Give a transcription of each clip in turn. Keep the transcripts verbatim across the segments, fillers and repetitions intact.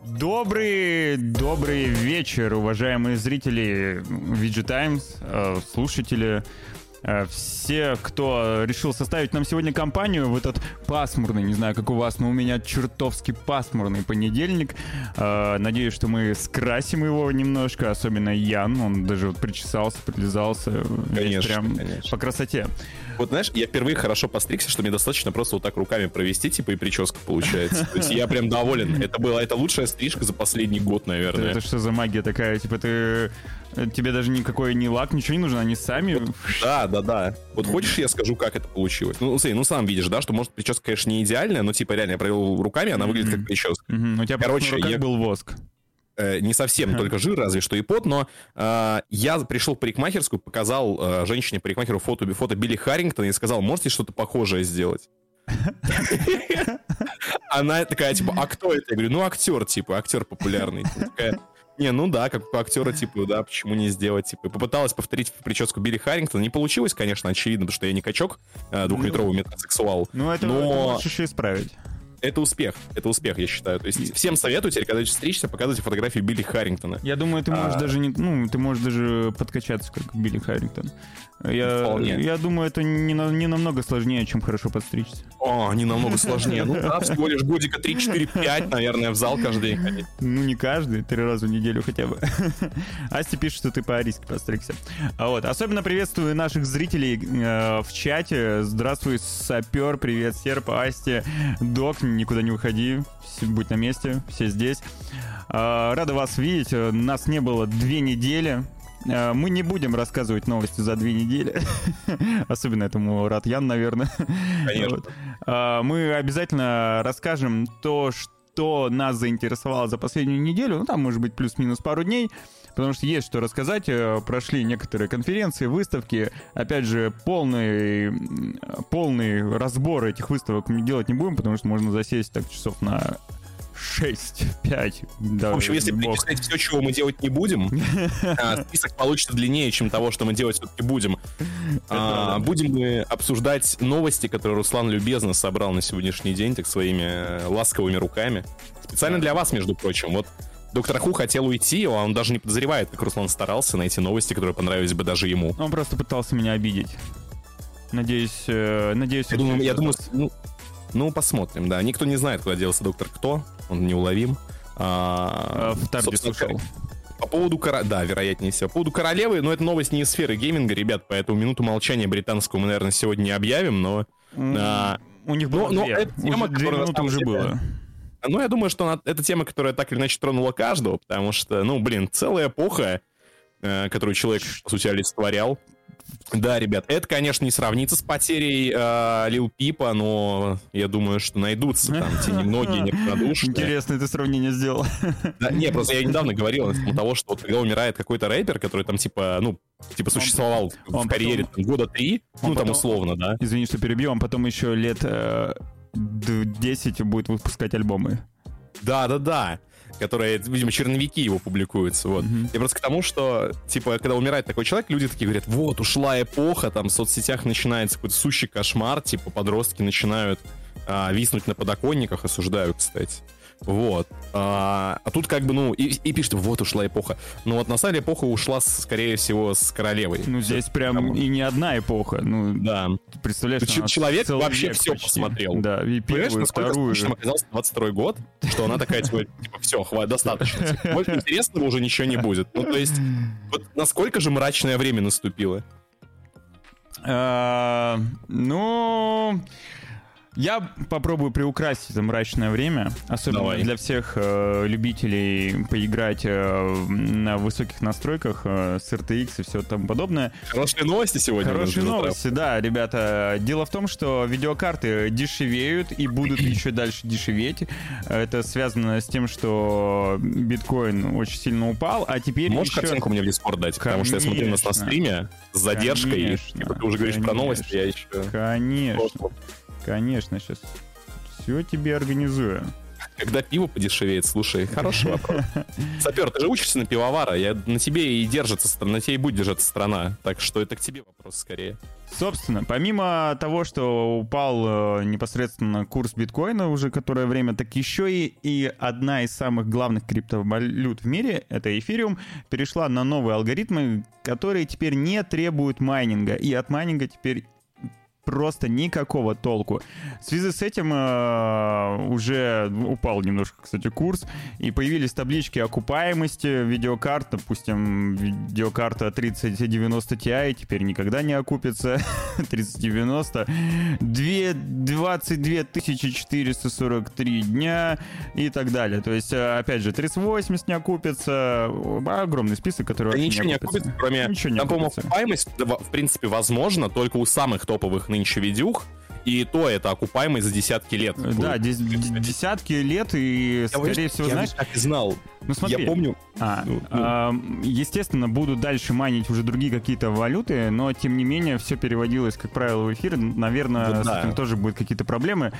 Добрый, добрый вечер, уважаемые зрители ви джи Times, слушатели, все, кто решил составить нам сегодня компанию в этот пасмурный, не знаю, как у вас, но у меня чертовски пасмурный понедельник. Надеюсь, что мы скрасим его немножко, особенно Ян, он даже вот причесался, прилизался. Конечно, прям конечно. По красоте. Вот знаешь, я впервые хорошо постригся, что мне достаточно просто вот так руками провести, типа, и прическа получается. То есть я прям доволен. Это была это лучшая стрижка за последний год, наверное. Это что за магия такая? Типа ты... Тебе даже никакой ни лак, ничего не нужно, они сами... Вот, да, да, да. Вот хочешь, я скажу, как это получилось? Ну, смотри, ну сам видишь, да, что, может, прическа, конечно, не идеальная, но, типа, реально, я провел руками, она выглядит как прическа. У тебя Короче, на руках я... был воск. Не совсем, только жир, разве что и пот, но э, я пришел в парикмахерскую, показал э, женщине-парикмахеру фото, фото Билли Харрингтона и сказал, можете что-то похожее сделать? Она такая, типа, а кто это? Я говорю, ну, актер, типа, актер популярный. Такая, не, ну да, как по актеру, типа, да, почему не сделать, типа. Попыталась повторить прическу Билли Харрингтона, не получилось, конечно, очевидно, потому что я не качок, двухлитровый метросексуал. Ну, это можешь еще исправить. Это успех, это успех, я считаю. То есть всем советую теперь, когда стричься, показывать фотографии Билли Харрингтона. Я думаю, ты можешь а... даже не, ну, ты можешь даже подкачаться, как Билли Харрингтон. Я, я думаю, это не, на, не намного сложнее, чем хорошо подстричься. О, не намного сложнее. Ну да, всего лишь годика три четыре пять, наверное, в зал каждый день ходить. Ну не каждый, три раза в неделю хотя бы. Асти пишет, что ты по-арийски подстригся. А вот, особенно приветствую наших зрителей э, в чате. Здравствуй, сапер, привет, Серп, Асти, Док, никуда не выходи, будь на месте, все здесь. Э, рада вас видеть, нас не было две недели. Мы не будем рассказывать новости за две недели. Особенно этому рад Ян, наверное. Конечно. Вот. Мы обязательно расскажем то, что нас заинтересовало за последнюю неделю. Ну, там, может быть, плюс-минус пару дней. Потому что есть что рассказать. Прошли некоторые конференции, выставки. Опять же, полный, полный разбор этих выставок мы делать не будем, потому что можно засесть так часов на... шесть, пять. Да, в общем, если перечислять все, чего мы делать не будем, список получится длиннее, чем того, что мы делать все-таки будем. А, будем мы обсуждать новости, которые Руслан любезно собрал на сегодняшний день, так своими ласковыми руками. Специально для вас, между прочим. Вот Доктор Ху хотел уйти, а он даже не подозревает, как Руслан старался найти новости, которые понравились бы даже ему. Он просто пытался меня обидеть. Надеюсь, э, надеюсь... Я думаю, я думаю ну, ну, посмотрим, да. Никто не знает, куда делся Доктор Кто. Он неуловим. А, в Тардис ушел. По поводу короля... Да, вероятнее всего. По поводу королевы, но это новость не из сферы гейминга, ребят, поэтому минуту молчания британскую мы, наверное, сегодня не объявим, но... Mm, а... У них было но, две. Но это тема, уже две минуты уже деле... было. Ну, я думаю, что она... это тема, которая так или иначе тронула каждого, потому что, ну, блин, целая эпоха, э, которую человек, по сути, олицетворял. Да, ребят, это, конечно, не сравнится с потерей э, Лил Пипа, но я думаю, что найдутся там те немногие неравнодушные. Интересное ты сравнение сделал. Да, не, просто я недавно говорил на тему того, что вот когда умирает какой-то рэпер, который там типа, ну, типа существовал он, в он карьере потом, там, года три, ну, там потом, условно, да. Извини, что перебью, он потом еще лет э, десять будет выпускать альбомы. Да-да-да. Которые, видимо, черновики его публикуются, вот. Mm-hmm. Я просто к тому, что, типа, когда умирает такой человек, люди такие говорят, вот, ушла эпоха, там, в соцсетях начинается какой-то сущий кошмар, типа, подростки начинают а, виснуть на подоконниках, осуждаю, кстати. Вот. А, а тут как бы, ну, и, и пишут, вот ушла эпоха. Но вот на самом деле эпоха ушла, скорее всего, с королевой. Ну, здесь все, прям потому... и не одна эпоха. Ну, да. Ты представляешь, Ч- человек вообще все почти посмотрел. Да, и первую, и вторую. Понимаешь, оказался двадцать второй год, что она такая, типа, все, хватит, достаточно. Больше интересного уже ничего не будет. Ну, то есть, вот насколько же мрачное время наступило? Ну... Я попробую приукрасить это мрачное время, особенно Давай. для всех э, любителей поиграть э, на высоких настройках э, с эр ти экс и все тому подобное. Хорошие новости сегодня. Хорошие новости, да, ребята. Дело в том, что видеокарты дешевеют и будут еще дальше дешеветь. Это связано с тем, что биткоин очень сильно упал, а теперь Можешь еще... картинку мне в Discord дать? Конечно. Потому что я смотрю нас на стриме с задержкой. Конечно, и, типа, ты уже говоришь конечно, про новости, я еще... Конечно. Конечно, сейчас все тебе организую. Когда пиво подешевеет, слушай, хороший вопрос. Сапер, ты же учишься на пивовара, я, на тебе и держится, на тебе и будет держаться страна, так что это к тебе вопрос скорее. Собственно, помимо того, что упал э, непосредственно курс биткоина уже которое время, так еще и, и одна из самых главных криптовалют в мире, это эфириум, перешла на новые алгоритмы, которые теперь не требуют майнинга, и от майнинга теперь просто никакого толку. В связи с этим э, уже упал немножко, кстати, курс, и появились таблички окупаемости видеокарт. Допустим, видеокарта тридцать девяносто Ti теперь никогда не окупится. тридцать девяносто. двадцать две тысячи четыреста сорок три дня и так далее. То есть, опять же, тридцать восемьдесят не окупится. Огромный список, который да вообще ничего не не окупится. окупится, кроме... Ничего не Там, по-моему, окупится. окупаемость, в принципе, возможно только у самых топовых нынче видюх, и то это окупаемость за десятки лет. Да, будет. дес- десятки лет, и, Я, скорее я, всего, я знаешь... так и знал. Ну, смотри. Я помню... А, ну, ну. а, естественно, будут дальше майнить уже другие какие-то валюты, но, тем не менее, все переводилось, как правило, в эфир. Наверное, Вот с да. этим тоже будут какие-то проблемы.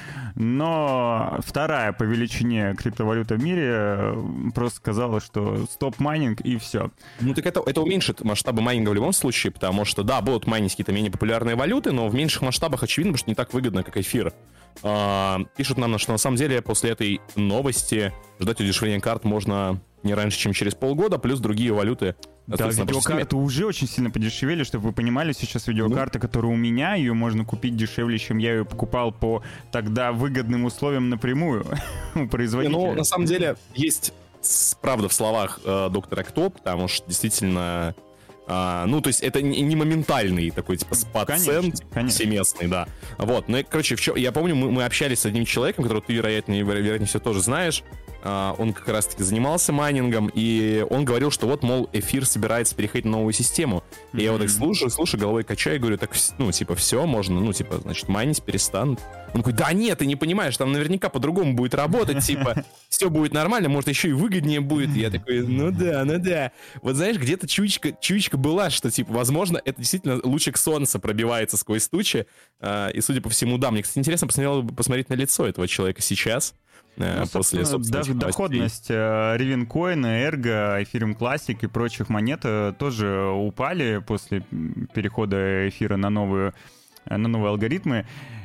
Но вторая по величине криптовалюта в мире э, просто сказала, что стоп-майнинг и все. Ну так это, это уменьшит масштабы майнинга в любом случае, потому что, да, будут майнить какие-то менее популярные валюты, но в меньших масштабах очевидно, потому что не так выгодно, как эфир. А, пишут нам, что на самом деле после этой новости ждать удешевления карт можно не раньше, чем через полгода, плюс другие валюты. Да, видеокарты уже очень сильно подешевели, чтобы вы понимали, сейчас видеокарта, ну, которая у меня, ее можно купить дешевле, чем я ее покупал по тогда выгодным условиям напрямую у производителя. Ну, на самом деле, есть правда в словах э, доктора Кто, потому что действительно... А, ну, то есть это не, не моментальный такой, типа, спад цен всеместный, да. Вот, ну, и, короче, в чё, я помню, мы, мы общались с одним человеком, которого ты, вероятно, вероятнее всего, тоже знаешь. А, он как раз-таки занимался майнингом, и он говорил, что вот, мол, эфир собирается переходить на новую систему. И mm-hmm. я вот так слушаю, слушаю, головой качаю и говорю, так, ну, типа, все, можно, ну, типа, значит, майнить перестанут. Он такой, да нет, ты не понимаешь, там наверняка по-другому будет работать, типа, все будет нормально, может, еще и выгоднее будет. И я такой, ну да, ну да. Вот знаешь, где-то чуечка, чуечка была, что, типа, возможно, это действительно лучик солнца пробивается сквозь тучи. И, судя по всему, да, мне, кстати, интересно посмотреть, посмотреть на лицо этого человека сейчас. Ну, после, собственно, даже доходность Rivian, Ergo, Ethereum Classic и прочих монет тоже упали после перехода эфира на новую, на новые алгоритмы.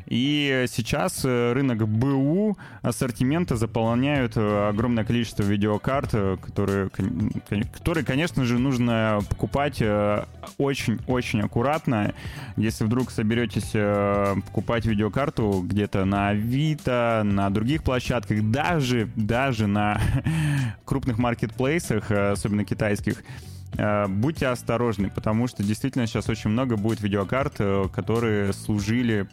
И сейчас рынок БУ ассортимента заполняют огромное количество видеокарт, которые, которые, конечно же, нужно покупать очень-очень аккуратно. Если вдруг соберетесь покупать видеокарту где-то на Авито, на других площадках, даже, даже на крупных маркетплейсах, особенно китайских, будьте осторожны, потому что действительно сейчас очень много будет видеокарт, которые служили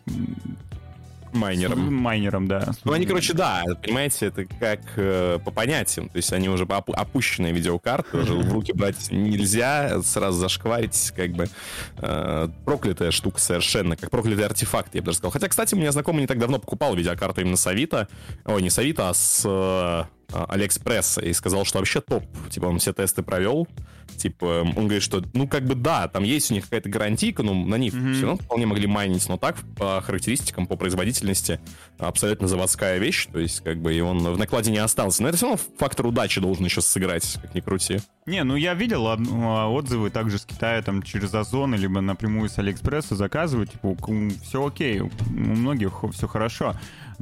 майнером. Майнером, да. Служили. Ну, они, короче, да, понимаете, это как э, по понятиям, то есть они уже опу- опущенные видеокарты, уже в руки брать нельзя, сразу зашкварить, как бы э, проклятая штука совершенно, как проклятый артефакт, я бы даже сказал. Хотя, кстати, у меня знакомый не так давно покупал видеокарту именно с Авито, ой, не с Авито, а с э, Алиэкспресса, и сказал, что вообще топ, типа он все тесты провел, типа он говорит, что, ну, как бы да, там есть у них какая-то гарантийка, но на них mm-hmm. все равно вполне могли майнить, но так, по характеристикам, по производительности, абсолютно заводская вещь, то есть, как бы, и он в накладе не остался. Но это все равно фактор удачи должен еще сыграть, как ни крути. Не, ну я видел отзывы также с Китая, там, через Озон, либо напрямую с Алиэкспресса заказывают, типа, все окей, у многих все хорошо,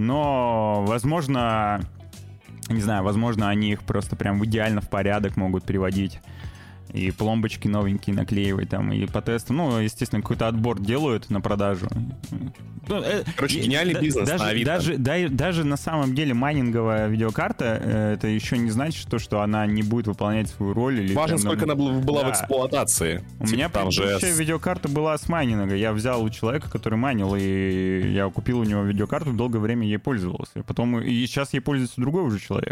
но, возможно... Не знаю, возможно, они их просто прям идеально в порядок могут приводить. И пломбочки новенькие наклеивать там, и по тестам. Ну, естественно, какой-то отбор делают на продажу. Ну, Короче, гениальный да, бизнес даже, на Авито. Даже, да, даже на самом деле майнинговая видеокарта, это еще не значит, что, что она не будет выполнять свою роль. Или, важно, там, сколько ну, она была да. в эксплуатации. У типа, меня там предыдущая же... видеокарта была с майнинга. Я взял у человека, который майнил, и я купил у него видеокарту, долгое время ей пользовался. Потом, и сейчас ей пользуется другой уже человек.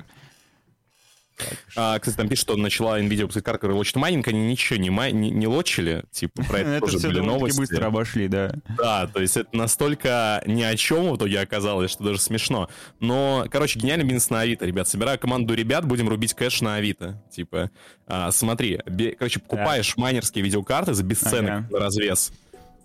А, кстати, там пишут, что начала NVIDIA выпускать карту, которая лочит майнинг, они ничего не, май... не, не лочили, типа, про это тоже были новости. быстро обошли, да. Да, то есть это настолько ни о чем в итоге оказалось, что даже смешно. Но, короче, гениальный бизнес на Авито, ребят. Собираю команду ребят, будем рубить кэш на Авито. Типа, а, смотри, бе... короче, покупаешь да. майнерские видеокарты за бесценок ага. на развес.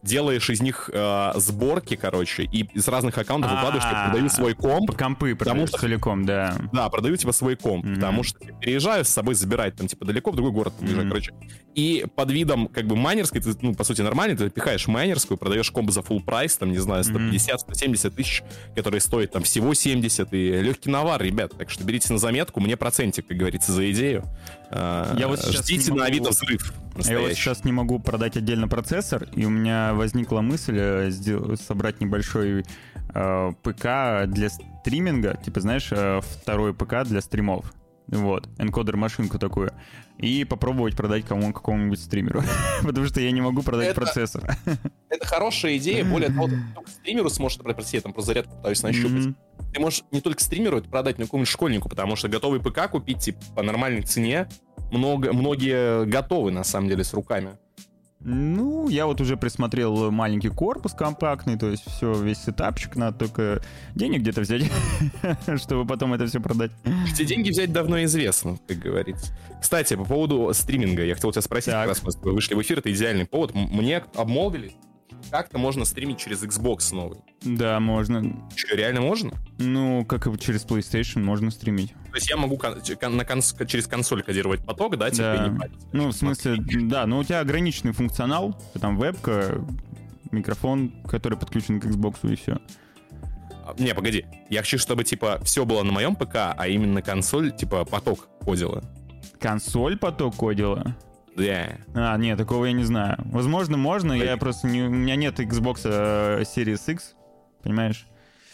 делаешь из них э, сборки, короче, и из разных аккаунтов выкладываешь, типа, продаю свой комп. Компы продаешь целиком, да. Да, продаю, типа, свой комп, mm-hmm. потому что типа, переезжаю с собой забирать, там, типа, далеко в другой город уезжаю, mm-hmm. короче. И под видом, как бы, майнерской, ты, ну, по сути, нормально, ты пихаешь майнерскую, продаешь комп за full прайс, там, не знаю, сто пятьдесят - сто семьдесят тысяч, которые стоят, там, всего семьдесят, и легкий навар, ребят. Так что берите на заметку, мне процентик, как говорится, за идею. Я вот Ждите могу... на Авито взрыв. Я вот сейчас не могу продать отдельно процессор, и у меня возникла мысль сделать, собрать небольшой э, ПК для стриминга, типа, знаешь, э, второй ПК для стримов. Вот, энкодер-машинку такую. И попробовать продать кому какому-нибудь стримеру. Потому что я не могу продать это, процессор. Это хорошая идея. Более того, ты только стримеру сможешь продать, прости, я там про зарядку пытаюсь нащупать. Mm-hmm. Ты можешь не только стримеру это продать, но и какому-нибудь школьнику, потому что готовый ПК купить типа, по нормальной цене много, многие готовы, на самом деле, с руками. Ну, я вот уже присмотрел маленький корпус компактный, то есть все, весь сетапчик, надо только денег где-то взять, чтобы потом это все продать. Эти деньги взять давно известно, как говорится. Кстати, по поводу стриминга, я хотел тебя спросить, так. Раз мы вышли в эфир, это идеальный повод. Мне обмолвили, как-то можно стримить через Xbox новый. Да, можно. Что, реально можно? Ну, как и через PlayStation можно стримить. То есть я могу кон- на конс- через консоль кодировать поток, да, тебе да. не парить? Ну, в смысле, да, но у тебя ограниченный функционал, там вебка, микрофон, который подключен к Xbox, и все. Не, погоди, я хочу, чтобы, типа, все было на моем ПК, а именно консоль, типа, поток кодила. Консоль поток кодила? Да. Yeah. А, нет, такого я не знаю. Возможно, можно, я просто не... У меня нет Xbox э, Series X, понимаешь?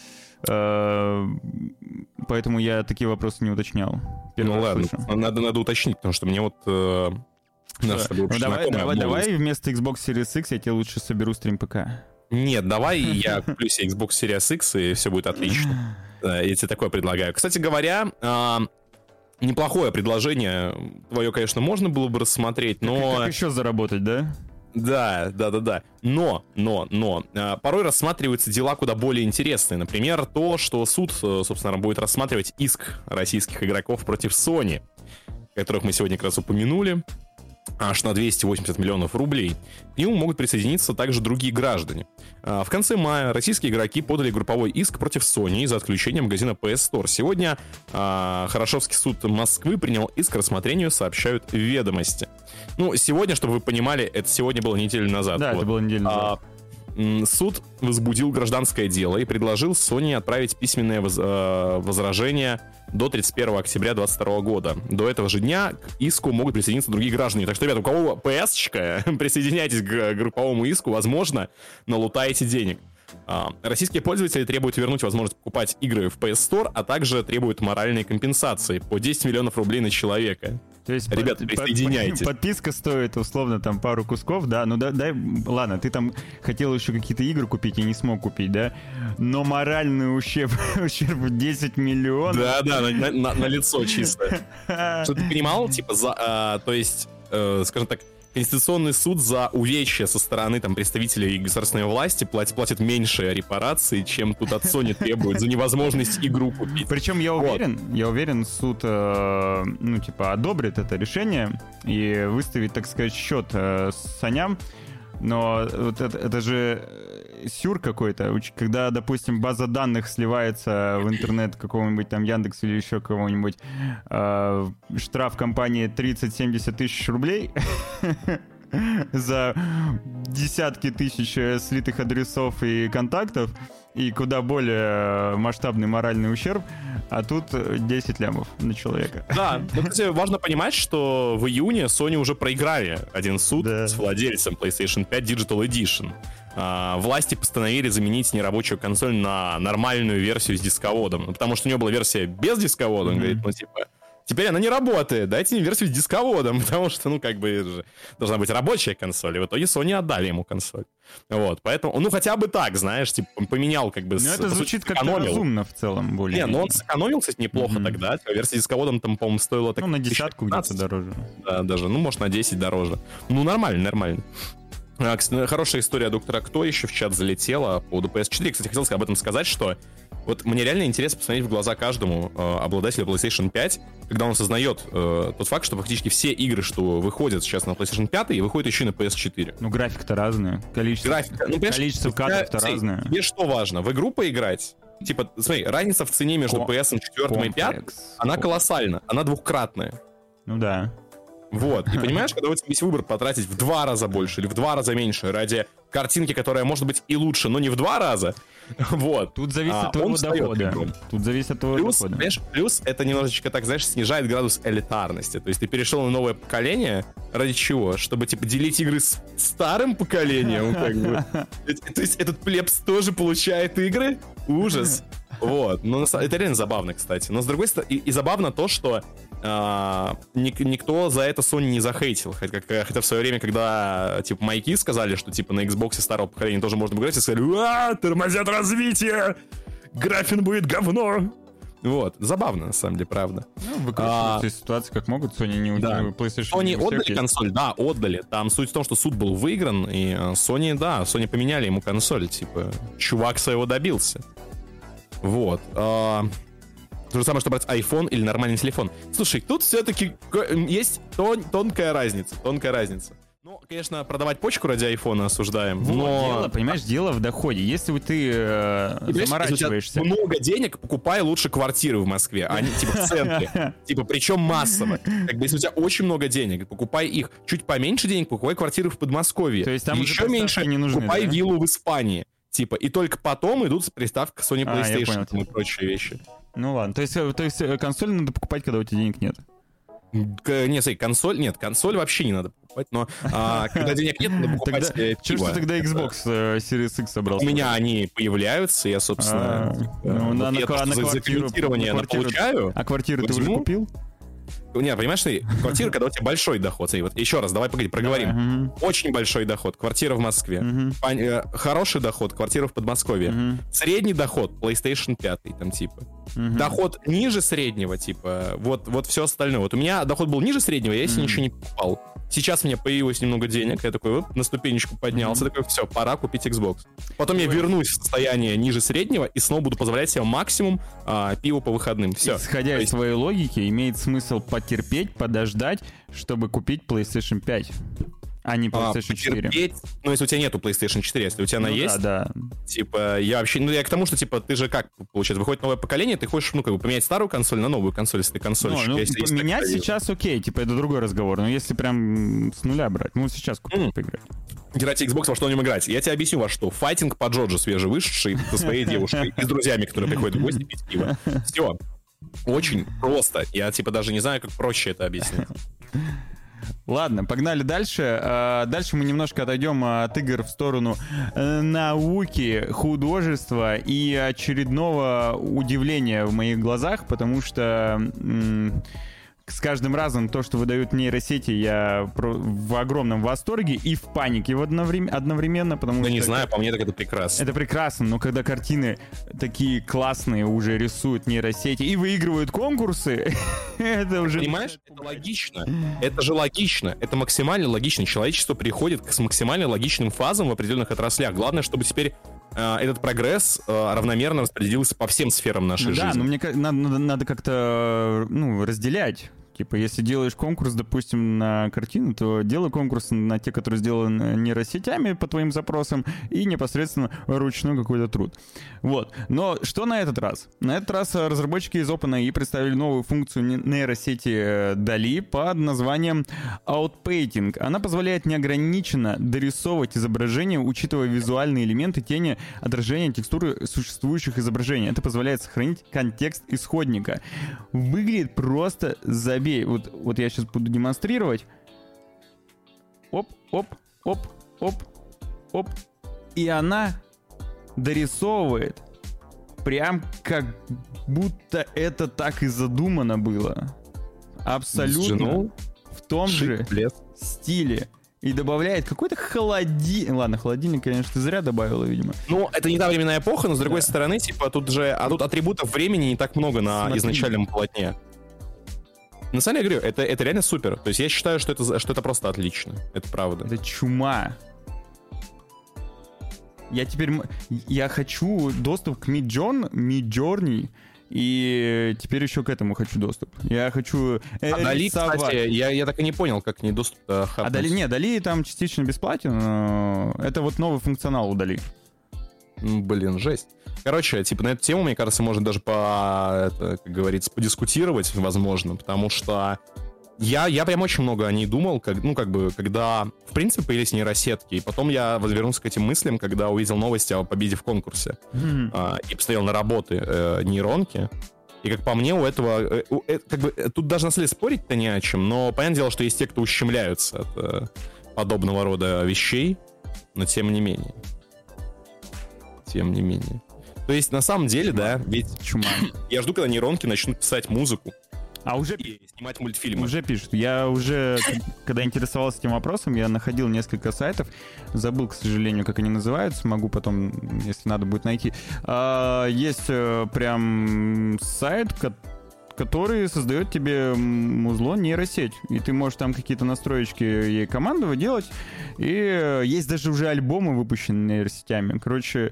Э, поэтому я такие вопросы не уточнял. Первый ну ладно, надо, надо уточнить, потому что мне вот... Э, наш ну, давай, давай, давай вместо Xbox Series X я тебе лучше соберу стрим ПК. Нет, давай я куплю себе Xbox Series X, и все будет отлично. Я тебе такое предлагаю. Кстати говоря... Неплохое предложение. Твое, конечно, можно было бы рассмотреть, но... Как, как еще заработать, да? Да, да, да, да. Но, но, но, порой рассматриваются дела куда более интересные. Например, то, что суд, собственно, будет рассматривать иск российских игроков против Sony, которых мы сегодня как раз упомянули, аж на двести восемьдесят миллионов рублей. К нему могут присоединиться также другие граждане. В конце мая российские игроки подали групповой иск против Sony за отключение магазина пи эс Store. Сегодня а, Хорошевский суд Москвы принял иск к рассмотрению, сообщают «Ведомости». Ну, сегодня, чтобы вы понимали, это сегодня было неделю назад. Да, вот. Это было неделю назад. А, суд возбудил гражданское дело и предложил Sony отправить письменное воз, э, возражение до тридцать первого октября двадцать второго года. До этого же дня к иску могут присоединиться другие граждане. Так что, ребята, у кого ПС-чка, присоединяйтесь к групповому иску, возможно, налутаете денег. А, российские пользователи требуют вернуть возможность покупать игры в пи эс Store, а также требуют моральной компенсации по десять миллионов рублей на человека. То есть, ребята, под, присоединяйтесь. Под, подписка стоит условно там пару кусков, да, ну да, дай, ладно, ты там хотел еще какие-то игры купить и не смог купить, да, но моральный ущерб, ущерб десять миллионов. Да, да, на, на, на, на лицо чисто. Что ты понимал, типа, за, а, то есть, э, скажем так, Конституционный суд за увечья со стороны там представителей государственной власти платит, платит меньше репарации, чем тут от Sony требует за невозможность игру купить. Причем я уверен, вот. я уверен, суд, э, ну, типа, одобрит это решение и выставит, так сказать, счет э, Соням. Но вот это, это же сюр какой-то, когда, допустим, база данных сливается в интернет какого-нибудь там Яндекс или еще кого-нибудь, э, штраф компании тридцать-семьдесят тысяч рублей за десятки тысяч слитых адресов и контактов, и куда более масштабный моральный ущерб, а тут десять лямов на человека. Да, но, кстати, важно понимать, что в июне Sony уже проиграли один суд да. с владельцем PlayStation пять Digital Edition. А, власти постановили заменить нерабочую консоль на нормальную версию с дисководом, ну, потому что у него была версия без дисковода, он mm-hmm. говорит, ну, типа... Теперь она не работает, дайте мне версию с дисководом, потому что, ну, как бы, должна быть рабочая консоль, и в итоге Sony отдали ему консоль. Вот, поэтому, ну, хотя бы так, знаешь, типа, поменял, как бы... Ну, это звучит как-то разумно в целом, более. Не, ну, он сэкономил, кстати, неплохо mm-hmm. тогда, версия с дисководом там, по-моему, стоила... Так, ну, на десятку где-то дороже. Да, даже, ну, может, на десять дороже. Ну, нормально, нормально. А, кстати, хорошая история доктора Кто еще в чат залетела по поводу пи эс четыре. Кстати, хотел об этом сказать, что Вот мне реально интересно посмотреть в глаза каждому э, обладателю PlayStation пять, когда он осознает э, тот факт, что фактически все игры, что выходят сейчас на PlayStation пять, выходят еще и на пи эс четыре. Ну, графика-то разная. Количество, Графика, ну, количество кадров-то тебе, разное. Тебе что важно? В игру поиграть? Типа, смотри, разница в цене между пи эс четыре и пять, она колоссальна, она двухкратная. Ну да. Вот, и понимаешь, когда у тебя есть выбор потратить в два раза больше или в два раза меньше ради картинки, которая может быть и лучше, но не в два раза, вот. Тут зависит а, от твоего дохода. Тут зависит от твоего плюс, дохода. Понимаешь, плюс это немножечко, так знаешь, снижает градус элитарности. То есть ты перешел на новое поколение, ради чего? Чтобы, типа, делить игры с старым поколением, как бы. То есть этот плебс тоже получает игры? Ужас. Вот. Но это реально забавно, кстати. Но с другой стороны, и, и забавно то, что а, ник- никто за это Sony не захейтил. Хотя, хотя в свое время, когда типа майки сказали, что типа на Xbox старого поколения тоже можно играть, и сказали: «А, тормозят развитие! Графин будет говно!» Вот. Забавно, на самом деле, правда. Ну, выкручиваются из ситуации как могут. Sony не да. PlayStation. Sony отдали консоль, да, отдали. Там суть в том, что суд был выигран, и Sony, да, Sony поменяли ему консоль. Типа, чувак своего добился. Вот. А, то же самое, что брать iPhone или нормальный телефон. Слушай, тут все-таки есть тон, тонкая разница. Тонкая разница. Ну, конечно, продавать почку ради айфона осуждаем, вот но... Дело, понимаешь, дело в доходе. Если вот ты э, заморачиваешься... Если у тебя много денег, покупай лучше квартиры в Москве, а не типа в центре. Типа, причем массово. Как бы, если у тебя очень много денег, покупай их. Чуть поменьше денег, покупай квартиры в Подмосковье. То есть там еще меньше не нужны, покупай да? виллу в Испании. Типа, и только потом идут с приставкой Sony PlayStation а, и прочие вещи. Ну ладно, то есть, то есть консоль надо покупать, когда у тебя денег нет? Не, смотри, консоль, нет, консоль вообще не надо покупать, но а, когда денег нет, надо покупать тогда, э, пиво. Что тогда Xbox э, Series X собрался? У меня они появляются, я, собственно, а, ну, вот на, я на, на за, за комментирование на получаю. А квартиру ты уже купил? Не, понимаешь, смотри, квартира, когда у тебя большой доход. Смотри, вот еще раз, давай погоди, проговорим. Давай, угу. Очень большой доход, квартира в Москве. Угу. Пон- э, хороший доход, квартира в Подмосковье. Угу. Средний доход, PlayStation пять, там, типа. Угу. Доход ниже среднего, типа, вот, вот все остальное. Вот у меня доход был ниже среднего, я если угу. ничего не покупал. Сейчас у меня появилось немного денег, я такой, оп, на ступенечку поднялся, mm-hmm. такой, все, пора купить Xbox. Потом я вернусь в состояние ниже среднего и снова буду позволять себе максимум а, пива по выходным. Все. Исходя из есть... твоей логики, имеет смысл потерпеть, подождать, чтобы купить PlayStation пять, а не PlayStation а, четыре. Потерпеть, ну, если у тебя нету PlayStation четыре, если у тебя она ну, есть, да, да. типа, я вообще, ну, я к тому, что, типа, ты же как, получается, выходит новое поколение, ты хочешь, ну, как бы, поменять старую консоль на новую консоль, если ты консольщик. Ну, ну, если поменять есть сейчас окей, типа, это другой разговор, но если прям с нуля брать, ну, сейчас купить, mm. поиграть. Играть Xbox, во что о нем играть. Я тебе объясню, во что. Файтинг по Джоджо свежевышедший со своей девушкой и с друзьями, которые приходят в гости пить пиво. Все. Очень просто. Я, типа, даже не знаю, как проще это объяснить. Ладно, погнали дальше. Дальше мы немножко отойдем от игр в сторону науки, художества и очередного удивления в моих глазах, потому что м- с каждым разом то, что выдают нейросети, я в огромном восторге и в панике в одновременно, одновременно, потому да что... не знаю, по мне так это прекрасно. Это прекрасно, но когда картины такие классные уже рисуют нейросети и выигрывают конкурсы, это уже... Понимаешь, это логично. Это же логично. Это максимально логично. Человечество приходит к максимально логичным фазам в определенных отраслях. Главное, чтобы теперь э, этот прогресс э, равномерно распределился по всем сферам нашей ну, жизни. Да, но мне надо, надо, надо как-то ну, разделять. Типа, если делаешь конкурс, допустим, на картину, то делай конкурс на те, которые сделаны нейросетями по твоим запросам, и непосредственно ручной какой-то труд. Вот. Но что на этот раз? На этот раз разработчики из OpenAI представили новую функцию нейросети Dall-E под названием Outpainting. Она позволяет неограниченно дорисовывать изображения, учитывая визуальные элементы, тени, отражения, текстуры существующих изображений. Это позволяет сохранить контекст исходника. Выглядит просто забей. Вот, вот я сейчас буду демонстрировать. Оп, оп, оп, оп, оп. И она дорисовывает прям как будто это так и задумано было. Абсолютно в том же стиле. И добавляет какой-то холодильник. Ладно, холодильник, конечно, ты зря добавила, видимо. Ну, это не та временная эпоха, но с другой да. стороны, типа, тут же... А тут атрибутов времени не так много на Смотри. изначальном полотне. На самом деле, я говорю, это, это реально супер. То есть я считаю, что это, что это просто отлично. Это правда. Это чума. Я теперь... Я хочу доступ к Midjourney, Midjourney, и теперь еще к этому хочу доступ. Я хочу а Дали, кстати, я, я так и не понял, как не доступ до хаб. А Дали, не, Дали там частично бесплатен, но это вот новый функционал у Дали. Блин, жесть. Короче, типа на эту тему, мне кажется, можно даже по, это, как говорится, подискутировать, возможно, потому что я, я прям очень много о ней думал, как, ну, как бы, когда, в принципе, появились нейросетки, и потом я вернулся к этим мыслям, когда увидел новости о победе в конкурсе, mm-hmm. а, и посмотрел на работы э, нейронки, и, как по мне, у этого, э, э, как бы, тут даже на самом деле спорить-то не о чем, но, понятное дело, что есть те, кто ущемляются от э, подобного рода вещей, но тем не менее. Тем не менее. То есть, на самом деле, чума. Да, ведь чума. Я жду, когда нейронки начнут писать музыку. А уже и снимать мультфильмы. Уже пишут. Я уже, когда интересовался этим вопросом, я находил несколько сайтов. Забыл, к сожалению, как они называются. Могу потом, если надо будет, найти. Есть прям сайт, который создает тебе музло нейросеть. И ты можешь там какие-то настроечки ей командовать, делать. И есть даже уже альбомы, выпущенные нейросетями. Короче,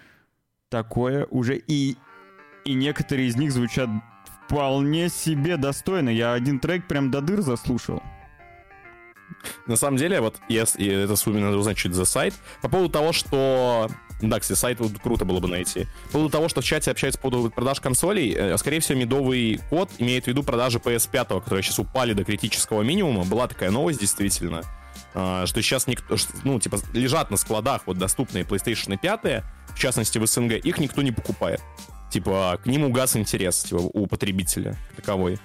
такое уже. И, и некоторые из них звучат вполне себе достойно. Я один трек прям до дыр заслушал. На самом деле, вот если это надо узнать, что это за сайт. По поводу того, что... Да, кстати, сайт вот круто было бы найти. По поводу того, что в чате общаются по поводу продаж консолей, скорее всего, медовый код имеет в виду продажи пи эс пять, которые сейчас упали до критического минимума. Была такая новость, действительно, что сейчас никто, ну, типа, лежат на складах вот доступные PlayStation пять, в частности, в СНГ, их никто не покупает. Типа, к ним угас интерес, типа, у потребителя таковой.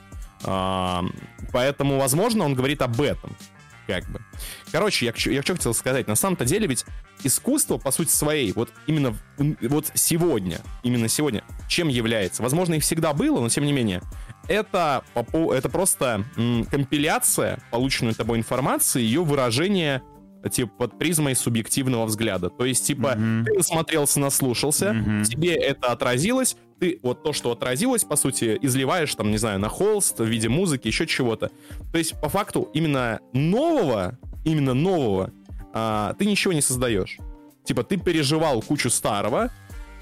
А, поэтому, возможно, он говорит об этом. Как бы. Короче, я, я что хотел сказать. На самом-то деле ведь искусство, по сути своей, вот именно вот сегодня, именно сегодня, чем является? Возможно, и всегда было, но тем не менее. Это, это просто м, компиляция полученной тобой информации, ее выражение типа под призмой субъективного взгляда. То есть, типа, mm-hmm. ты насмотрелся, наслушался, mm-hmm. тебе это отразилось, ты вот то, что отразилось, по сути, изливаешь, там, не знаю, на холст в виде музыки, еще чего-то. То есть, по факту, именно нового, именно нового, а, ты ничего не создаешь. Типа, ты переживал кучу старого,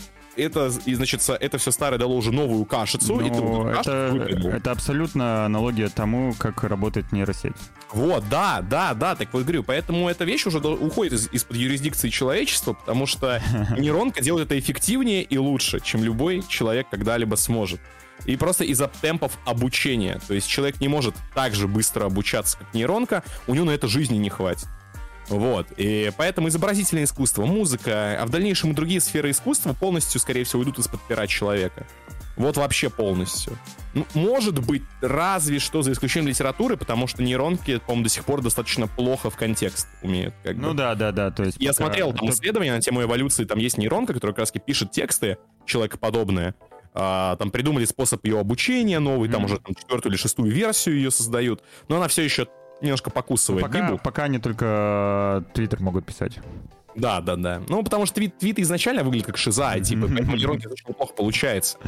это, и, значит, это все старое дало уже новую кашицу, ну, и ты вот это, это абсолютно аналогия тому, как работает нейросеть. Вот, да, да, да, так вот говорю, поэтому эта вещь уже уходит из, из-под юрисдикции человечества, потому что нейронка делает это эффективнее и лучше, чем любой человек когда-либо сможет. И просто из-за темпов обучения, то есть человек не может так же быстро обучаться, как нейронка, у него на это жизни не хватит. Вот, и поэтому изобразительное искусство, музыка, а в дальнейшем и другие сферы искусства полностью, скорее всего, уйдут из-под пера человека. Вот вообще полностью. Ну, может быть, разве что за исключением литературы, потому что нейронки, по-моему, до сих пор достаточно плохо в контекст умеют. Как ну бы. да, да, да. То есть я пока... смотрел там исследования на тему эволюции, там есть нейронка, которая как раз пишет тексты человекоподобные. А, там придумали способ ее обучения новый, mm-hmm. там уже там, четвертую или шестую версию ее создают, но она все еще немножко покусывает ну, пока, гибу. Пока они только Твиттер могут писать. Да, да, да. Ну, потому что твит, твиты изначально выглядят как шиза, mm-hmm. типа, поэтому нейронки очень плохо получается.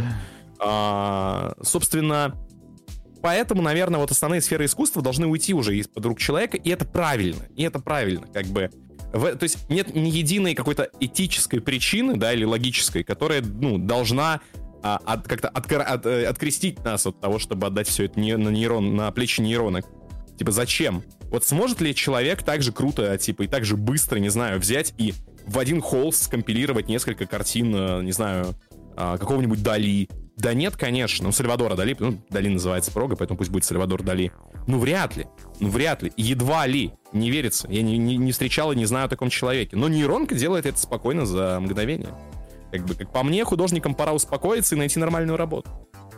А, собственно, поэтому, наверное, вот основные сферы искусства должны уйти уже из-под рук человека, и это правильно, и это правильно, как бы. В, то есть нет ни единой какой-то этической причины, да, или логической, которая, ну, должна а, от, как-то от, от, открестить нас от того, чтобы отдать все это не, на нейрон, на плечи нейронок. Типа, зачем? Вот сможет ли человек так же круто, типа, и так же быстро, не знаю, взять и в один холст скомпилировать несколько картин, не знаю, какого-нибудь Дали? Да нет, конечно. Ну, Сальвадора Дали, ну, Дали называется прога, поэтому пусть будет Сальвадор Дали. Ну, вряд ли. Ну, вряд ли. Едва ли. Не верится. Я не, не, не встречал и не знаю о таком человеке. Но нейронка делает это спокойно за мгновение. Как бы, как по мне, художникам пора успокоиться и найти нормальную работу.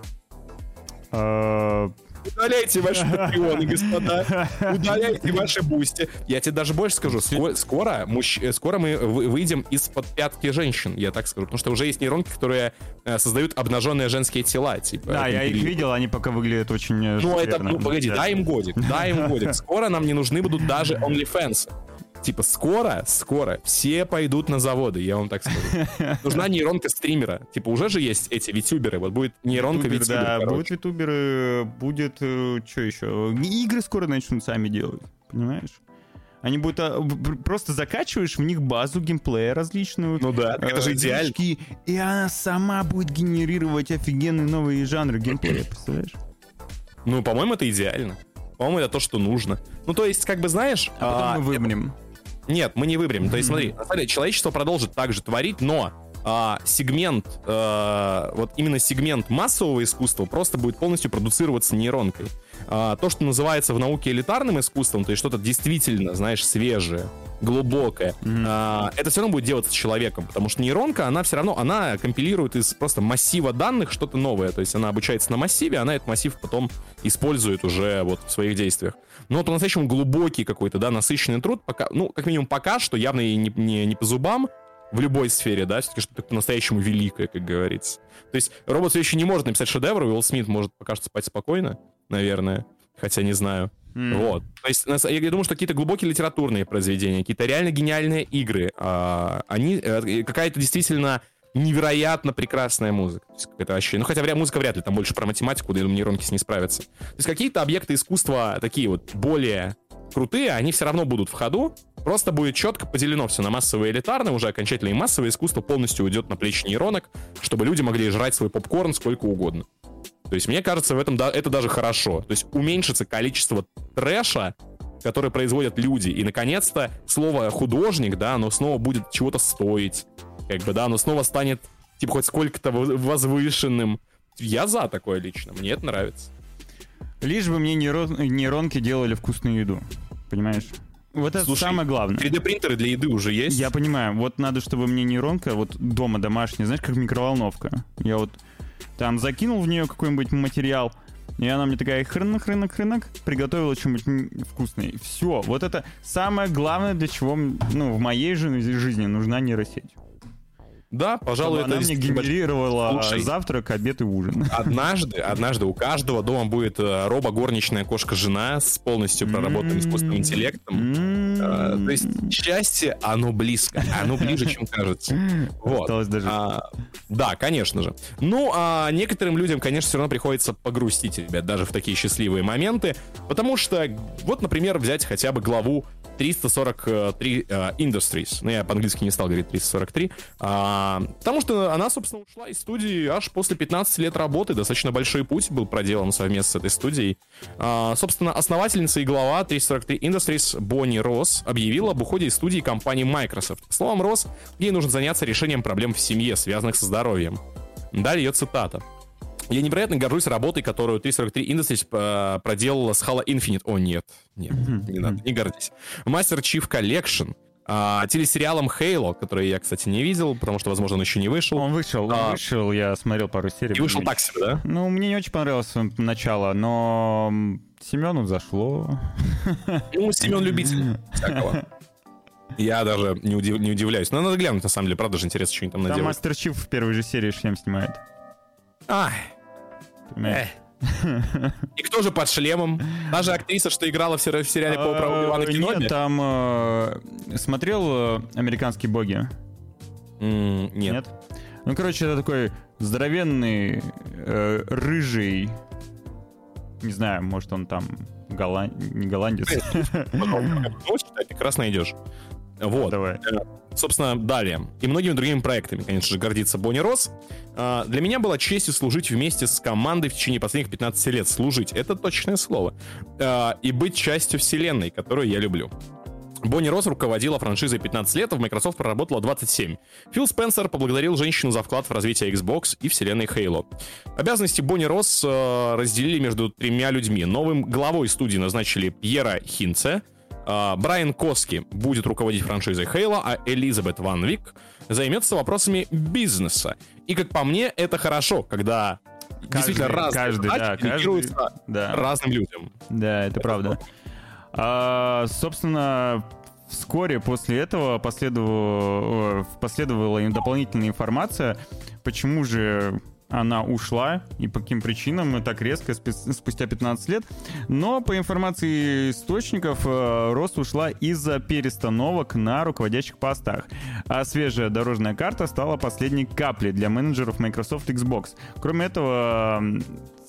Удаляйте ваши патреоны, господа. Удаляйте ваши бусти. Я тебе даже больше скажу. Скоро, скоро, мужч... скоро мы выйдем из-под пятки женщин, я так скажу. Потому что уже есть нейронки, которые создают обнаженные женские тела. Типа, да, я их видел, они пока выглядят очень... Ну, это, ну, погоди, да. дай им годик, дай им годик. Скоро нам не нужны будут даже OnlyFans. Типа, скоро, скоро все пойдут на заводы, я вам так скажу. Нужна нейронка стримера. Типа, уже же есть эти витюберы. Вот будет нейронка витюбер, витюбер. Да, короче. будут витюберы, будет... Что еще? Игры скоро начнут сами делать, понимаешь? Они будут... а, просто закачиваешь в них базу геймплея различную. Ну да, это э, же идеально. движки, и она сама будет генерировать офигенные новые жанры геймплея, представляешь? Ну, по-моему, это идеально. По-моему, это то, что нужно. Ну, то есть, как бы, знаешь... А потом а, мы выберем. Нет, мы не выберем. То есть, смотри, на самом деле, человечество продолжит так же творить, но а, сегмент, а, вот именно сегмент массового искусства просто будет полностью продуцироваться нейронкой. А, то, что называется в науке элитарным искусством, то есть что-то действительно, знаешь, свежее, глубокое, mm-hmm. а, это все равно будет делаться человеком, потому что нейронка, она все равно, она компилирует из просто массива данных что-то новое, то есть она обучается на массиве, она этот массив потом использует уже вот в своих действиях. Но вот по-настоящему глубокий какой-то, да, насыщенный труд, пока, ну, как минимум пока что, явно и не, не, не по зубам, в любой сфере, да, все-таки что-то по-настоящему великое, как говорится. То есть робот все еще не может написать шедевр, Уилл Смит может пока что спать спокойно, наверное, хотя не знаю. Mm. Вот. То есть я думаю, что какие-то глубокие литературные произведения, какие-то реально гениальные игры, а, они, какая-то действительно невероятно прекрасная музыка. То есть какая-то вообще, ну хотя музыка вряд ли, там больше про математику, да и нейронки с ней справятся. То есть какие-то объекты искусства такие вот более крутые, они все равно будут в ходу, просто будет четко поделено все на массовое и элитарное, уже окончательно и массовое искусство полностью уйдет на плечи нейронок, чтобы люди могли жрать свой попкорн сколько угодно. То есть мне кажется, в этом да, это даже хорошо. То есть уменьшится количество трэша, который производят люди, и наконец-то слово художник, да, оно снова будет чего-то стоить, как бы, да, оно снова станет типа хоть сколько-то возвышенным. Я за такое лично, мне это нравится. Лишь бы мне нейрон, нейронки делали вкусную еду. Понимаешь? Вот это Слушай, самое главное. три дэ-принтеры для еды уже есть? Я понимаю. Вот надо, чтобы мне нейронка вот дома домашняя, знаешь, как микроволновка. Я вот там закинул в нее какой-нибудь материал, и она мне такая хренок-хренок-хренок приготовила что-нибудь вкусное. Все. Вот это самое главное, для чего, ну, в моей жизни нужна нейросеть. Да, пожалуй, чтобы это она мне генерировала Слушай, завтрак, обед и ужин. Однажды, однажды у каждого дома будет робо-горничная кошка-жена с полностью проработанным искусственным интеллектом. То есть счастье, оно близко, оно ближе, чем кажется. Вот. Осталось даже. А, да, конечно же. Ну, а некоторым людям, конечно, все равно приходится погрустить, ребят, даже в такие счастливые моменты, потому что, вот, например, взять хотя бы главу триста сорок три uh, Industries. Ну, я по-английски не стал говорить триста сорок три. Uh, потому что она, собственно, ушла из студии аж после пятнадцати лет работы. Достаточно большой путь был проделан совместно с этой студией. Uh, собственно, основательница и глава триста сорок три Industries Бонни Росс объявила об уходе из студии компании Microsoft. По словам Росс, ей нужно заняться решением проблем в семье, связанных со здоровьем. Далее ее цитата. Я невероятно горжусь работой, которую триста сорок три Industries проделала с Halo Infinite. О, нет, нет, не надо, не гордись. Master Chief Collection, а, телесериалом Halo, который я, кстати, не видел, потому что, возможно, он еще не вышел. Он вышел, он а, вышел, я смотрел пару серий. И вышел так себе, да? Ну, мне не очень понравилось начало, но Семену зашло. Ну, Семен любитель всякого. Я даже не, удив... не удивляюсь. Но надо глянуть, на самом деле, правда же интересно, что они там наделают. Там Мастер Чиф в первой же серии шлем снимает. Ай. И кто же под шлемом? Та же актриса, что играла в сериале по праву Ивана Кеноби? Нет, там э, смотрел э, «Американские боги»? Mm, нет. Нет? Ну, короче, это такой здоровенный, э, рыжий, не знаю, может, он там голланд... не голландец. Ты прекрасно идешь. Вот. Давай. Собственно, далее. И многими другими проектами, конечно же, гордится Бонни Росс. А, для меня была честью служить вместе с командой в течение последних пятнадцати лет. Служить — это точное слово. А, и быть частью вселенной, которую я люблю. Бонни Росс руководила франшизой пятнадцать лет, а в Microsoft проработала двадцать семь. Фил Спенсер поблагодарил женщину за вклад в развитие Xbox и вселенной Halo. Обязанности Бонни Росс э, разделили между тремя людьми. Новым главой студии назначили Пьера Хинце. Uh, Брайан Коски будет руководить франшизой Halo, а Элизабет Ван Вик займется вопросами бизнеса. И, как по мне, это хорошо, когда каждый, действительно разные каждый, да, делегируются да. разным людям. Да, это, это правда. А, собственно, вскоре после этого последовала, последовала дополнительная информация, почему же она ушла и по каким причинам так резко спустя пятнадцать лет. Но по информации источников, Росс ушла из-за перестановок на руководящих постах. А свежая дорожная карта стала последней каплей для менеджеров Microsoft Xbox. Кроме этого,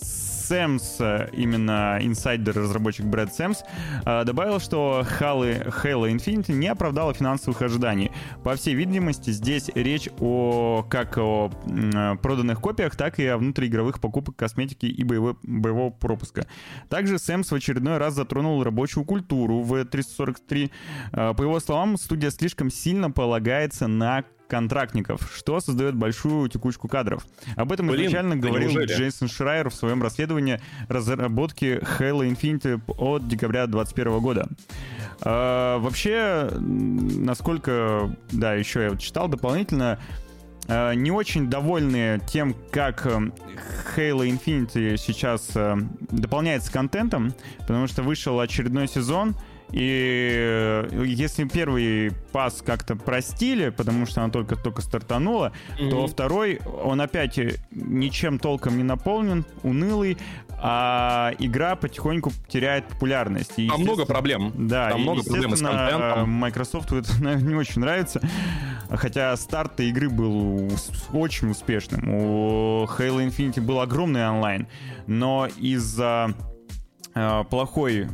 Сэмс, именно инсайдер-разработчик Брэд Сэмс, добавил, что Halo Infinite не оправдала финансовых ожиданий. По всей видимости, здесь речь о как о проданных копиях, так и о внутриигровых покупках косметики и боевой, боевого пропуска. Также Сэмс в очередной раз затронул рабочую культуру в триста сорок три. По его словам, студия слишком сильно полагается на контрактников, что создает большую текучку кадров. Об этом Блин, изначально говорил неужели? Джейсон Шрайер в своем расследовании разработки Halo Infinite от декабря двадцать первого года. А, вообще, насколько, да, еще я вот читал дополнительно, а, не очень довольны тем, как Halo Infinite сейчас а, дополняется контентом, потому что вышел очередной сезон. И если первый пас как-то простили, потому что она только-только стартанула, mm-hmm. то второй, он опять ничем толком не наполнен, унылый, а игра потихоньку теряет популярность. И, там много проблем. Да, там и, много проблем с контентом. Microsoft это, наверное, не очень нравится, хотя старт игры был очень успешным. У Halo Infinite был огромный онлайн, но из-за э, плохой...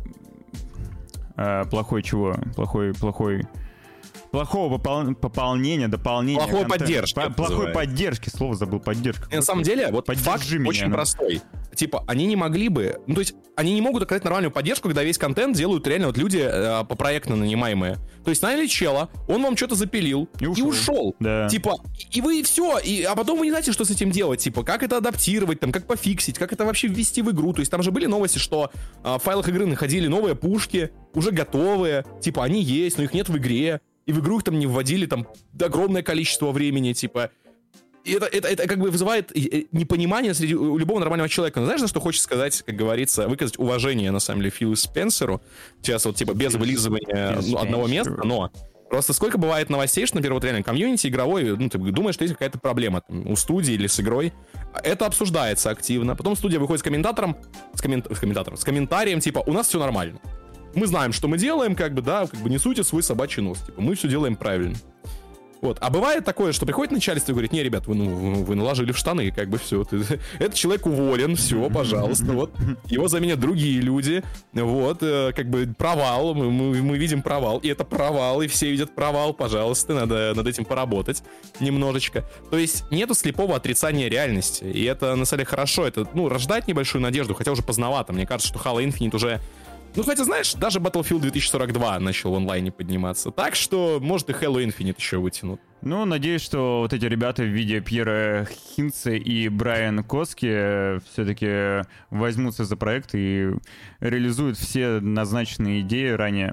Плохой чего? Плохой, плохой... Плохого попол... пополнения, дополнения. Плохой контент... поддержки. По- плохой поддержки. Слово забыл, поддержка. И на самом деле, вот факт меня, очень да. простой. Типа, они не могли бы... Ну, то есть, они не могут оказать нормальную поддержку, когда весь контент делают реально вот люди э, попроектно нанимаемые. То есть, наняли чела, он вам что-то запилил и ушел. И ушел. Да. Типа, и, и вы все, и, а потом вы не знаете, что с этим делать. Типа, как это адаптировать, там, как пофиксить, как это вообще ввести в игру. То есть, там же были новости, что э, в файлах игры находили новые пушки, уже готовые. Типа, они есть, но их нет в игре. И в игру их там не вводили там огромное количество времени, типа... И это, это, это как бы вызывает непонимание среди любого нормального человека. Но знаешь, за что хочется сказать, как говорится, выказать уважение, на самом деле, Филу Спенсеру. Сейчас вот, типа, без вылизывания ну, одного места, но... Просто сколько бывает новостей, что, например, вот реально комьюнити игровой, ну, ты думаешь, что есть какая-то проблема там, у студии или с игрой. Это обсуждается активно. Потом студия выходит с комментатором, с, коммент... с комментатором, с комментарием, типа, у нас все нормально. Мы знаем, что мы делаем, как бы, да, как бы не суйте свой собачий нос. Типа, мы все делаем правильно. Вот. А бывает такое, что приходит начальство и говорит: не, ребят, вы, ну, вы наложили в штаны, как бы все. Ты, этот человек уволен, все, пожалуйста. Вот. Его заменят другие люди. Вот, как бы провал. Мы, мы, мы видим провал. И это провал, и все видят провал. Пожалуйста, надо над этим поработать немножечко. То есть нету слепого отрицания реальности. И это, на самом деле, хорошо. Это, ну, рождает небольшую надежду, хотя уже поздновато. Мне кажется, что Halo Infinite уже... Ну, хотя, знаешь, даже Battlefield две тысячи сорок два начал в онлайне подниматься. Так что, может, и Halo Infinite еще вытянут. Ну, надеюсь, что вот эти ребята в виде Пьера Хинца и Брайан Коски все-таки возьмутся за проект и реализуют все назначенные идеи ранее,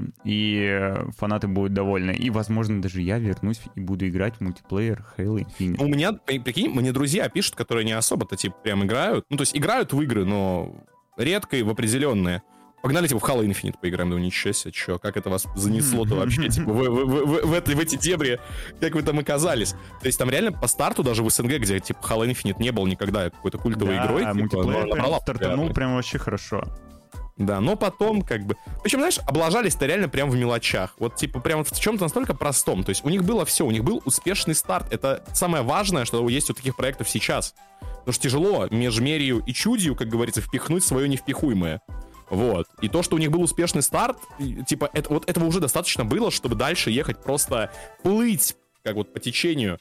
и фанаты будут довольны. И, возможно, даже я вернусь и буду играть в мультиплеер Halo Infinite. У меня, прикинь, мне друзья пишут, которые не особо-то, типа, прям играют. Ну, то есть играют в игры, но редко и в определенные. Погнали, типа, в Halo Infinite поиграем. Ну, ничего себе, чё, как это вас занесло-то вообще, типа, в, в, в, в, в, эти, в эти дебри, как вы там оказались? То есть там реально по старту даже в СНГ, где, типа, Halo Infinite не был никогда какой-то культовой да, игрой, типа, мультиплеер прям стартанул прям, прям вообще хорошо. Да, но потом, как бы... Причем, знаешь, облажались-то реально прям в мелочах. Вот, типа, прям в чем-то настолько простом. То есть у них было все, у них был успешный старт. Это самое важное, что есть у таких проектов сейчас. Потому что тяжело межмерию и чудью, как говорится, впихнуть свое невпихуемое. Вот. И то, что у них был успешный старт, типа, это, вот этого уже достаточно было, чтобы дальше ехать просто плыть, как вот по течению,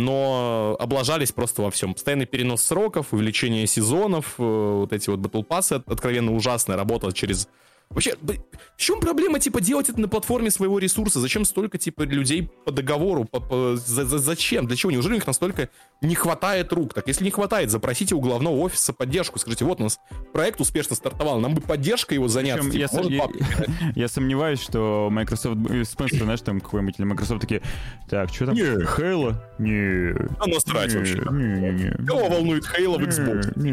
но облажались просто во всем. Постоянный перенос сроков, увеличение сезонов, вот эти вот Battle Pass, откровенно ужасная работа через... Вообще, в чем проблема, типа, делать это на платформе своего ресурса? Зачем столько, типа, людей по договору? По, по, за, за, зачем? Для чего? Неужели у них настолько не хватает рук? Так, если не хватает, запросите у главного офиса поддержку. Скажите, вот у нас проект успешно стартовал, нам бы поддержка его заняться. Причем, типа, я, может, я, я сомневаюсь, что Microsoft, Спенсер, знаешь, там какой-нибудь, или Microsoft такие, так, что там? Не, Halo? Не. А насрать вообще. Не, не, не. Кого волнует Halo в Xbox? Не,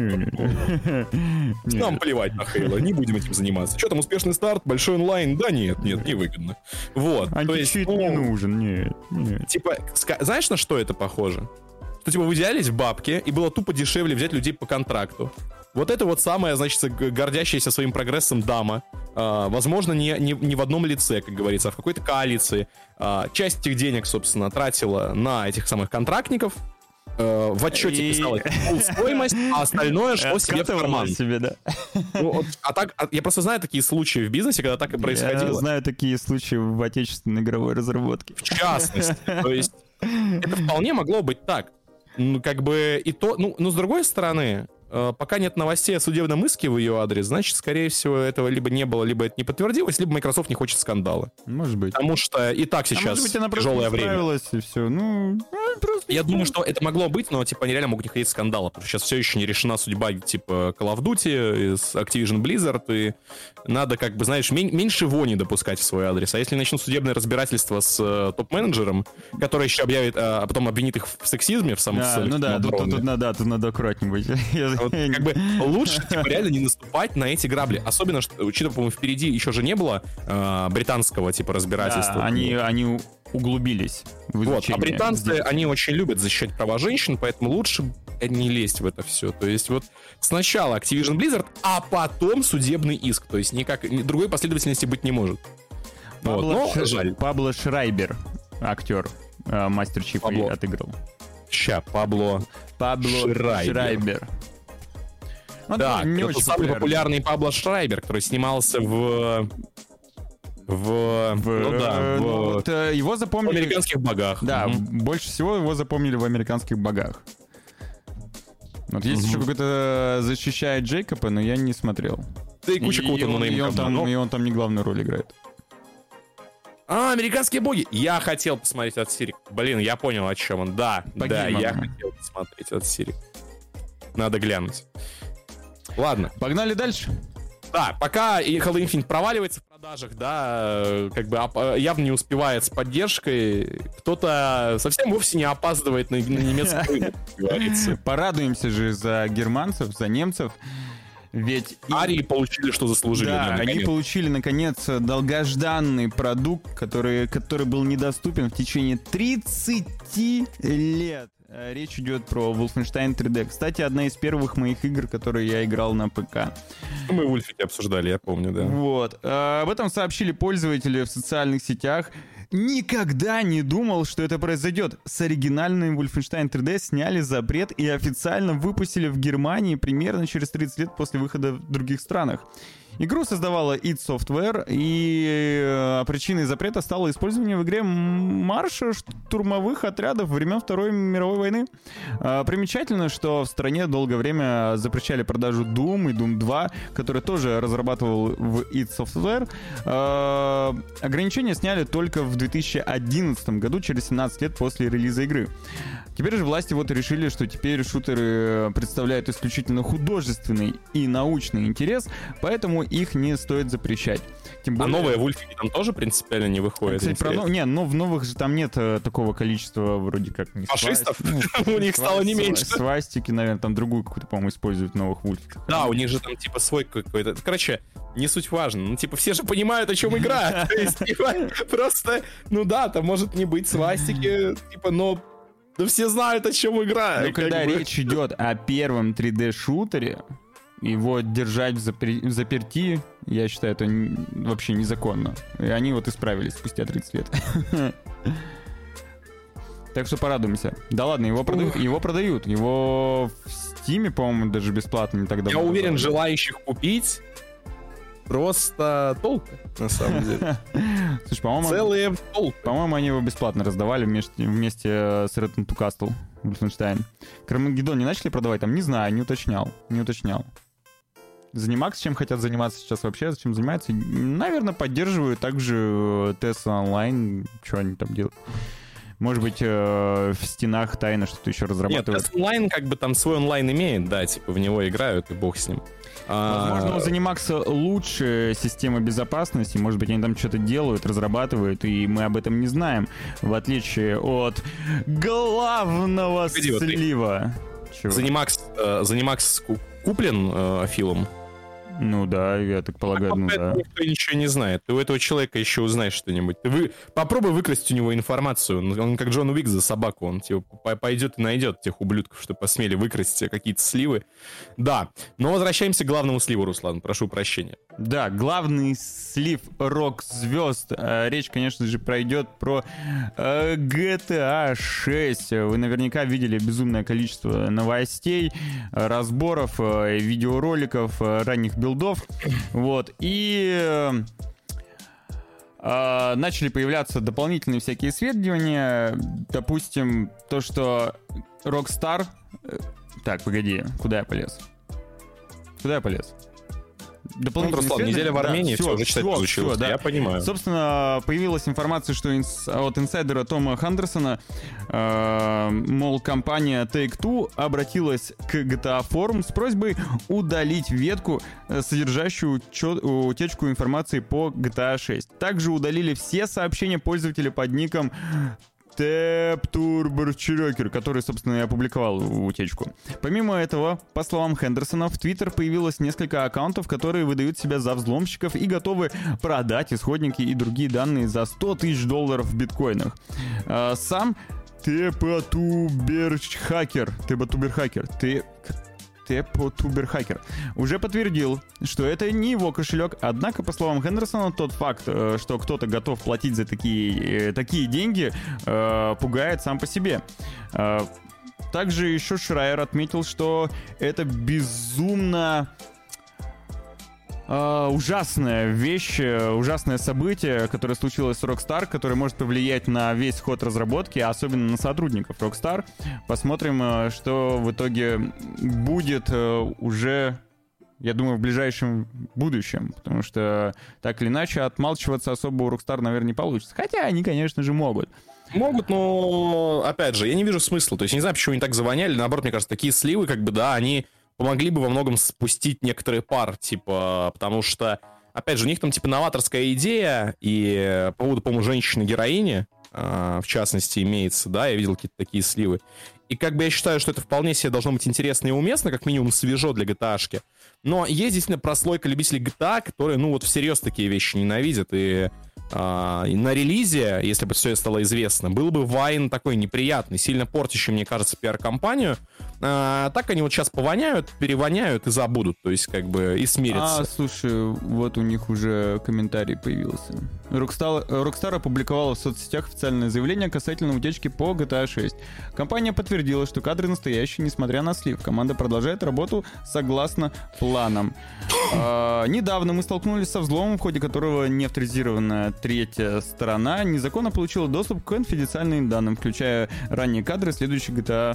не, не. Нам плевать на Halo, не будем этим заниматься. Что там, успешный старт, большой онлайн? Да нет, нет, невыгодно. Вот. Античит не нужен, нет, нет. Типа, знаешь, на что это похоже? Что, типа, вы взялись в бабки, и было тупо дешевле взять людей по контракту. Вот это вот самая, значит, гордящаяся своим прогрессом дама. А, возможно, не, не, не в одном лице, как говорится, а в какой-то коалиции. А, часть этих денег, собственно, тратила на этих самых контрактников. э, в отчете И- писалось full стоимость, а остальное шло себе в Откатывала карман. себе, да. Ну, вот, а так, а я просто знаю такие случаи в бизнесе, когда так и Я происходило. знаю такие случаи в отечественной игровой разработке. В частности. То есть это вполне могло быть так. Ну, как бы и то... Ну, но с другой стороны, э, пока нет новостей о судебном иске в ее адрес, значит, скорее всего, этого либо не было, либо это не подтвердилось, либо Microsoft не хочет скандала. Может быть. Потому что и так А сейчас может быть, она просто тяжелое не время. справилась, и все. Ну, ну, просто... Я думаю, что это могло быть, но, типа, они реально могут не хотеть скандала, потому что сейчас все еще не решена судьба, типа, Call of Duty, с Activision Blizzard, и надо, как бы, знаешь, мен- меньше вони допускать в свой адрес. А если начнут судебное разбирательство с э, топ-менеджером, который еще объявит, а, а потом обвинит их в сексизме, в самом Да, ну да, тут, тут, тут надо, тут надо аккуратнее быть. Я- Вот, я не- как бы лучше, типа, реально не наступать на эти грабли. Особенно, что, учитывая, по-моему, впереди еще же не было э, британского, типа, разбирательства. Да, они, они углубились в Вот, изучение. а британцы, Здесь. они очень любят защищать права женщин, поэтому лучше не лезть в это все. То есть вот сначала Activision Blizzard, а потом судебный иск. То есть никак, ни- другой последовательности быть не может. Вот, Пабло, но Ш- жаль. Пабло Шрайбер, актер, э, Мастер Чиф Пабло. отыграл. Ща, Пабло. Пабло Шрайбер. Шрайбер. Он Да, не это очень самый популярный. популярный Пабло Шрайбер, который снимался в... В... В, ну да, э, в, ну вот, э, его в запомнили... «Американских богах». Да, Мгм. больше всего его запомнили в «Американских богах». Вот есть Мгм. еще какой-то защищает Джейкоба, но я не смотрел. Да и куча И- кого-то и он- на и он там, но... и он там не главную роль играет. А, «Американские боги». Я хотел посмотреть этот серик. Блин, я понял, о чем он. Да, По да, геймам. я хотел посмотреть этот серик. Надо глянуть. Ладно. Погнали дальше. Да, пока и Halo Infinite проваливается в продажах, да, э, как бы оп- явно не успевает с поддержкой, кто-то совсем вовсе не опаздывает на, на немецкий рынок, как говорится. Порадуемся же за германцев, за немцев. Ведь и- Арии получили, что заслужили. да, ну, они наконец. получили, наконец, долгожданный продукт, который, который был недоступен в течение тридцати лет. Э, Речь идет про Wolfenstein три дэ. Кстати, одна из первых моих игр, которые я играл на ПК. Мы в Ульфике обсуждали, я помню, да. Вот. Э, Об этом сообщили пользователи в социальных сетях. Никогда не думал, что это произойдет. С оригинальным Wolfenstein три дэ сняли запрет и официально выпустили в Германии примерно через тридцать лет после выхода в других странах. Игру создавала id Software, и э, причиной запрета стало использование в игре марша штурмовых отрядов времен Второй мировой войны. Э, примечательно, что в стране долгое время запрещали продажу Doom и Doom два, который тоже разрабатывал в id Software. Э, ограничения сняли только в две тысячи одиннадцатом году, через семнадцать лет после релиза игры. Теперь же власти вот решили, что теперь шутеры представляют исключительно художественный и научный интерес, поэтому их не стоит запрещать. Тем А более... новые в Ульфике там тоже принципиально не выходит. Кстати, про интересно. нов- не, но в новых же там нет э, такого количества вроде как... не Фашистов? сваст- У них стало не сва- меньше. Свастики, наверное, там другую какую-то, по-моему, используют в новых вульфиках. Да, у них же там типа свой какой-то. Короче, не суть важно. Ну, типа, все же понимают, о чем игра. То есть, типа, просто, ну да, там может не быть свастики, типа, но но все знают, о чем игра. Но Как когда бы. речь идет о первом три дэ-шутере, его держать в, запре- в заперти, я считаю, это н- вообще незаконно. И они вот исправились спустя тридцать лет. Так что порадуемся. Да ладно, его продают. Его продают. Его в Стиме, по-моему, даже бесплатно не так давно. Я уверен, раздавали. желающих купить просто толпы, на самом деле. Слушай, по-моему, Целые толпы. по-моему, они его бесплатно раздавали вместе, вместе с Return to Castle, Wolfenstein. Кармагеддон не начали продавать? Там не знаю, не уточнял. Не уточнял. Заниматься чем хотят заниматься сейчас вообще? Зачем занимаются? Наверное, поддерживают также Тест онлайн. Что они там делают? Может быть, э, в стенах тайно что-то еще Нет, разрабатывают. Тест онлайн как бы там свой онлайн имеет, да, типа в него играют, и бог с ним. Возможно, у ZeniMax лучше система безопасности. Может быть, они там что-то делают, разрабатывают, и мы об этом не знаем. В отличие от главного Погоди, вот ты- слива. Чего? ZeniMax, э, ZeniMax ку- куплен э, Филом? Ну да, я так полагаю, так, ну да. Никто ничего не знает. Ты у этого человека еще узнаешь что-нибудь. Ты вы... Попробуй выкрасть у него информацию. Он, он как Джон Уик за собаку. Он типа пойдет и найдет тех ублюдков, что посмели выкрасть какие-то сливы. Да, но возвращаемся к главному сливу, Руслан. Прошу прощения. Да, главный слив рок-звезд. Речь, конечно же, пройдет про джи ти эй шесть. Вы наверняка видели безумное количество новостей, разборов, видеороликов, ранних билдов. Вот. И э, начали появляться дополнительные всякие исследования. Допустим, то, что Rockstar... Так, погоди, куда я полез? Куда я полез? Ну, Руслан, неделя в Армении, да, все, все, уже читать получилось, да. Я понимаю. Собственно, появилась информация, что инс... от инсайдера Тома Хандерсона, э, мол, компания Take-Two обратилась к джи ти эй Forum с просьбой удалить ветку, содержащую учет... утечку информации по джи ти эй шесть. Также удалили все сообщения пользователя под ником TapTurboChecker, который, собственно, и опубликовал утечку. Помимо этого, по словам Хендерсона, в Твиттер появилось несколько аккаунтов, которые выдают себя за взломщиков и готовы продать исходники и другие данные за сто тысяч долларов в биткоинах. А сам TapTurboChecker, TapTurboChecker, ты... TapTurboChecker уже подтвердил, что это не его кошелек, однако, по словам Хендерсона, тот факт, что кто-то готов платить за такие, такие деньги, пугает сам по себе. Также еще Шрайер отметил, что это безумно Uh, ужасная вещь, ужасное событие, которое случилось с Rockstar, которое может повлиять на весь ход разработки, особенно на сотрудников Rockstar. Посмотрим, что в итоге будет уже, я думаю, в ближайшем будущем, потому что так или иначе отмалчиваться особо у Rockstar, наверное, не получится. Хотя они, конечно же, могут. Могут, но, опять же, я не вижу смысла. То есть, не знаю, почему они так завоняли. Наоборот, мне кажется, такие сливы, как бы, да, они помогли бы во многом спустить некоторые пар, типа, потому что, опять же, у них там, типа, новаторская идея, и по поводу, по-моему, женщины-героини, э, в частности, имеется, да, я видел какие-то такие сливы. И как бы я считаю, что это вполне себе должно быть интересно и уместно, как минимум свежо для джи ти эй-шки. Но есть действительно прослойка любителей джи ти эй, которые, ну, вот всерьез такие вещи ненавидят, и Uh, на релизе, если бы все стало известно, был бы вайн такой неприятный, сильно портящий, мне кажется, пиар-компанию. Uh, так они вот сейчас повоняют, перевоняют и забудут, то есть как бы и смирятся. А, слушай, вот у них уже комментарий появился. Rockstar, Rockstar опубликовала в соцсетях официальное заявление касательно утечки по джи ти эй шесть. Компания подтвердила, что кадры настоящие, несмотря на слив. Команда продолжает работу согласно планам. Uh, недавно мы столкнулись со взломом, в ходе которого неавторизированная третья сторона незаконно получила доступ к конфиденциальным данным, включая ранние кадры следующих джи ти эй.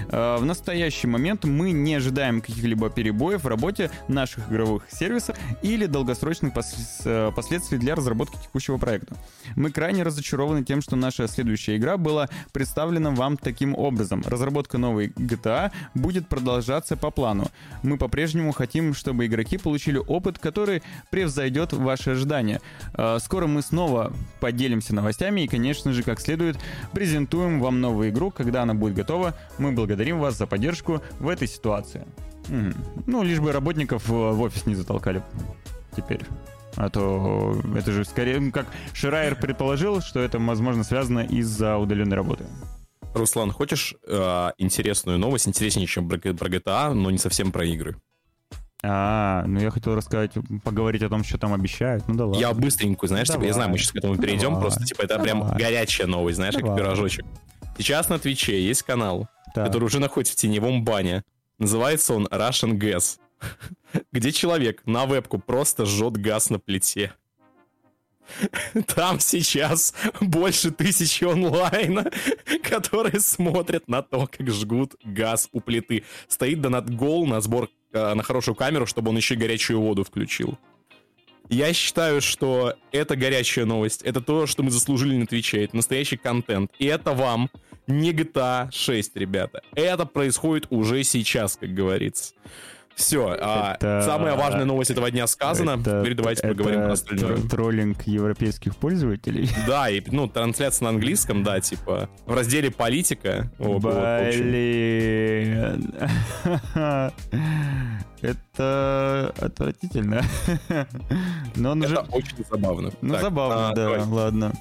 В настоящий момент мы не ожидаем каких-либо перебоев в работе наших игровых сервисов или долгосрочных пос- последствий для разработки текущего проекта. Мы крайне разочарованы тем, что наша следующая игра была представлена вам таким образом. Разработка новой джи ти эй будет продолжаться по плану. Мы по-прежнему хотим, чтобы игроки получили опыт, который превзойдет ваши ожидания. Скоро мы снова поделимся новостями и, конечно же, как следует, презентуем вам новую игру, когда она будет готова. Мы благодарим вас за поддержку в этой ситуации. Угу. Ну, лишь бы работников в офис не затолкали теперь. А то это же скорее, как Шрайер предположил, что это, возможно, связано из-за удаленной работы. Руслан, хочешь э, интересную новость, интереснее, чем про, про джи ти эй, но не совсем про игры? А, ну я хотел рассказать, поговорить о том, что там обещают. Ну да ладно. Я быстренькую, знаешь, типа, я знаю, мы сейчас к этому перейдем, давай. Просто типа это давай. Прям горячая новость, знаешь, давай. Как пирожочек. Сейчас на Твиче есть канал, так. который уже находится в теневом бане. Называется он Russian Gas, где человек на вебку просто жжет газ на плите. Там сейчас больше тысячи онлайна, которые смотрят на то, как жгут газ у плиты. Стоит донат-гол на сбор э, на хорошую камеру, чтобы он еще и горячую воду включил. Я считаю, что это горячая новость. Это то, что мы заслужили на Твиче. Это настоящий контент. И это вам не джи ти эй шесть, ребята. Это происходит уже сейчас, как говорится. Все, это... а, самая важная новость этого дня сказана. Это... Теперь давайте это... поговорим про остальное. Тр- троллинг европейских пользователей. Да, и, ну, трансляция на английском, да, типа, в разделе политика. Блин. это отвратительно. Но он это уже... очень забавно. Ну, так, забавно, а, да, давай. ладно.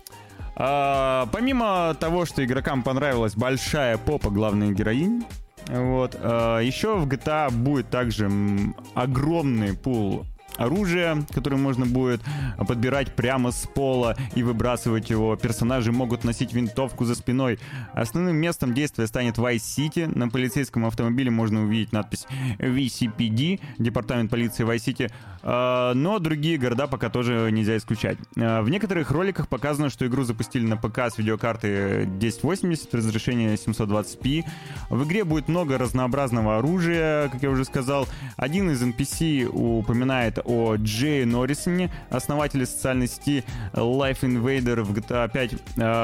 А, помимо того, что игрокам понравилась большая попа главной героини, вот, а, еще в джи ти эй будет также м, огромный пул оружия, которое можно будет подбирать прямо с пола и выбрасывать его. Персонажи могут носить винтовку за спиной. Основным местом действия станет Vice City. На полицейском автомобиле можно увидеть надпись ви си пи ди, Департамент полиции Vice City. Но другие города пока тоже нельзя исключать. В некоторых роликах показано, что игру запустили на ПК с видеокарты десять восемьдесят, разрешение семьсот двадцать пи. В игре будет много разнообразного оружия, как я уже сказал. Один из эн пи си упоминает о Джее Норрисоне, основателе социальной сети Life Invader в джи ти эй пять.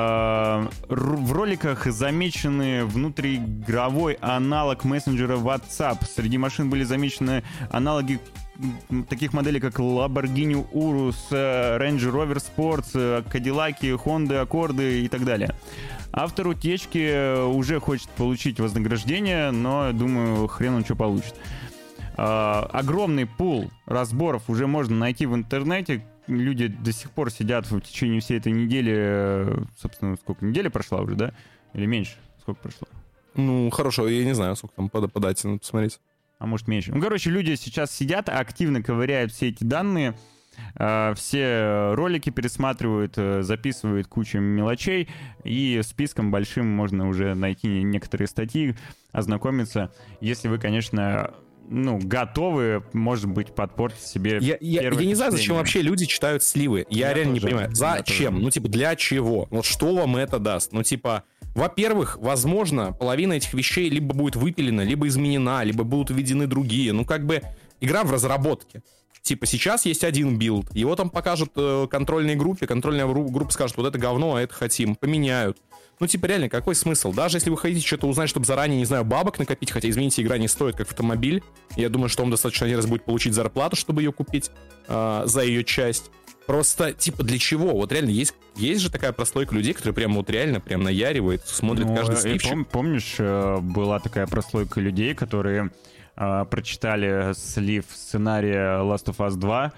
В роликах замечены внутриигровой аналог мессенджера WhatsApp. Среди машин были замечены аналоги таких моделей, как Lamborghini Urus, Range Rover Sports, Cadillac, Honda Accord и так далее. Автор утечки уже хочет получить вознаграждение, но, думаю, хрен он что получит. Uh, огромный пул разборов уже можно найти в интернете. Люди до сих пор сидят в течение всей этой недели. Собственно, сколько? Неделя прошла уже, да? Или меньше? Сколько прошло? Ну, хорошо, я не знаю, сколько там по, по дате, надо посмотреть. А может, меньше. Ну, короче, люди сейчас сидят, активно ковыряют все эти данные. Uh, все ролики пересматривают, uh, записывают кучу мелочей. И списком большим можно уже найти некоторые статьи, ознакомиться. Если вы, конечно... ну, готовы, может быть, подпортить себе Я, я, я не знаю, зачем вообще люди читают сливы. Я, я реально тоже, не понимаю. Зачем? Ну, типа, для чего? Вот что вам это даст? Ну, типа, во-первых, возможно, половина этих вещей либо будет выпилена, либо изменена, либо будут введены другие. Ну, как бы, игра в разработке. Типа, сейчас есть один билд, его там покажут э, контрольной группе, контрольная группа скажет, вот это говно, а это хотим, поменяют. Ну, типа, реально, какой смысл? Даже если вы хотите что-то узнать, чтобы заранее, не знаю, бабок накопить, хотя, извините, игра не стоит как автомобиль, я думаю, что вам достаточно один раз будет получить зарплату, чтобы ее купить э, за ее часть. Просто, типа, для чего? Вот реально, есть, есть же такая прослойка людей, которые прям вот реально прям наяривают, смотрят ну, каждый сливчик. Пом- помнишь, была такая прослойка людей, которые э, прочитали слив сценария Last of Us два,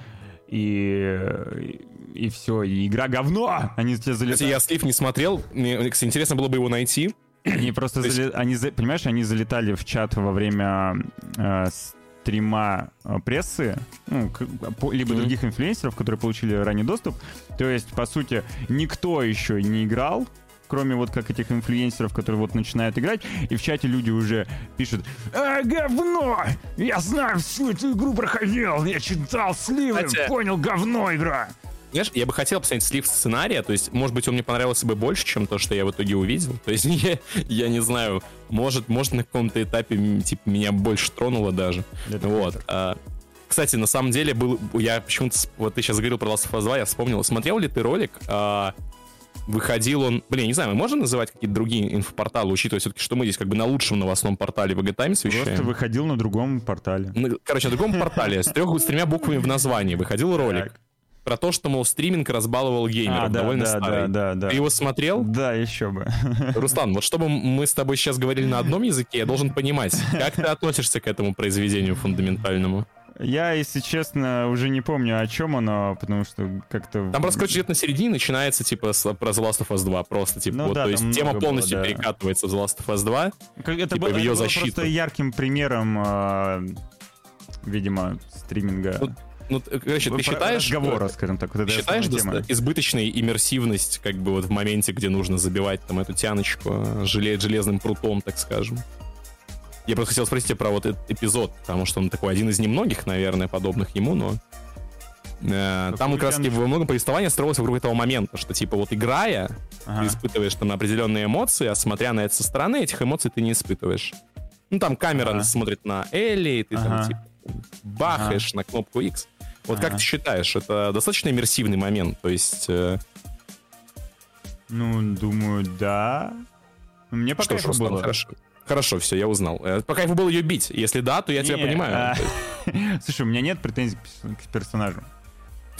и... и все, и игра говно! Они тебе залетают. Кстати, я слив не смотрел, мне, кстати, интересно было бы его найти. Они просто, есть... зали... они, понимаешь, они залетали в чат во время э, стрима прессы, ну, либо mm-hmm. других инфлюенсеров, которые получили ранний доступ. То есть, по сути, никто еще не играл, кроме вот как этих инфлюенсеров, которые вот начинают играть, и в чате люди уже пишут: «А, говно! Я знаю, всю эту игру проходил, я читал сливы, Хотя... понял, говно игра!» Знаешь, я бы хотел посмотреть слив сценария, то есть, может быть, он мне понравился бы больше, чем то, что я в итоге увидел. То есть, я, я не знаю, может, может на каком-то этапе, типа, меня больше тронуло даже. Это вот. А, кстати, на самом деле, был, я почему-то, вот ты сейчас говорил про Last of Us два, я вспомнил, смотрел ли ты ролик, а, выходил он, блин, не знаю, мы можем называть какие-то другие инфопорталы, учитывая все-таки, что мы здесь как бы на лучшем новостном портале ви джи Times вещаем. Просто выходил на другом портале. Ну, короче, на другом портале, с, трех, с тремя буквами в названии выходил ролик. Так. Про то, что, мол, стриминг разбаловал геймеров, а, да, довольно да, старый. Да, да, да. Ты его смотрел? Да, еще бы. Руслан, вот чтобы мы с тобой сейчас говорили на одном языке, я должен понимать, как ты относишься к этому произведению фундаментальному? Я, если честно, уже не помню, о чем оно, потому что как-то... Там просто, короче, где-то на середине начинается, типа, с, про The Last of Us два, просто, типа, ну, вот, да, то есть тема полностью было, да. перекатывается в The Last of Us два, как, это типа, было, в ее это защиту. Это было просто ярким примером, э, видимо, стриминга. Ну, Ну, короче, ты считаешь... Разговора, скажем так. Вот считаешь избыточной иммерсивность, как бы вот в моменте, где нужно забивать там эту тяночку желе, железным прутом, так скажем? Я просто хотел спросить тебя про вот этот эпизод, потому что он такой один из немногих, наверное, подобных ему, но... Э, там как раз таки во многом повествование строилось вокруг этого момента, что типа вот играя, ага. ты испытываешь там определенные эмоции, а смотря на это со стороны, этих эмоций ты не испытываешь. Ну там камера ага. смотрит на Элли, и ты ага. там типа бахаешь ага. на кнопку X. Вот ага. как ты считаешь, это достаточно иммерсивный момент? То есть... Э... Ну, думаю, да. Мне по кайфу было. Хорошо. Хорошо, все, я узнал. По кайфу было ее бить. Если да, то я не, тебя понимаю. А... Слушай, у меня нет претензий к персонажу.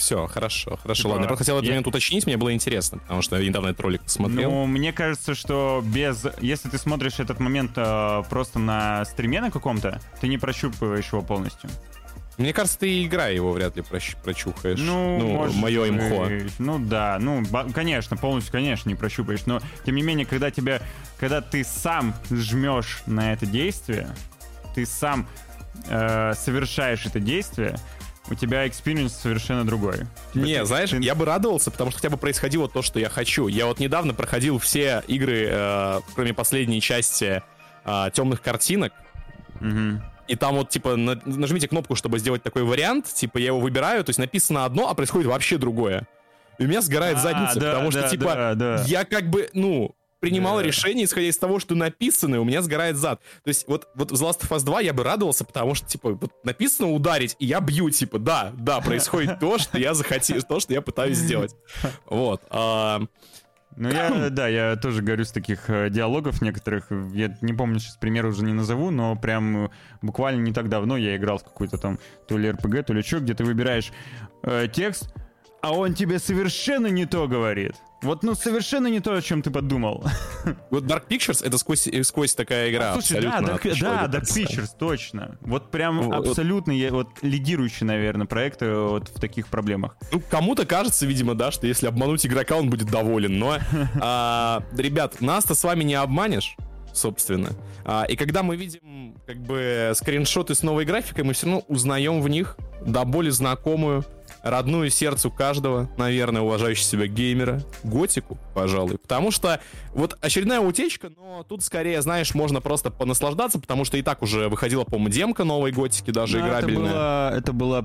все, хорошо, хорошо, Типа, ладно. Я просто хотел этот я- момент уточнить, мне было интересно, потому что я недавно этот ролик смотрел. Ну, мне кажется, что без... Если ты смотришь этот момент э, просто на стриме на каком-то, ты не прощупываешь его полностью. Мне кажется, ты игра его вряд ли прощ- прочухаешь. Ну, может мое имхо. быть. Ну да, ну, ба- конечно, полностью, конечно, не прощупаешь. Но, тем не менее, когда тебя... Когда ты сам жмешь на это действие, ты сам э, совершаешь это действие, у тебя экспириенс совершенно другой. Не, Ты- знаешь, ты- я бы радовался, потому что хотя бы происходило то, что я хочу. Я вот недавно проходил все игры, э, кроме последней части э, темных картинок. Мгм. И там вот, типа, на- нажмите кнопку, чтобы сделать такой вариант. Типа, я его выбираю, то есть написано одно, а происходит вообще другое. И у меня сгорает А, задница, да, потому что, да, типа, да, да. я как бы, ну, принимал Да. решение, исходя из того, что написано, и у меня сгорает зад. То есть вот, вот в The Last of Us два я бы радовался, потому что, типа, вот написано ударить, и я бью, типа, да, да, происходит то, что я захотел, то, что я пытаюсь сделать. Вот. а, Ну, я, да, я тоже говорю с таких э, диалогов некоторых. Я не помню, сейчас пример уже не назову, но прям э, буквально не так давно я играл в какой-то там то ли эр пи джи, то ли что, где ты выбираешь э, текст, а он тебе совершенно не то говорит. Вот, ну, совершенно не то, о чем ты подумал. Вот Dark Pictures — это сквозь, э, сквозь такая игра. Слушай, да, абсолютно Dark, от да, человека Dark представь. Pictures, точно. Вот прям Вот. абсолютно я- вот лидирующий, наверное, проект э, вот в таких проблемах. Ну, кому-то кажется, видимо, да, что если обмануть игрока, он будет доволен. Но, а, ребят, нас-то с вами не обманешь, собственно. А, и когда мы видим, как бы, скриншоты с новой графикой, мы все равно узнаем в них до боли знакомую, родную сердцу каждого, наверное, уважающего себя геймера, готику, пожалуй. Потому что вот очередная утечка, но тут скорее, знаешь, можно просто понаслаждаться, потому что и так уже выходила, по-моему, демка новой готики, даже Ну, это играбельная. была, это была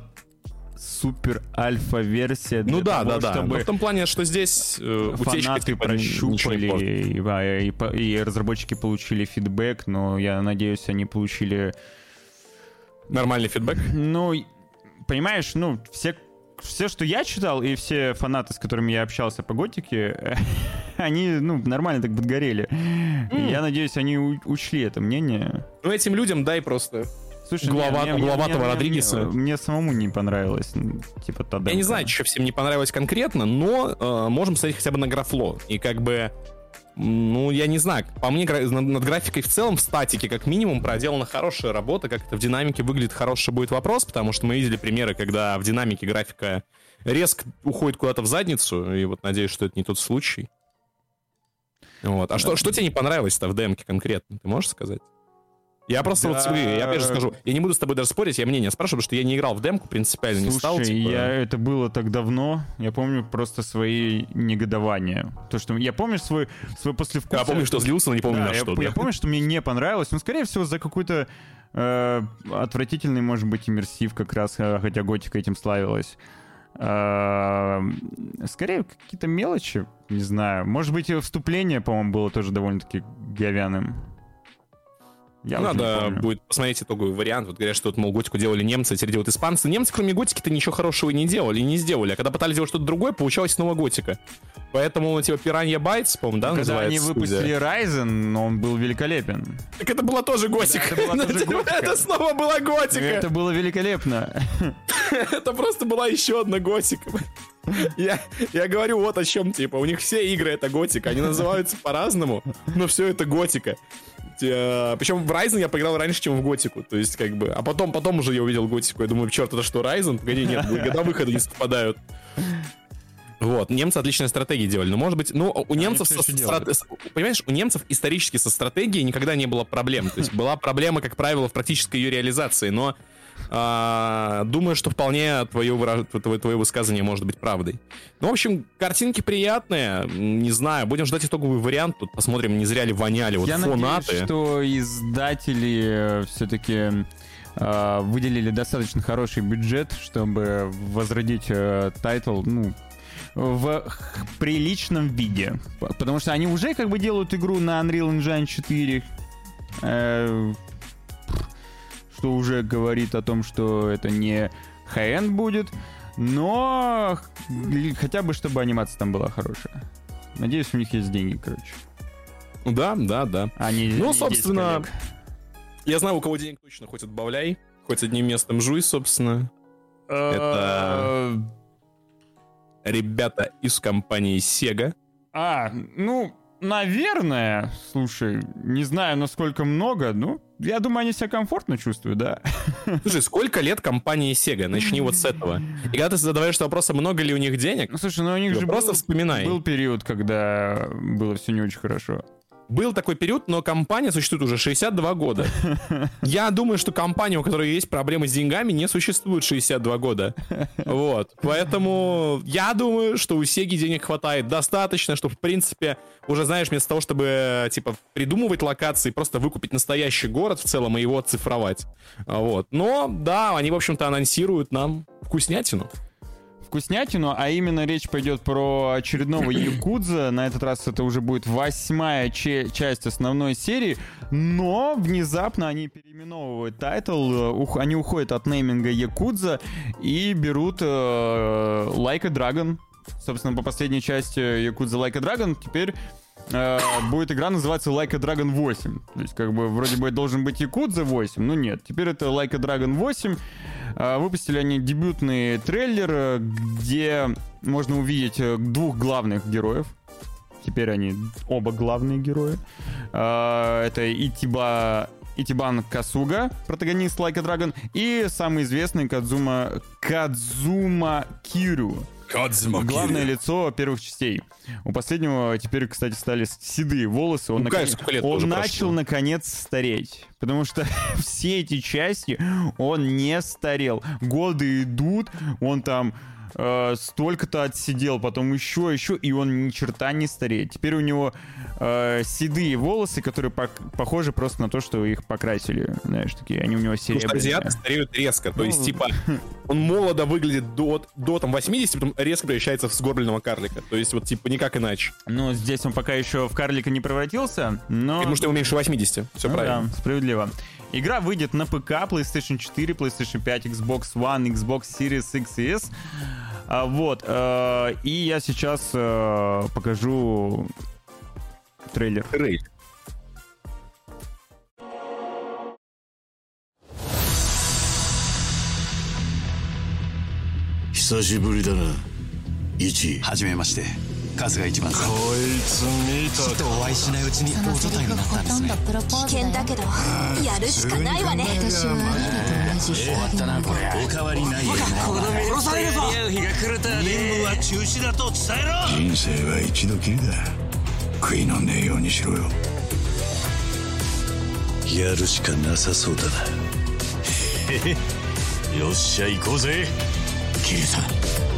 супер альфа-версия. Ну для да, того, да, да. чтобы Но в том плане, что здесь э, утечка фанаты типа, ничего не прощупали, портит. и, а, и по- и разработчики получили фидбэк, но я надеюсь, они получили... Нормальный фидбэк. Ну, и- понимаешь, ну, все, все, что я читал, и все фанаты, с которыми я общался по готике, они, ну, нормально так подгорели. И я надеюсь, они у- учли это мнение. Ну, этим людям дай просто. Слушай, Глава- не, мне- главатого мне- мне- Родригеса. Мне, мне самому не понравилось. ну, Типа, та Я не демка. знаю, что всем не понравилось конкретно, но э, можем смотреть хотя бы на графло. И как бы, м, ну, я не знаю, по мне гра- над, над графикой в целом, в статике, как минимум, проделана хорошая работа. Как это в динамике выглядит, хороший будет вопрос, потому что мы видели примеры, когда в динамике графика резко уходит куда-то в задницу, и вот надеюсь, что это не тот случай. Вот. А что, что тебе не понравилось-то в демке конкретно, ты можешь сказать? Я просто Да. вот, смотри, я опять же скажу, я не буду с тобой даже спорить, я мнение спрашиваю, потому что я не играл в демку, принципиально не стал. Слушай, типа. я, это было так давно, я помню просто свои негодования. То, что я помню свой, свой послевкусие. Я помню, что злился, но не помню Да, на я, что. я да. помню, что мне не понравилось, но, скорее всего, за какой-то э, отвратительный, может быть, иммерсив как раз, э, хотя готика этим славилась. Э, скорее, какие-то мелочи, не знаю. Может быть, и вступление, по-моему, было тоже довольно-таки говяным. Я уже не Надо помню. будет посмотреть итоговый вариант. Вот говорят, что, вот, мол, готику делали немцы, а теперь делают испанцы. Немцы, кроме готики-то, ничего хорошего и не делали, и не сделали. А когда пытались сделать что-то другое, получалась снова готика. Поэтому, типа, Piranha Bytes, по-моему, да, Когда называется они выпустили Ryzen, он был великолепен. Так это была тоже готика. Да, это была тоже Типа, готика. Это снова была готика. Это было великолепно. Это просто была еще одна готика. Я, я говорю вот о чем, типа, у них все игры это готика, они называются по-разному, но все это готика. Причем в Ryzen я поиграл раньше, чем в готику, то есть как бы, а потом, потом уже я увидел готику, я думаю, черт, это что, Ryzen? Погоди, нет, года выхода не совпадают. Вот, немцы отличные стратегии делали, но может быть, ну, у немцев, всё со- ещё страт- делают. с- понимаешь, у немцев исторически со стратегией никогда не было проблем, то есть была проблема, как правило, в практической ее реализации, но а, думаю, что вполне твое, выраж- твое, твое высказывание может быть правдой. Ну, в общем, картинки приятные, м, не знаю, будем ждать итоговый вариант, тут посмотрим, не зря ли воняли вот Я фанаты. надеюсь, что издатели все-таки выделили достаточно хороший бюджет, чтобы возродить э, тайтл, ну, в х- приличном виде. П- Потому что они уже как бы делают игру на Unreal Engine четыре, э, что уже говорит о том, что это не хай-энд будет, но х- хотя бы чтобы анимация там была хорошая. Надеюсь, у них есть деньги, короче. Да, да, да. А не Ну, десять собственно, коллег. Я знаю, у кого денег точно хоть отбавляй, хоть одним местом жуй, собственно. Это- ребята из компании Sega. А, ну, наверное, слушай, не знаю, насколько много, ну, я думаю, они себя комфортно чувствуют, да. Слушай, сколько лет компании Sega? Начни вот с этого. И когда ты задаваешь вопрос, много ли у них денег, ну, слушай, ну у них же просто был, вспоминай. был период, когда было все не очень хорошо. Был такой период, но компания существует уже шестьдесят два года. Я думаю, что компания, у которой есть проблемы с деньгами, не существует шестьдесят два года. Вот. Поэтому я думаю, что у Сеги денег хватает достаточно, чтобы, в принципе, уже, знаешь, вместо того, чтобы, типа, придумывать локации, просто выкупить настоящий город в целом и его оцифровать. Вот. Но, да, они, в общем-то, анонсируют нам вкуснятину. Вкуснятину, а именно речь пойдет про очередного якудза. На этот раз это уже будет восьмая че- часть основной серии, но внезапно они переименовывают тайтл, ух- они уходят от нейминга якудза и берут э- Like a Dragon. Собственно, по последней части якудза Like a Dragon теперь э- будет игра называться Like a Dragon восемь. То есть, как бы, вроде бы должен быть якудза восемь, но нет. Теперь это Like a Dragon восемь. Выпустили они дебютный трейлер, где можно увидеть двух главных героев. Теперь они оба главные герои. Это Итиба... Итибан Касуга, протагонист Like a Dragon, и самый известный Кадзума... Кадзума Кирю. Кадзума Кирю. Главное лицо первых частей. У последнего теперь, кстати, стали седые волосы. Он, ну, наконец... конечно, он начал, прошло. наконец, стареть. Потому что все эти части он не старел. Годы идут, он там э, столько-то отсидел, потом еще, еще, и он ни черта не стареет. Теперь у него э, седые волосы, которые по- похожи просто на то, что их покрасили. Знаешь, такие, они у него серебряные. Потому что азиаты стареют резко. То Ну, есть, типа, он молодо выглядит до, до там, восьмидесяти, потом резко превращается в сгорбленного карлика. То есть, вот, типа, никак иначе. Ну, здесь он пока еще в карлика не превратился, но... Потому что ему меньше восьмидесяти. Все ну, правильно. Да, справедливо. Игра выйдет на ПК, PlayStation четыре, PlayStation пять, Xbox One, Xbox Series X и S. А, вот. Э, и я сейчас э, покажу трейлер. Трейлер. Ичи. はじめましてカズが一番さんこいつ見たちょっとお会いしないうちに大所帯になったんですね危険だけどやるしかないわね。私はあなたと同じ終わったなこれおかわりないよね殺されるぞ任務は中止だと伝えろ人生は一度きりだ悔いのねえようにしろよやるしかなさそうだなへへよっしゃ行こうぜキリさん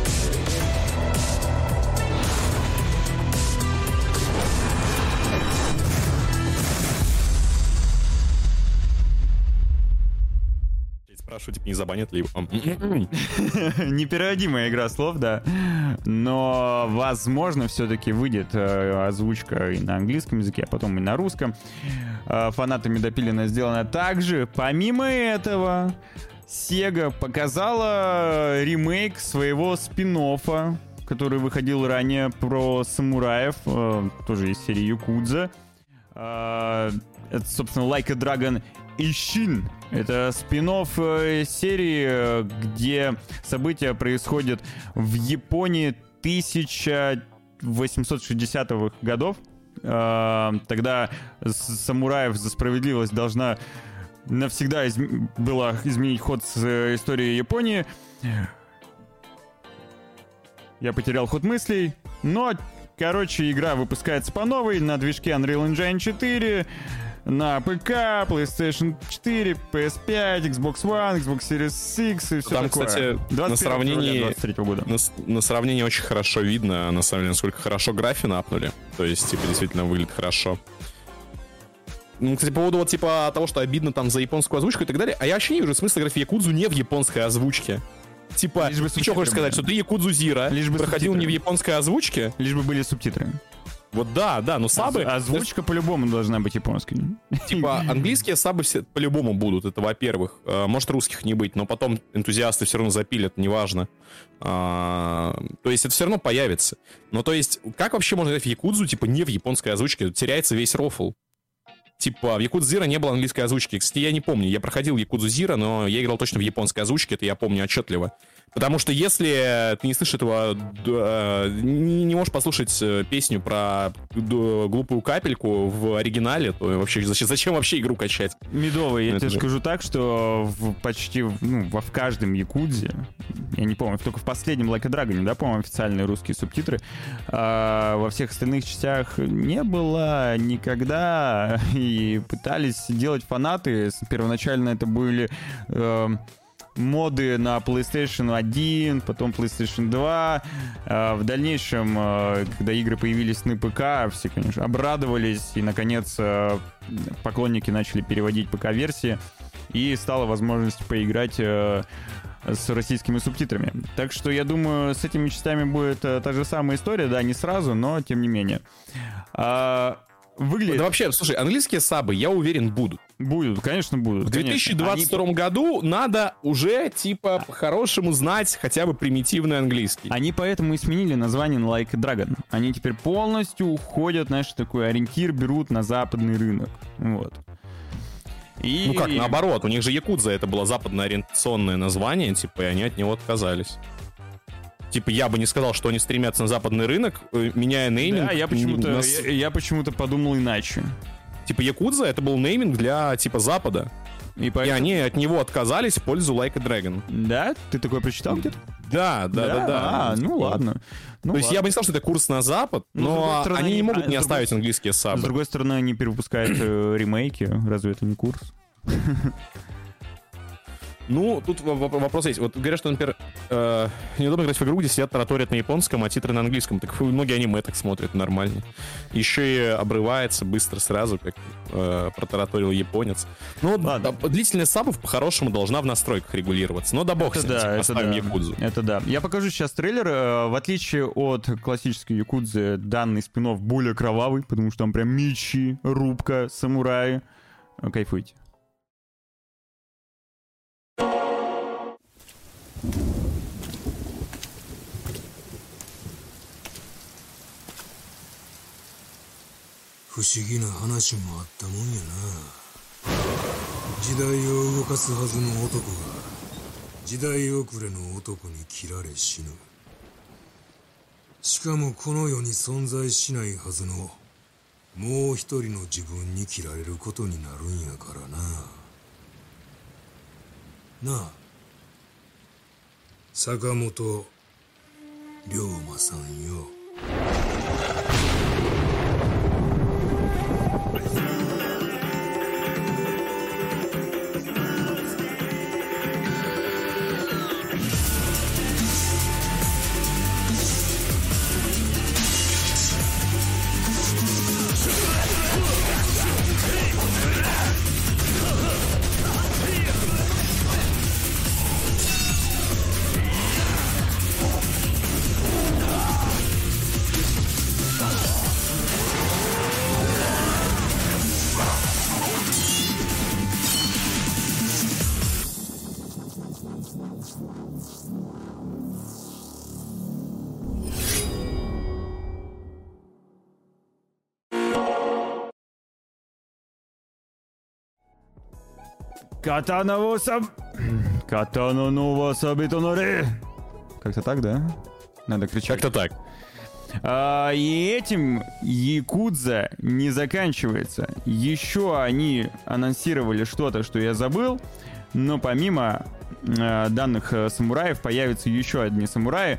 Спрашиваю, типа, не забанят ли его. Непереводимая игра слов, да. Но, возможно, все-таки выйдет э, озвучка и на английском языке, а потом и на русском. Э, фанатами допилено сделано. Также, помимо этого, Sega показала ремейк своего спин-оффа, который выходил ранее про самураев, э, тоже из серии Якудза. Э, это, собственно, Like a Dragon Isshin. Это спин-офф серии, где события происходят в Японии тысяча восемьсот шестидесятых годов. Тогда самураев за справедливость должна навсегда изм... была изменить ход с истории Японии. Я потерял ход мыслей, но, короче, игра выпускается по новой на движке Unreal Engine четыре, на ПК, PlayStation четыре, пи эс пять, Xbox One, Xbox Series X и все Там, такое. кстати, на сравнении, двадцать третьего года. на, на сравнении очень хорошо видно, на самом деле, насколько хорошо графину апнули. То есть, типа, действительно выглядит хорошо. Ну, кстати, по поводу вот, типа, того, что обидно там за японскую озвучку и так далее, а я вообще не вижу смысла играть в Якудзу не в японской озвучке. Типа, Лишь бы ты что хочешь сказать, что ты Якудзу Зира Лишь бы проходил субтитры. не в японской озвучке? Лишь бы были субтитры. Вот да, да, но сабы... Оз- Озвучка по-любому должна быть японской. Типа, английские сабы все по-любому будут, это во-первых. А, может, русских не быть, но потом энтузиасты все равно запилят, неважно. А, то есть это все равно появится. Но то есть, как вообще можно играть в Якудзу, типа, не в японской озвучке? Теряется весь рофл. типа, в Якудза Зиро не было английской озвучки. Кстати, я не помню, я проходил Якудзу Зиро, но я играл точно в японской озвучке, это я помню отчетливо. Потому что если ты не слышишь этого, не, не можешь послушать песню про глупую капельку в оригинале, то вообще зачем, зачем вообще игру качать? Медовый, я это тебе же... скажу так, что в почти, ну, во в каждом Якудзе, я не помню, только в последнем Like a Dragon, да, по-моему, официальные русские субтитры, а во всех остальных частях не было никогда, и пытались делать фанаты. Первоначально это были... Э, моды на PlayStation один, потом PlayStation два. В дальнейшем, когда игры появились на ПК, все, конечно, обрадовались, и, наконец, поклонники начали переводить ПК-версии, и стала возможность поиграть с российскими субтитрами. Так что, я думаю, с этими частями будет та же самая история, да, не сразу, но тем не менее. Выглядит... Да вообще, слушай, английские сабы, я уверен, будут. Будут, конечно, будут. В две тысячи двадцать втором Они... году надо уже, типа, по-хорошему знать хотя бы примитивный английский. Они поэтому и сменили название на Like a Dragon. Они теперь полностью уходят, знаешь, такой ориентир берут на западный рынок. Вот. И... Ну как, наоборот, у них же Якудза, это было западно-ориентационное название, типа, и они от него отказались. Типа, я бы не сказал, что они стремятся на западный рынок, меняя нейминг. Да, я почему-то, на... я, я почему-то подумал иначе. Типа, Якудза — это был нейминг для, типа, Запада. И, поэтому... и они от него отказались в пользу Like a Dragon. Да? Ты такое прочитал где-то? Да, да, да, да. да. А, ну ладно. Ну, То есть ладно. я бы не сказал, что это курс на Запад, но, но стороны, они не могут а, не оставить другой... английские сабы. С другой стороны, они перевыпускают ремейки. Разве это не курс? Ну, тут вопрос есть. Вот говорят, что, например, э, неудобно играть в игру, где сидят тараторят на японском, а титры на английском. Так многие аниме так смотрят нормально. Еще и обрывается быстро сразу, как э, протараторил японец. Ну, да, длительность сабов по-хорошему должна в настройках регулироваться. Но да бог с этим, да, поставим да. Якудзу. Это да. Я покажу сейчас трейлер. В отличие от классической Якудзы, данный спин-офф более кровавый, потому что там прям мечи, рубка, самураи. Кайфуйте. 不思議な話もあったもんやな。時代を動かすはずの男が時代遅れの男に切られ死ぬ。しかもこの世に存在しないはずのもう一人の自分に切られることになるんやからな。なあ、坂本龍馬さんよ。 Катана восаб... Катана но васаби тонаре. Как-то так, да? Надо кричать. Как-то так. А, и этим Якудза не заканчивается. Еще они анонсировали что-то, что я забыл. Но помимо э, данных э, самураев появятся еще одни самураи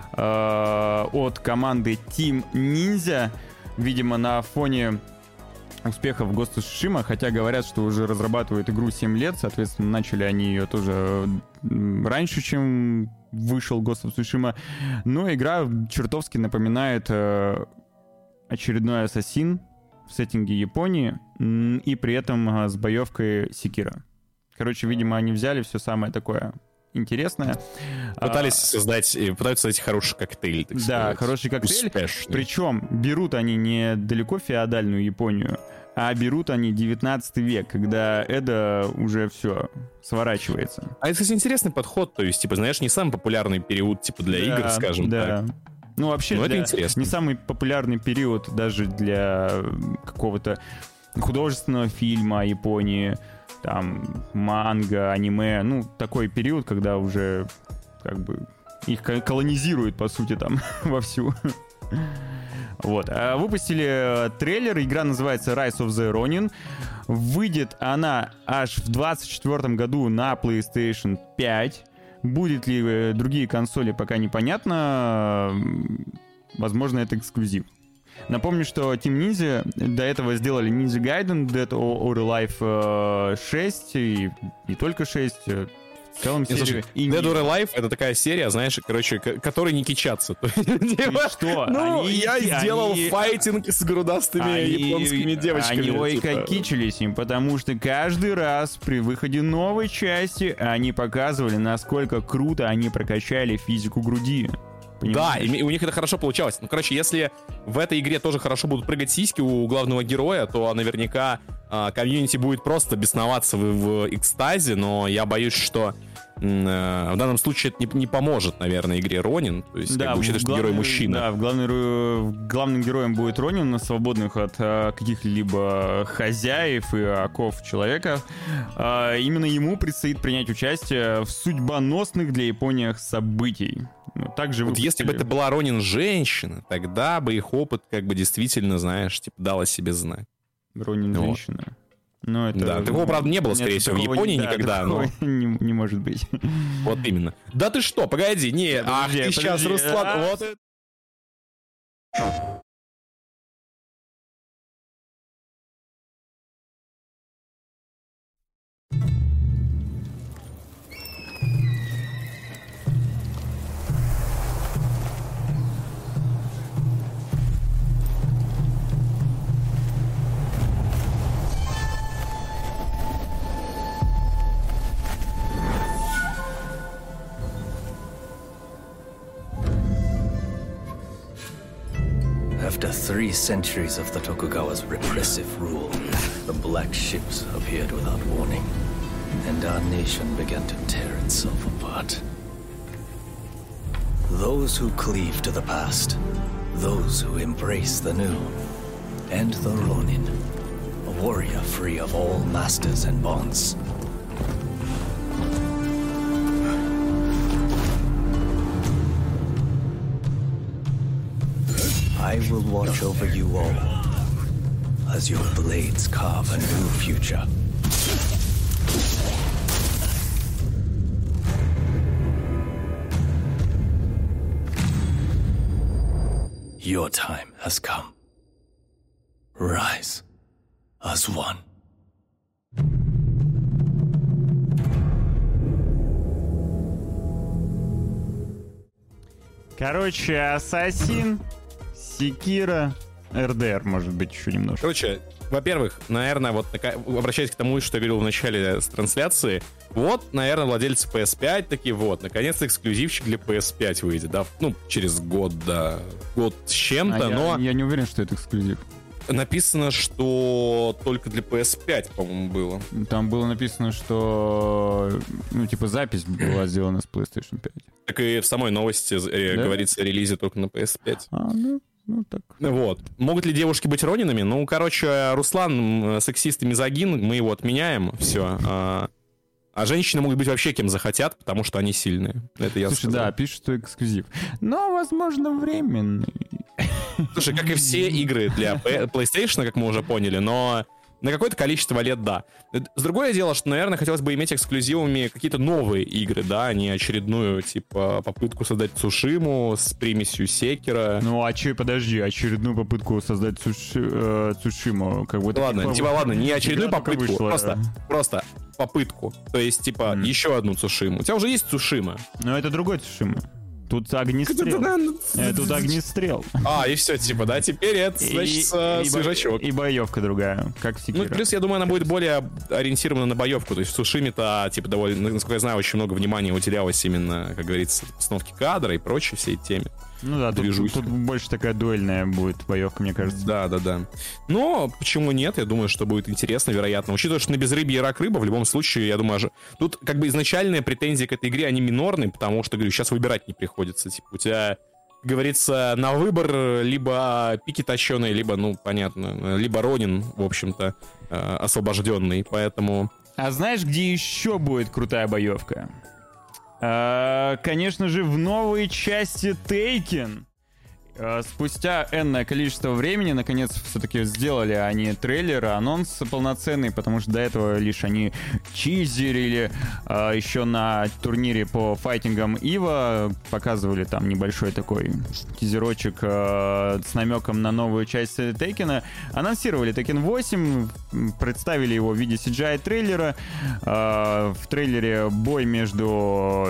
э, от команды Team Ninja. Видимо, на фоне успехов Ghost of Tsushima, хотя говорят, что уже разрабатывают игру семь лет, соответственно, начали они ее тоже раньше, чем вышел Ghost of Tsushima. Но игра чертовски напоминает э, очередной Ассасин в сеттинге Японии и при этом э, с боевкой Sekiro. Короче, видимо, они взяли все самое такое интересное. Пытались а, создать, пытаются создать хороший коктейль, так да, сказать. хороший коктейль. Успешный. Причем берут они не далеко феодальную Японию, а берут они девятнадцатый век, когда Эдо уже все сворачивается. А это, кстати, интересный подход, то есть, типа, знаешь, не самый популярный период, типа, для да, игр, скажем да. так. Ну, вообще, Но для, это интересно. Не самый популярный период даже для какого-то художественного фильма о Японии, там, манга, аниме, ну, такой период, когда уже, как бы, их колонизируют, по сути, там, вовсю. Вот. Выпустили трейлер, игра называется Rise of the Ronin. Выйдет она аж в двадцать четвёртом году на PlayStation пять. Будет ли другие консоли, пока непонятно. Возможно, это эксклюзив. Напомню, что Team Ninja до этого сделали Ninja Gaiden, Dead or Alive шесть, и не только шесть, в целом серию. Слушай, Dead or Alive — это такая серия, знаешь, короче, которой не кичатся. Что? Ну, я сделал файтинг с грудастыми японскими девочками. Они ой как кичились им, потому что каждый раз при выходе новой части они показывали, насколько круто они прокачали физику груди. Да, и у них это хорошо получалось. Ну, короче, если в этой игре тоже хорошо будут прыгать сиськи у главного героя, то наверняка э, комьюнити будет просто бесноваться в, в экстазе, но я боюсь, что э, в данном случае это не, не поможет, наверное, игре Ронин. То есть, да, как бы, учитывая, что герой мужчина. Да, в главный, главным героем будет Ронин, свободных от э, каких-либо хозяев и оков человека. Э, именно ему предстоит принять участие в судьбоносных для Японии событий. Ну, также вот выпустили... если бы это была Ронин женщина, тогда бы их опыт как бы действительно, знаешь, типа дал о себе знать. Ронин вот. Женщина. Ну, это... Да, такого, правда, не было, скорее Нет, всего, в Японии не, да, никогда. Но... Не, не может быть. Вот именно. Да ты что, погоди, не, да, ах подожди, ты сейчас, подожди. Руслан, а... вот это... After three centuries of the Tokugawa's repressive rule, the black ships appeared without warning, and our nation began to tear itself apart. Those who cleave to the past, those who embrace the new, and the Ronin, a warrior free of all masters and bonds. I will watch over you all as your blades carve a new future. Your time has come. Rise as one. Короче, Ассасин, Секира, эр дэ эр, может быть, еще немножко. Короче, во-первых, наверное, вот обращаясь к тому, что я говорил в начале с трансляции, вот, наверное, владельцы пи эс пять такие, вот, наконец-то эксклюзивчик для пи эс пять выйдет, да, ну, через год, да, год с чем-то, а но... Я, я не уверен, что это эксклюзив. Написано, что только для пи эс пять, по-моему, было. Там было написано, что, ну, типа, запись была сделана с PlayStation пять. Так и в самой новости да? говорится о релизе только на пи эс пять. А, ну... Ну, так. Вот. Могут ли девушки быть Ронинами? Ну, короче, Руслан сексист и мизогин, мы его отменяем, все. А, а женщины могут быть вообще кем захотят, потому что они сильные. Это я Слушай, сказал. Да, пишут, что эксклюзив. Но, возможно, временный. Слушай, как и все игры для PlayStation, как мы уже поняли, но на какое-то количество лет, да. С другое дело, что, наверное, хотелось бы иметь эксклюзивами какие-то новые игры, да, а не очередную, типа, попытку создать Цушиму с примесью Секера. Ну, а че, подожди, очередную попытку создать Цуши, э, Цушиму, как бы... Ладно, типа, типа, ладно, не очередную попытку, вышла, просто, просто попытку. То есть, типа, mm. еще одну Цушиму. У тебя уже есть Цушима. Но это другой Цушима. Тут огнестрел. Это тут огнестрел. А, и все, типа, да, теперь это, значит, и, свежачок. И, и боевка другая, как в Секиро. Ну, плюс, я думаю, она будет более ориентирована на боевку. То есть в Цушиме-то, типа, довольно, насколько я знаю, очень много внимания уделялось именно, как говорится, постановке кадра и прочей всей теме. Ну да, тут, тут больше такая дуэльная будет боевка, мне кажется. Да, да, да. Но почему нет? Я думаю, что будет интересно, вероятно. Учитывая, что на безрыбье рак рыба, в любом случае, я думаю, тут как бы изначальные претензии к этой игре, они минорные, потому что, говорю, сейчас выбирать не приходится. Типа, у тебя говорится, на выбор либо пики точеные, либо, ну, понятно, либо Ронин, в общем-то, освобожденный, поэтому... А знаешь, где еще будет крутая боевка? А, конечно же, в новой части Taken. Спустя энное количество времени, наконец, все-таки сделали они трейлер, анонс полноценный, потому что до этого лишь они чизерили а, еще на турнире по файтингам Ива, показывали там небольшой такой тизерочек а, с намеком на новую часть Тейкена. Анонсировали Tekken восемь, представили его в виде си джи ай-трейлера. А, в трейлере бой между...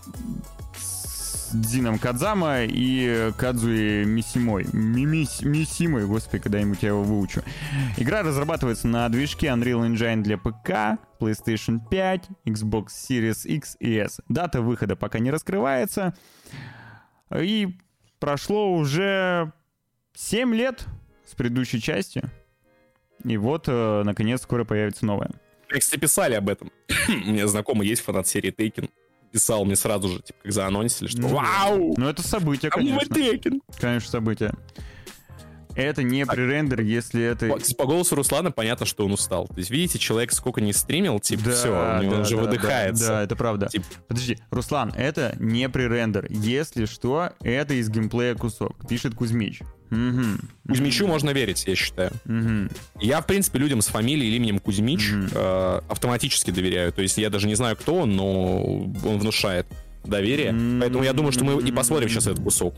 Дзином Кадзама и Кадзуи Мисимой. Мимис, Мисимой, господи, когда-нибудь я его выучу. Игра разрабатывается на движке Unreal Engine для ПК, PlayStation пять, Xbox Series X и S. Дата выхода пока не раскрывается. И прошло уже семь лет с предыдущей части. И вот, наконец, скоро появится новая. Кстати, писали об этом. У меня знакомый есть фанат серии Taken. Писал мне сразу же, типа, как заанонсили, что вау! Ну, это событие, конечно. Конечно, событие. Это не пререндер, если это... По, по голосу Руслана понятно, что он устал. То есть, видите, человек сколько не стримил, типа, да, все, у него да, уже да, выдыхается. Да, да, это правда. Тип... Подожди, Руслан, это не пререндер. Если что, это из геймплея кусок. Пишет Кузьмич. Угу. Кузьмичу можно верить, я считаю. Угу. Я, в принципе, людям с фамилией или именем Кузьмич угу. э, автоматически доверяю. То есть я даже не знаю, кто он, но он внушает доверие. Угу. Поэтому я думаю, что мы и посмотрим сейчас этот кусок.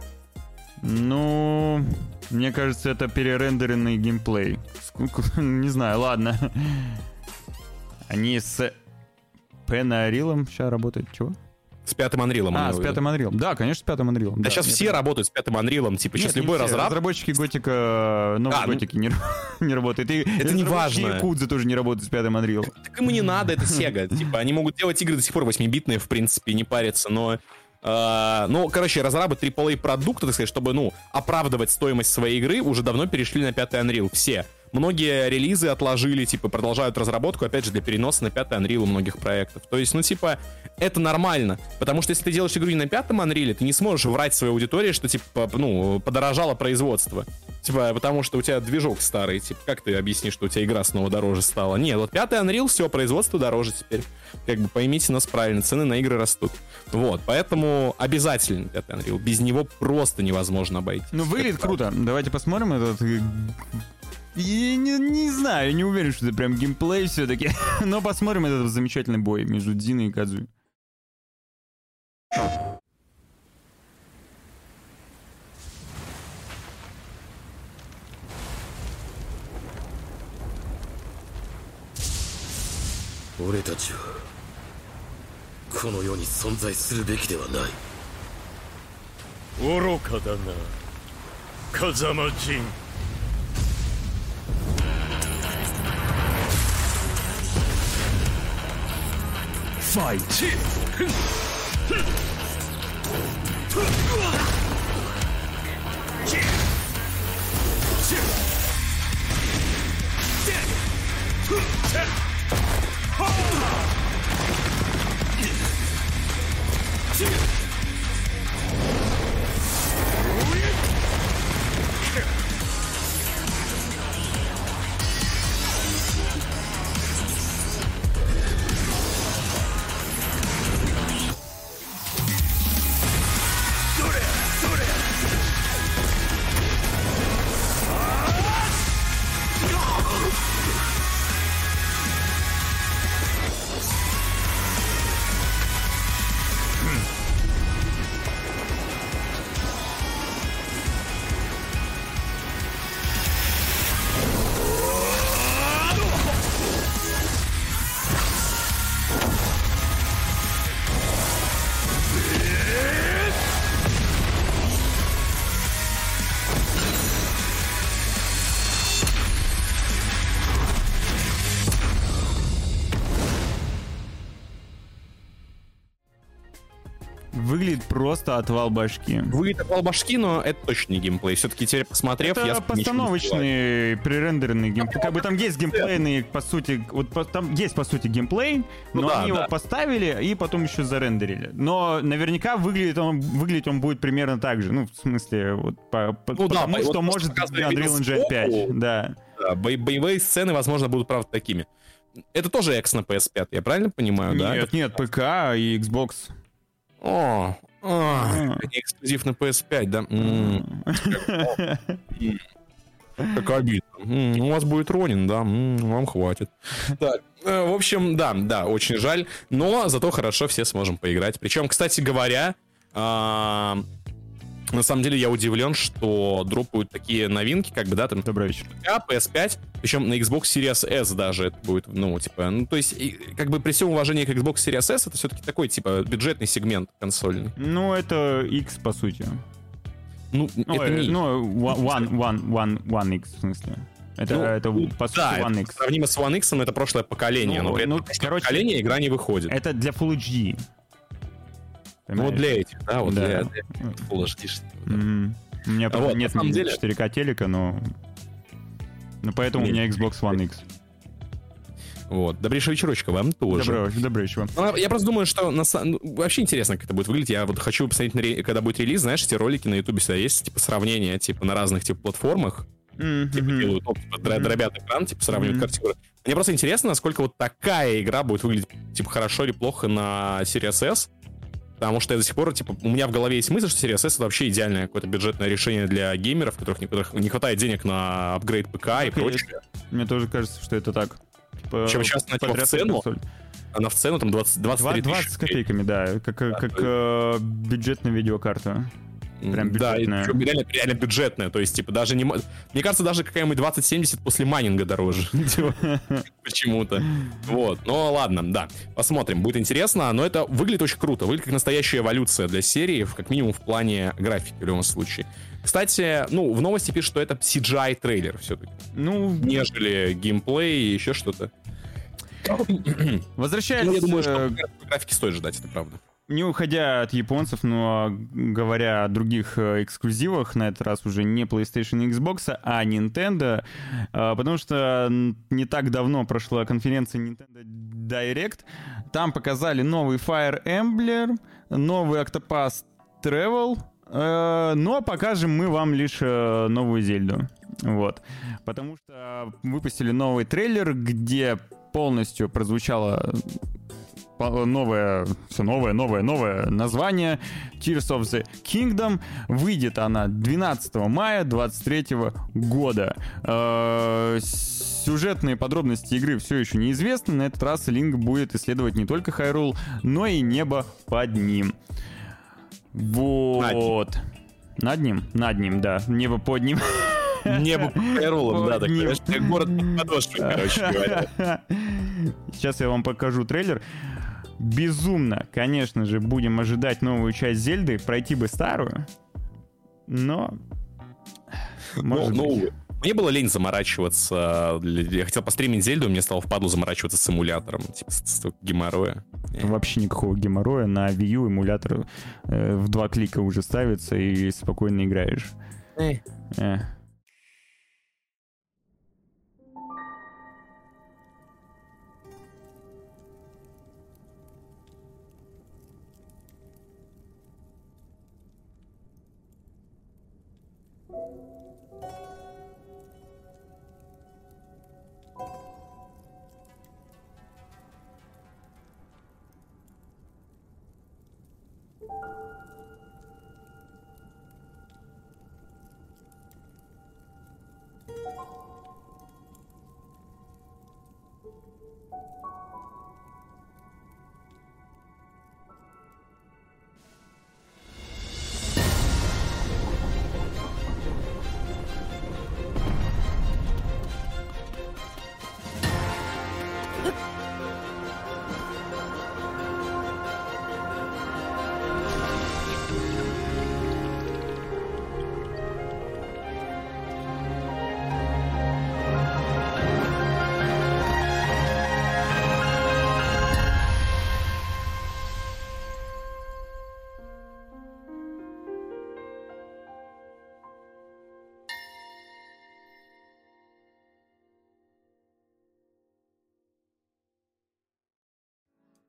Ну, мне кажется, это перерендеренный геймплей. Не знаю, ладно. Они с Пенаорилом сейчас работают. Чего? С пятым Unreal. А, с пятым Unreal. Да, конечно, с пятым Unreal. Да, да сейчас нет, все нет. работают с пятым Unreal. Типа, сейчас любой разраб... Разработчики Готика, новой а, Готики ну... не, не работают. И это не важно. Якудза тоже не работают с пятым Unreal. Так ему не надо, это Sega. Типа, они могут делать игры до сих пор восьмибитные, в принципе, не парятся, но... Uh, ну, короче, разрабы три эй продукта, так сказать, чтобы, ну, оправдывать стоимость своей игры, уже давно перешли на пятый Unreal. Все. Многие релизы отложили, типа, продолжают разработку, опять же, для переноса на пятый Unreal у многих проектов. То есть, ну, типа, это нормально. Потому что если ты делаешь игру не на пятом Unreal, ты не сможешь врать своей аудитории, что, типа, ну, подорожало производство. Типа, потому что у тебя движок старый. Типа, как ты объяснишь, что у тебя игра снова дороже стала? Нет, вот пятый Unreal, все, производство дороже теперь. Как бы, поймите нас правильно, цены на игры растут. Вот, поэтому обязательно пятый Unreal. Без него просто невозможно обойти. Ну, выглядит круто. Давайте посмотрим этот... Я не, не знаю, я не уверен, что это прям геймплей все-таки. Но посмотрим этот замечательный бой между Дзиной и Кадзуи. Fight! Выглядит просто отвал башки. Выглядит отвал башки, но это точно не геймплей. Все-таки теперь посмотрев, это я постановочный пререндеренный геймплей. Как бы там есть геймплейный, по сути, вот по, там есть по сути геймплей, но ну, да, они да. его поставили и потом еще зарендерили. Но наверняка выглядит он, выглядеть он будет примерно так же. Ну, в смысле, вот по, по, ну, потому да, что вот может Unreal Engine пять. Да. Да, бо- боевые сцены, возможно, будут, правда, такими. Это тоже X на пи эс пять, я правильно понимаю, нет, да? Нет, нет, ПК и Xbox. О, о, не эксклюзив на пи эс пять, да? М-м. Как обидно. М-м, у вас будет Ронин, да? М-м, вам хватит. Так, э, в общем, да, да, очень жаль. Но зато хорошо все сможем поиграть. Причем, кстати говоря, а, на самом деле я удивлен, что дропают такие новинки, как бы, да, там... Добрый вечер. пи эс пять, причем на Xbox Series S даже это будет, ну, типа, ну, то есть, и, как бы при всем уважении к Xbox Series S, это все-таки такой, типа, бюджетный сегмент консольный. Ну, это X, по сути. Ну, ну это не Ну, One, one, one, one X, в смысле. Это, ну, это по сути, да, One это X. сравнимо с One X, но это прошлое поколение, Ну, но при ну, этом короче, поколение игра не выходит. Это для Full эйч ди. Ну, вот для этих, да, вот да. для, для Full эйч ди. Mm-hmm. У меня а вот, нет деле... четыре ка телека, но... но поэтому Нет. у меня Xbox One X. Вот. Добрейшего вечерочка вам тоже. Доброго, добрейшего. Ну, я просто думаю, что на... ну, вообще интересно, как это будет выглядеть. Я вот хочу посмотреть, на ре... когда будет релиз, знаешь, эти ролики на Ютубе всегда есть, типа, сравнения, типа, на разных, типа, платформах. Mm-hmm. Типа, делают, ну, типа, mm-hmm. дробят экран, типа, сравнивают mm-hmm. картинку. Мне просто интересно, насколько вот такая игра будет выглядеть, типа, хорошо или плохо на Series S. Потому что я до сих пор, типа, у меня в голове есть мысль, что Series S — это вообще идеальное какое-то бюджетное решение для геймеров, которых не, которых не хватает денег на апгрейд ПК так и прочее. Мне тоже кажется, что это так. Типа, причем сейчас она типа, в цену, консоль. Она в цену там двадцать, двадцать три тысячи. двадцать с копейками, да, как, да, как э, бюджетная видеокарта. Прям бюджетная. Да, реально, реально бюджетная, то есть, типа, даже не... Мне кажется, даже какая-нибудь двадцать семьдесят после майнинга дороже. Почему-то. Вот, но ладно, да. Посмотрим, будет интересно, но это выглядит очень круто. Выглядит как настоящая эволюция для серии, как минимум в плане графики в любом случае. Кстати, ну, в новости пишут, что это си джи ай-трейлер все-таки. Ну... Нежели геймплей и еще что-то. Возвращаясь... Ну, я думаю, что графики стоит ждать, это правда. Не уходя от японцев, но говоря о других эксклюзивах, на этот раз уже не PlayStation и Xbox, а Nintendo, потому что не так давно прошла конференция Nintendo Direct, там показали новый Fire Emblem, новый Octopath Travel, но покажем мы вам лишь новую Зельду. Вот. Потому что выпустили новый трейлер, где полностью прозвучало новое, все новое, новое, новое название Tears of the Kingdom. Выйдет она двенадцатого мая двадцать третьего года. Э-э- сюжетные подробности игры все еще неизвестны. На этот раз Линк будет исследовать не только Хайрул, но и небо под ним. Вот. Над ним? Над ним, да. Небо под ним. Небо под Хайрулом, да, так как город под подошвой, короче говоря. Сейчас я вам покажу трейлер. Безумно, конечно же, будем ожидать новую часть Зельды. Пройти бы старую, но... Ну, ну, мне было лень заморачиваться. Я хотел постримить Зельду, мне стало впадлу заморачиваться с эмулятором. Типа, с геморроя. Вообще никакого геморроя. На Wii U эмулятор э, в два клика уже ставится, и спокойно играешь. Эй. Э.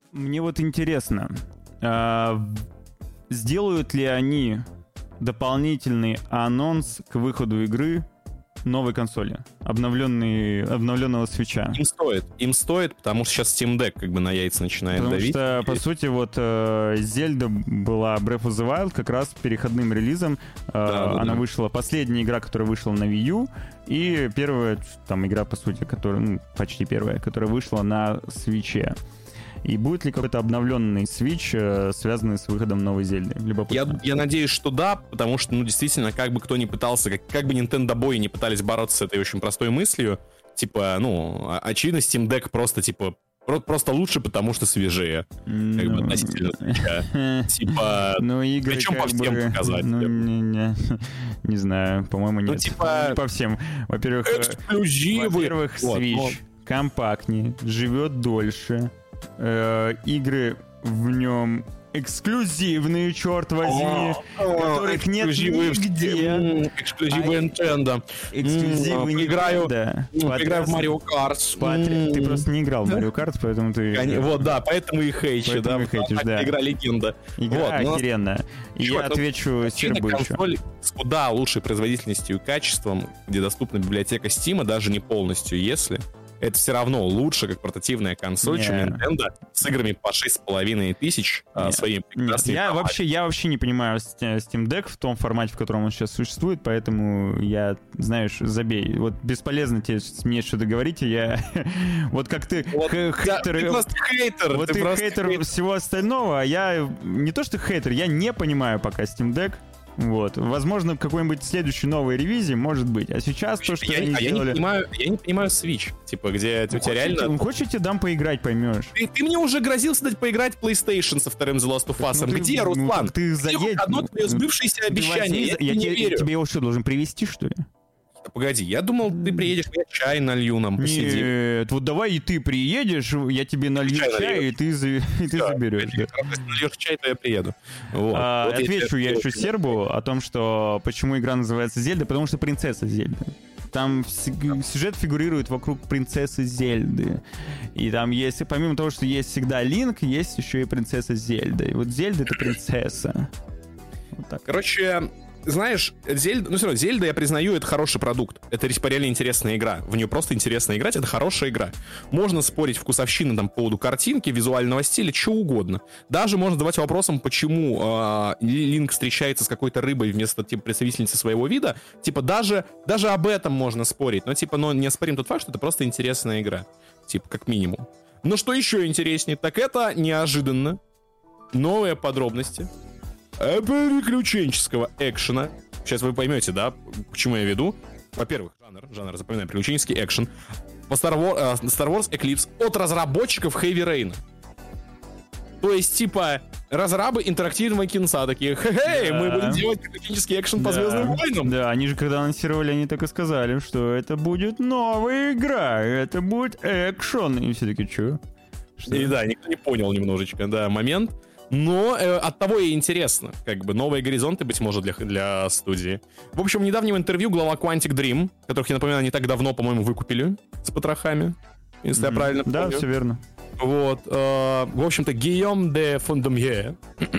Мне вот интересно, а, сделают ли они дополнительный анонс к выходу игры новой консоли, обновленный, обновленного свитча? Им стоит, им стоит, потому что сейчас Steam Deck как бы на яйца начинает потому давить. Потому что, по сути, вот э, Зельда была Breath of the Wild как раз переходным релизом. Э, да, да, она да. вышла, последняя игра, которая вышла на Wii U, и первая там игра, по сути, которая, ну, почти первая, которая вышла на Switch'е. И будет ли какой-то обновленный Switch, э, связанный с выходом новой Зельды? Я, я надеюсь, что да, потому что, ну, действительно, как бы кто ни пытался, как, как бы Nintendo бои не пытались бороться с этой очень простой мыслью, типа, ну, очевидно, Steam Deck просто, типа, про- просто лучше, потому что свежее. Ну, как бы относительно Switch'а. Типа, ну, игры причем по как всем бы, показателям. Ну, не, не, не знаю, по-моему, нет. Ну, типа... Не по всем. Во-первых, эксклюзивы. Во-первых, Вот, Switch вот. компактнее, живет дольше. Э, игры в нем эксклюзивные, черт возьми, которых нет нигде. Эксклюзивы Nintendo. Эксклюзивы М, играю, Nintendo. Играю в Mario Kart. Патрик, ты М. просто не играл в Mario Kart, поэтому ты... Они- Вот, да, поэтому и хейчу, да. Поэтому и хейтишь, потому да. что Игра легенда. Игра Вот, но- охеренная. И я Чувак, ну, отвечу Причина Сербу еще. консоль с куда лучшей производительностью и качеством, где доступна библиотека Steam, даже не полностью, если это все равно лучше, как портативная консоль, чем Не. Nintendo с играми по шесть с половиной тысяч а, Нет. своими Нет, прекрасными я форматами. вообще, я вообще не понимаю Ст- Steam Deck в том формате, в котором он сейчас существует, поэтому я, знаешь, забей. Вот бесполезно тебе мне что-то говорить, и я... Вот как ты Вот, х- да, хейтер... ты просто хейтер. Вот ты, просто хейтер хейтер. всего остального, а я не то что хейтер, я не понимаю пока Steam Deck. Вот. Возможно, какой-нибудь следующей новой ревизии может быть. А сейчас то, что я, они а я не сделали... понимаю, я не понимаю Switch, типа, где у тебя реально... Хочешь, я тебе дам поиграть, поймешь. Ты, ты мне уже грозился дать поиграть в PlayStation со вторым The Last of Us. Ну, ты- Где, ну, Руслан? так ты Где заедь- одно твое ну, сбывшееся Ты обещание? возьми, Я, я тебе не тебе, верю. тебе его что, должен привезти, что ли? Погоди, я думал, ты приедешь, я чай налью нам, посидим. Нет, вот давай и ты приедешь, я тебе налью Чай чай, нальешь. и ты, за- и ты Всё, заберешь. да. Если нальешь чай, то я приеду. Вот. А, Вот отвечу я тебе- еще Сербу о том, что почему игра называется Зельда, потому что принцесса Зельда. Там вс- сюжет фигурирует вокруг принцессы Зельды. И там есть, помимо того, что есть всегда Линк, есть еще и принцесса Зельда. И вот Зельда — это принцесса. Вот так. Короче, знаешь, Зельда, ну все равно, Зельда, я признаю, это хороший продукт. Это реально интересная игра. В нее просто интересно играть, это хорошая игра. Можно спорить вкусовщины там по поводу картинки, визуального стиля, чего угодно. Даже можно задавать вопросом, почему э, Линк встречается с какой-то рыбой вместо типа представительницы своего вида. Типа даже, даже об этом можно спорить. Но типа, но не спорим тот факт, что это просто интересная игра. Типа, как минимум. Но что еще интереснее, так это неожиданно новые подробности приключенческого экшена. Сейчас вы поймете, да, к чему я веду. Во-первых, жанр, жанр, запоминаем, приключенческий экшен. По Star Wars, э, Star Wars Eclipse от разработчиков Heavy Rain. То есть, типа, разрабы интерактивного кинца такие, хе-хей, Да. мы будем делать приключенческий экшен по Да. Звездным войнам. Да, они же когда анонсировали, они так и сказали, что это будет новая игра, это будет экшен. И все таки что? И да, никто не понял немножечко, да, момент. Но э, от того и интересно. Как бы новые горизонты, быть может, для, для студии. В общем, в недавнем интервью глава Quantic Dream, которых, я напоминаю, не так давно, по-моему, выкупили с потрохами, если я правильно Да, помню. все верно. Вот. э, в общем-то, Гийом де Фондомье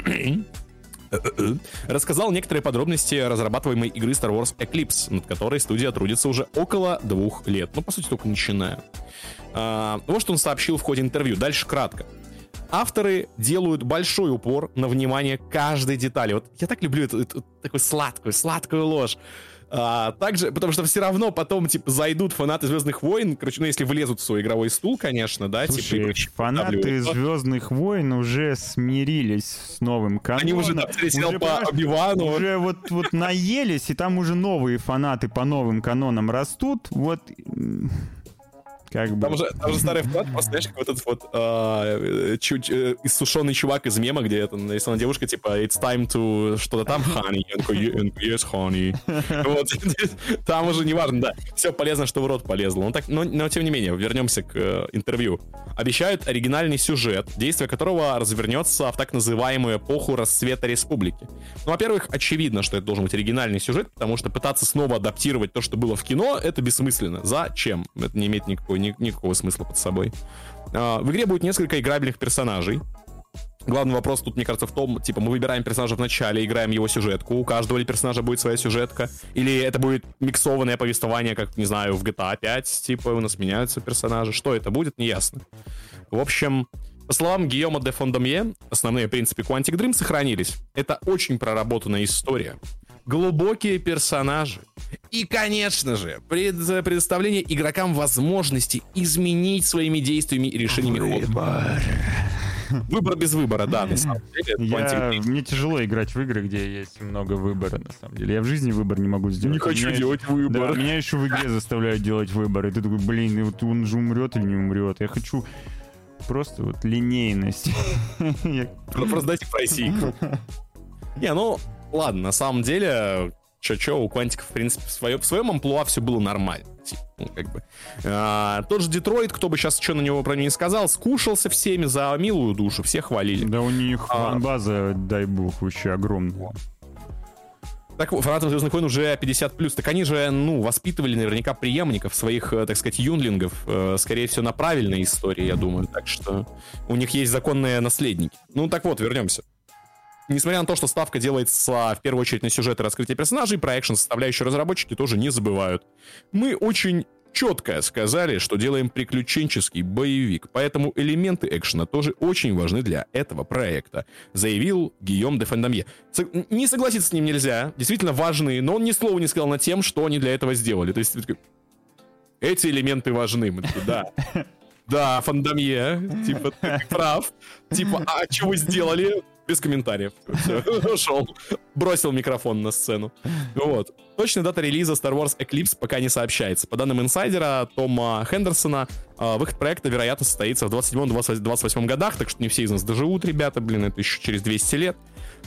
рассказал некоторые подробности разрабатываемой игры Star Wars Eclipse, над которой студия трудится уже около двух лет. Ну, по сути, только начиная. Э, вот что он сообщил в ходе интервью. Дальше кратко. Авторы делают большой упор на внимание каждой детали. Вот я так люблю эту, эту такую сладкую, сладкую ложь. А, также, потому что все равно потом, типа, зайдут фанаты Звездных войн, короче, ну, если влезут в свой игровой стул, конечно, да, Слушай, типа, и вообще фанаты поддавливают. Звездных войн уже смирились с новым каноном. Они уже там сериал по понимаешь, Оби-Вану. Уже вот, вот наелись, и там уже новые фанаты по новым канонам растут. Вот м, как бы... Там уже, там же старый вклад, просто, знаешь, как вот этот вот а, чуть э, иссушенный чувак из мема, где это нарисована девушка, типа, it's time to что-то там, honey, он такой, «Yeah, yes, honey». Вот, там уже неважно, да, все полезно, что в рот полезло. Но, так, но, но тем не менее, вернемся к э, интервью. Обещают оригинальный сюжет, действие которого развернется в так называемую эпоху расцвета республики. Ну, во-первых, очевидно, что это должен быть оригинальный сюжет, потому что пытаться снова адаптировать то, что было в кино, это бессмысленно. Зачем? Это не имеет никакой, ни, никакого смысла под собой. А, в игре будет несколько играбельных персонажей. Главный вопрос тут, мне кажется, в том, типа, мы выбираем персонажа в начале, играем его сюжетку, у каждого ли персонажа будет своя сюжетка, или это будет миксованное повествование, как, не знаю, в джи ти эй пять, типа, у нас меняются персонажи, что это будет, неясно. В общем, по словам Гийома де Фондомье, основные принципы Quantic Dream сохранились. Это очень проработанная история, глубокие персонажи и, конечно же, пред- предоставление игрокам возможности изменить своими действиями и решениями хода. Выбор без выбора, да, на самом деле. Я... Мне тяжело играть в игры, где есть много выбора, на самом деле. Я в жизни выбор не могу сделать. Не хочу меня... делать выбор. Да, меня еще в игре заставляют делать выбор. И ты такой, блин, вот он же умрет или не умрет. Я хочу просто вот линейность. Просто дайте пройти игру. Не, ну, ладно, на самом деле... Чё-чё, у Quantic, в принципе, в своем, в своем амплуа все было нормально. Ну, как бы. а, тот же Детройт, кто бы сейчас что на него про него не сказал, скушался всеми за милую душу, все хвалили. Да у них а, фан-база, дай бог, вообще огромная. Так, фанатов «Звездных войн» уже пятьдесят плюс. Так они же, ну, воспитывали наверняка преемников своих, так сказать, юнглингов. Скорее всего, на правильной истории, я думаю. Так что у них есть законные наследники. Ну, так вот, вернемся. Несмотря на то, что ставка делается в первую очередь на сюжет и раскрытие персонажей, про экшен составляющие разработчики тоже не забывают. Мы очень четко сказали, что делаем приключенческий боевик, поэтому элементы экшена тоже очень важны для этого проекта, заявил Гийом де Фондомье. Не согласиться с ним нельзя, действительно важны, но он ни слова не сказал на тем, что они для этого сделали. То есть эти элементы важны. Мы такие, да. Да, Фондомье, типа, ты прав. Типа, а что вы сделали? Без комментариев. Все, ушел. Бросил микрофон на сцену. Вот. Точная дата релиза Star Wars Eclipse пока не сообщается. По данным инсайдера Тома Хендерсона, выход проекта, вероятно, состоится в двадцать седьмом — двадцать восьмом годах, так что не все из нас доживут, ребята, блин, это еще через двести лет.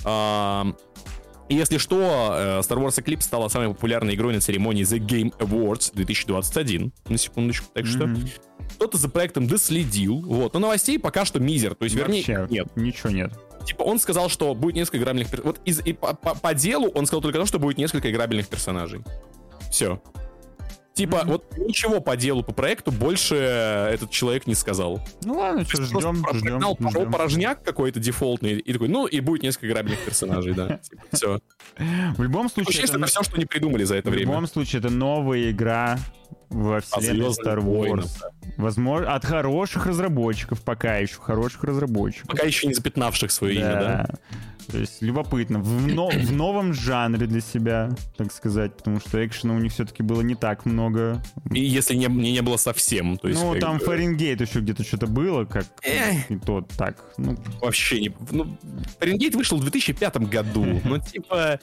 И если что, Star Wars Eclipse стала самой популярной игрой на церемонии The Game Awards две тысячи двадцать один. На секундочку, так что... Mm-hmm. Кто-то за проектом доследил, вот, но новостей пока что мизер, то есть, вернее, вообще нет. Ничего нет. Типа, он сказал, что будет несколько играбельных персонажей. Вот из, и по, по, по делу он сказал только то, что будет несколько играбельных персонажей. Все. Типа, mm-hmm. вот ничего по делу, по проекту больше этот человек не сказал. Ну ладно, что, ждем, ждем, ждем. Пошел порожняк какой-то дефолтный, и такой, ну, и будет несколько играбельных персонажей, да. Все. В любом случае... Это все, что не придумали за это время. В любом случае, это новая игра во вселенной Star Wars. Возможно, от хороших разработчиков, пока еще хороших разработчиков. Пока еще не запятнавших свое имя, да? То есть любопытно. В, но, в новом жанре для себя, так сказать, потому что экшена у них все-таки было не так много. И если не, не, не было совсем. То есть, ну, там бы... Фаренгейт еще где-то что-то было, как Эх. и то так. Ну. Вообще не... Ну, Фаренгейт вышел в две тысячи пятом году. Ну, типа...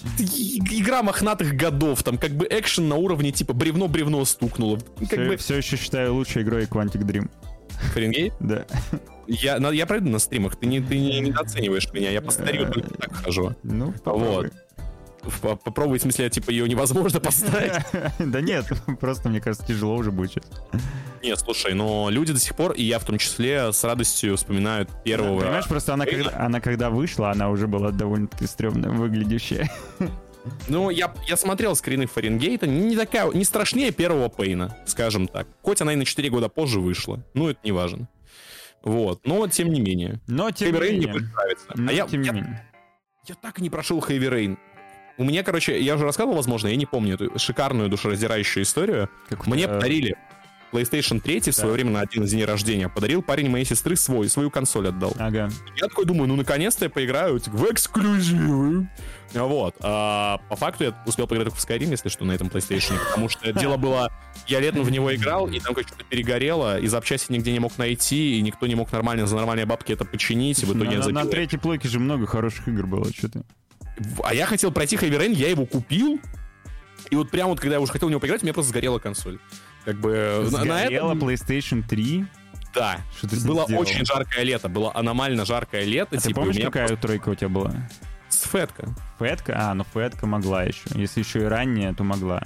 Игра мохнатых годов, там как бы экшен на уровне типа бревно-бревно стукнуло. Как все, бы... все еще считаю лучшей игрой Quantic Dream. Фаренгейт? Да. Я, я пройду на стримах, ты не, ты не недооцениваешь меня, я по старью только так хожу. Ну, попробуй. Вот. Попробуй, в смысле, типа, ее невозможно поставить. Да нет, просто, мне кажется, тяжело уже будет сейчас. Нет, слушай, но люди до сих пор, и я в том числе, с радостью вспоминают первого... Понимаешь, просто она когда, она когда вышла, она уже была довольно-таки стрёмно выглядящая. Ну, я, я смотрел скрины Фаренгейта, не такая, не страшнее первого Пейна, скажем так. Хоть она и на четыре года позже вышла, ну, это не важно. Вот, но тем не менее. Но тем Heavy не Rain менее. мне будет нравиться. Но а я, тем не я, менее. Я так и не прошел Heavy Rain. У меня, короче, я уже рассказывал, возможно, я не помню эту шикарную душераздирающую историю. Как мне это... подарили PlayStation три в да. свое время на один из дней рождения. Подарил парень моей сестры свой, свою консоль отдал. Ага. Я такой думаю, ну наконец-то я поиграю типа, в эксклюзивы. Вот. А, по факту я успел поиграть в Skyrim, если что, на этом PlayStation, потому что дело было... Я летом в него играл, и там как-то перегорело, и запчасти нигде не мог найти, и никто не мог нормально за нормальные бабки это починить, и в итоге на, я забил. На третьей плойке же много хороших игр было, что ты... А я хотел пройти Heavy Rain, я его купил, и вот прямо вот, когда я уже хотел в него поиграть, у меня просто сгорела консоль. Как бы... Сгорела на этом... PlayStation три? Да. Что ты было сделал? очень жаркое лето, было аномально жаркое лето. А типа, ты помнишь, у меня какая просто... тройка у тебя была? С Фэтка. Фэтка? А, ну Фэтка могла еще. Если еще и ранее, то могла.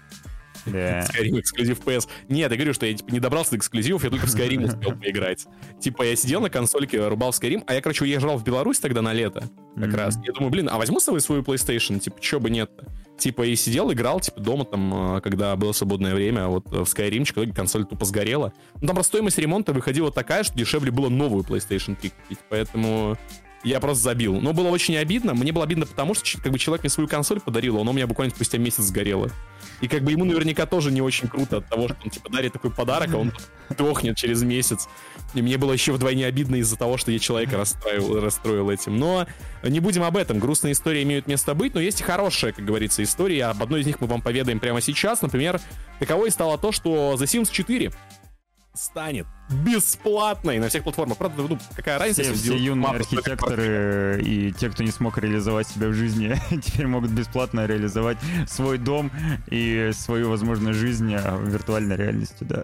Да. Skyrim эксклюзив пи эс. Нет, я говорю, что я типа, не добрался до эксклюзивов, я только в Skyrim успел поиграть. Типа я сидел на консольке, рубал в Skyrim, а я, короче, уезжал в Беларусь тогда на лето как mm-hmm. раз. Я думаю, блин, а возьму с собой свою PlayStation? Типа, чё бы нет-то? Типа, и сидел, играл, типа, дома там, когда было свободное время, вот в Skyrimчик, консоль тупо сгорела. Ну, там просто стоимость ремонта выходила такая, что дешевле было новую PlayStation три купить, поэтому я просто забил. Но было очень обидно. Мне было обидно потому, что как бы человек мне свою консоль подарил, а она у меня буквально спустя месяц сгорела. И как бы ему наверняка тоже не очень круто от того, что он типа дарит такой подарок, а он дохнет через месяц. И мне было еще вдвойне обидно из-за того, что я человека расстроил, расстроил этим. Но не будем об этом. Грустные истории имеют место быть, но есть и хорошая, как говорится, история. Об одной из них мы вам поведаем прямо сейчас. Например, таковой стало то, что The Sims четыре станет бесплатной на всех платформах. Правда, ну, какая разница? Все, все юные архитекторы и те, кто не смог реализовать себя в жизни, теперь могут бесплатно реализовать свой дом и свою, возможно, жизнь в виртуальной реальности, да.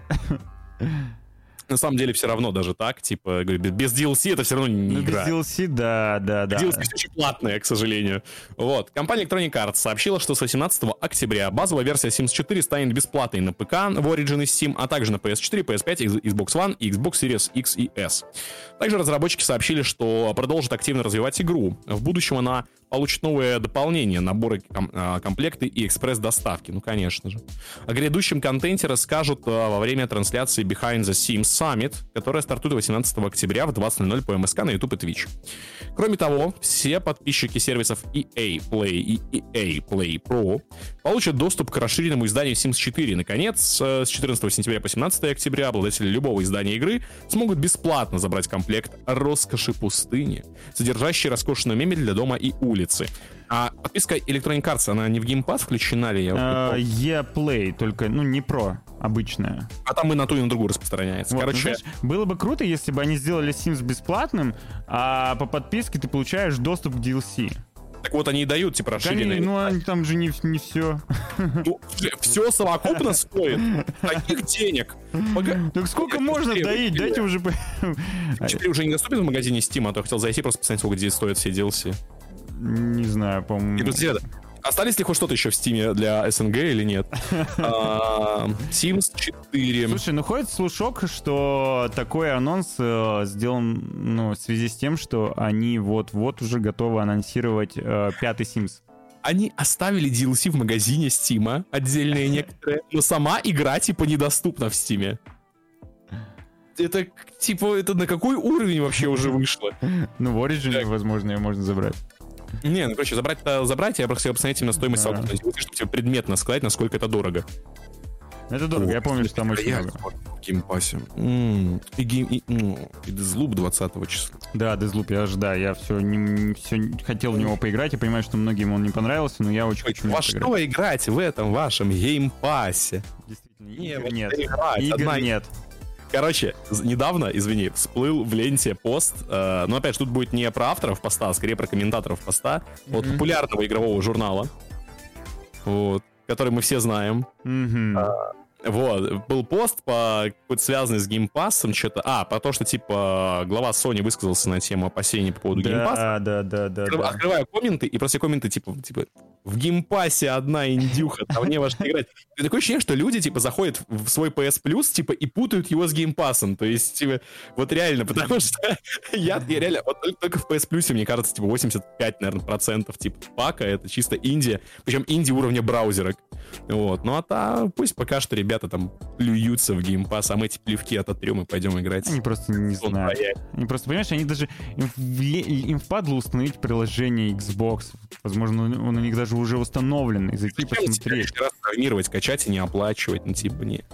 На самом деле все равно даже так, типа, без ди эл си это все равно не ну, игра. Без ди эл си, да, да, да. ди эл си все еще платная, к сожалению. Вот. Компания Electronic Arts сообщила, что с восемнадцатого октября базовая версия Sims четыре станет бесплатной на ПК в Origin и Steam, а также на пи эс четыре, пи эс пять, Xbox One и Xbox Series X и S. Также разработчики сообщили, что продолжат активно развивать игру. В будущем она получит новые дополнения, наборы ком- комплекты и экспресс-доставки, ну, конечно же. О грядущем контенте расскажут во время трансляции Behind the Sims Summit, которая стартует восемнадцатого октября в двадцать ноль ноль по эм эс ка на YouTube и Twitch. Кроме того, все подписчики сервисов и эй Play и и эй Play Pro получат доступ к расширенному изданию Sims четыре. Наконец, с четырнадцатого сентября по семнадцатого октября обладатели любого издания игры смогут бесплатно забрать комплект «Роскоши пустыни», содержащий роскошную мебель для дома и улицы. А подписка Electronic Arts, она не в Game Pass включена ли? Uh, yeah, Play, только, ну, не Pro, обычная. А там и на ту, и на другую распространяется. Вот, Короче... ну, знаешь, было бы круто, если бы они сделали Sims бесплатным, а по подписке ты получаешь доступ к ди эл си. Так вот, они и дают, типа, расширенные. Ну, они, там же не, не все. Ну, все совокупно стоит таких денег. Пога... Так сколько можно доить? Дайте уже... четыре уже не доступен в магазине Steam, а то хотел зайти просто посмотреть, сколько здесь стоят все ди эл си. Не знаю, по-моему... Остались ли хоть что-то еще в Steam для эс эн гэ или нет? Sims четыре. Слушай, ну ходит слушок, что такой анонс э, сделан, ну, в связи с тем, что они вот-вот уже готовы анонсировать э, пятый Sims. Они оставили ди эл си в магазине Steam, отдельные некоторые, но сама игра, типа, недоступна в Steam. Это, типа, это на какой уровень вообще уже вышло? Ну, в Origin, возможно, ее можно забрать. Не, ну, короче, забрать-то забрать, я просто хотел посмотреть именно стоимость совокупной, чтобы тебе предметно сказать, насколько это дорого. Это дорого, О, я помню, что там очень много. В геймпассе. М-м, и гейм... И, ну, и Deathloop двадцатого числа. Да, Deathloop, я же, да, я все, не, все хотел в него поиграть, я понимаю, что многим он не понравился, но я очень хочу в него поиграть. Во что играть в этом вашем геймпассе? Действительно, не, игр вот нет. Играть, игр одна... нет. Короче, недавно, извини, всплыл в ленте пост, э, но опять же тут будет не про авторов поста, а скорее про комментаторов поста mm-hmm. от популярного игрового журнала, вот, который мы все знаем. Mm-hmm. А, вот, был пост, по, связанный с геймпассом, что-то... А, про то, что, типа, глава Sony высказался на тему опасений по поводу да, геймпасса. Да, да, да, Открыв, да. Открываю комменты, и просто комменты, типа, типа, в геймпассе одна индюха, там не во что играть. И такое ощущение, что люди, типа, заходят в свой пи эс Plus, типа, и путают его с геймпассом. То есть, типа, вот реально, потому что я, я реально, вот только, только в пи эс Plus, мне кажется, типа, восемьдесят пять, наверное, процентов, типа, пака, это чисто инди, причем инди уровня браузера. Вот, ну а та, пусть пока что ребята там плюются в геймпасс, а мы эти плевки ототрем и пойдем играть. Они просто не знают. Они просто, понимаешь, они даже... Им, им впадло установить приложение Xbox. Возможно, он у них даже уже установлен. И зайти посмотреть. Раз травмировать, качать и не оплачивать, ну типа не...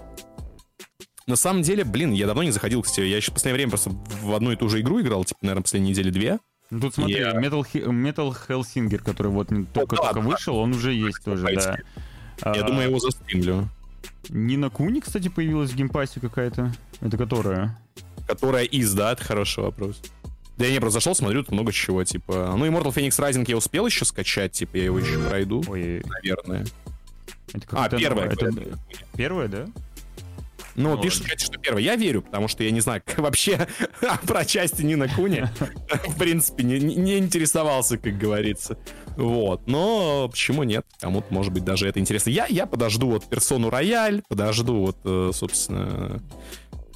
На самом деле, блин, я давно не заходил, кстати. Я еще в последнее время просто в одну и ту же игру играл, типа, наверное, последние недели две. Ну, тут смотри, я... Metal, Metal Hellsinger, который вот только-только да, вышел, да. Он уже есть тоже, да. Я а... думаю, я его застримлю. Нина Куни, кстати, появилась в геймпассе какая-то. Это которая? Которая из, да, это хороший вопрос. Да я не просто зашел, смотрю, тут много чего, типа... Ну, Immortal Phoenix Rising я успел еще скачать, типа, я его еще пройду. Ой. Наверное. Это а, первое. Это... Первое, да? Ну, ну пишут, кстати, что первое. Я верю, потому что я не знаю, как вообще про части Нина Куни, в принципе, не, не интересовался, как говорится. Вот. Но почему нет? Кому-то, может быть, даже это интересно. Я, я подожду вот Персону Рояль, подожду вот, собственно...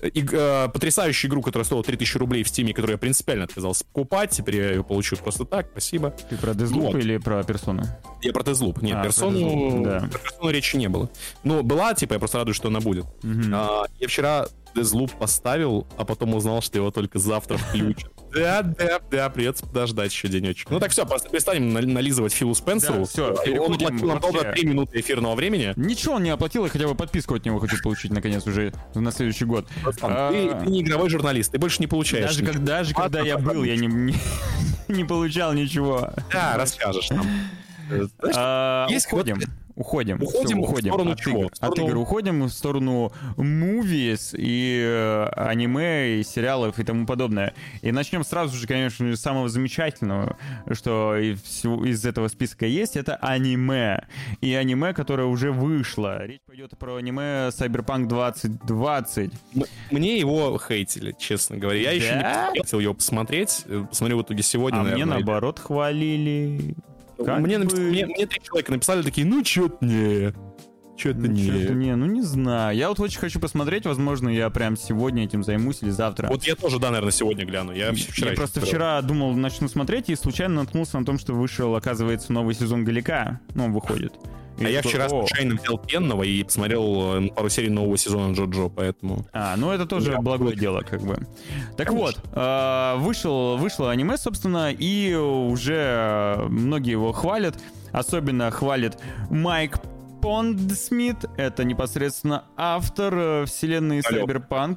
и, э, потрясающую игру, которая стоила три тысячи рублей в Стиме, которую я принципиально отказался покупать. Теперь я ее получу просто так, спасибо. Ты про Deathloop Вот. или про Персону? Я про Deathloop. Нет, А, персону, про Deathloop, да. про персону речи не было. Ну, была, типа, я просто радуюсь, что она будет. Мгм. А, я вчера Deathloop поставил, а потом узнал, что его только завтра включат. Да, да, да, придется подождать еще денечек. Ну так все, просто перестанем на- нализывать Филу Спенсеру. Да, всё, Он переходим платил нам вообще. ровно три минуты эфирного времени. Ничего он не оплатил, и хотя бы подписку от него хочу получить, наконец, уже на следующий год. А, Ты, ты не игровой журналист, ты больше не получаешь. Даже, ничего. как, даже когда я Ладно, был, я не, не, не получал ничего. Да, расскажешь нам. Э, знаешь, А, есть уходим. вот- Уходим. Уходим Всё, в уходим сторону от чего? игр. В сторону- От игр уходим в сторону movies и э, аниме, и сериалов и тому подобное. И начнем сразу же, конечно, с самого замечательного, что и всего из этого списка есть, это аниме. И аниме, которое уже вышло. Речь пойдет про аниме Cyberpunk двадцать двадцать. м- Мне его хейтили, честно говоря. Я еще Да? не хотел его посмотреть. Э, Посмотрю в итоге сегодня, А мне наверное. наоборот хвалили. Как Мне, бы- напис- мне, мне три человека написали такие, ну чё-то не, чё-то Ну, не. чё-то не, ну не знаю. Я вот очень хочу посмотреть, возможно, я прям сегодня этим займусь или завтра. Вот я тоже, да, наверное, сегодня гляну. Я вчера я еще просто смотрел. вчера думал, начну смотреть, и случайно наткнулся на том, что вышел, оказывается, новый сезон Галика. Ну, он выходит. И А я такой, вчера «О». случайно взял пенного и посмотрел э, пару серий нового сезона Джо-Джо, поэтому... А, ну это тоже Я благое буду- дело, как бы. Так Конечно. вот, э, вышел, вышло аниме, собственно, и уже э, многие его хвалят. Особенно хвалит Майк Понdsмит. Это непосредственно автор э, вселенной Алло. Cyberpunk.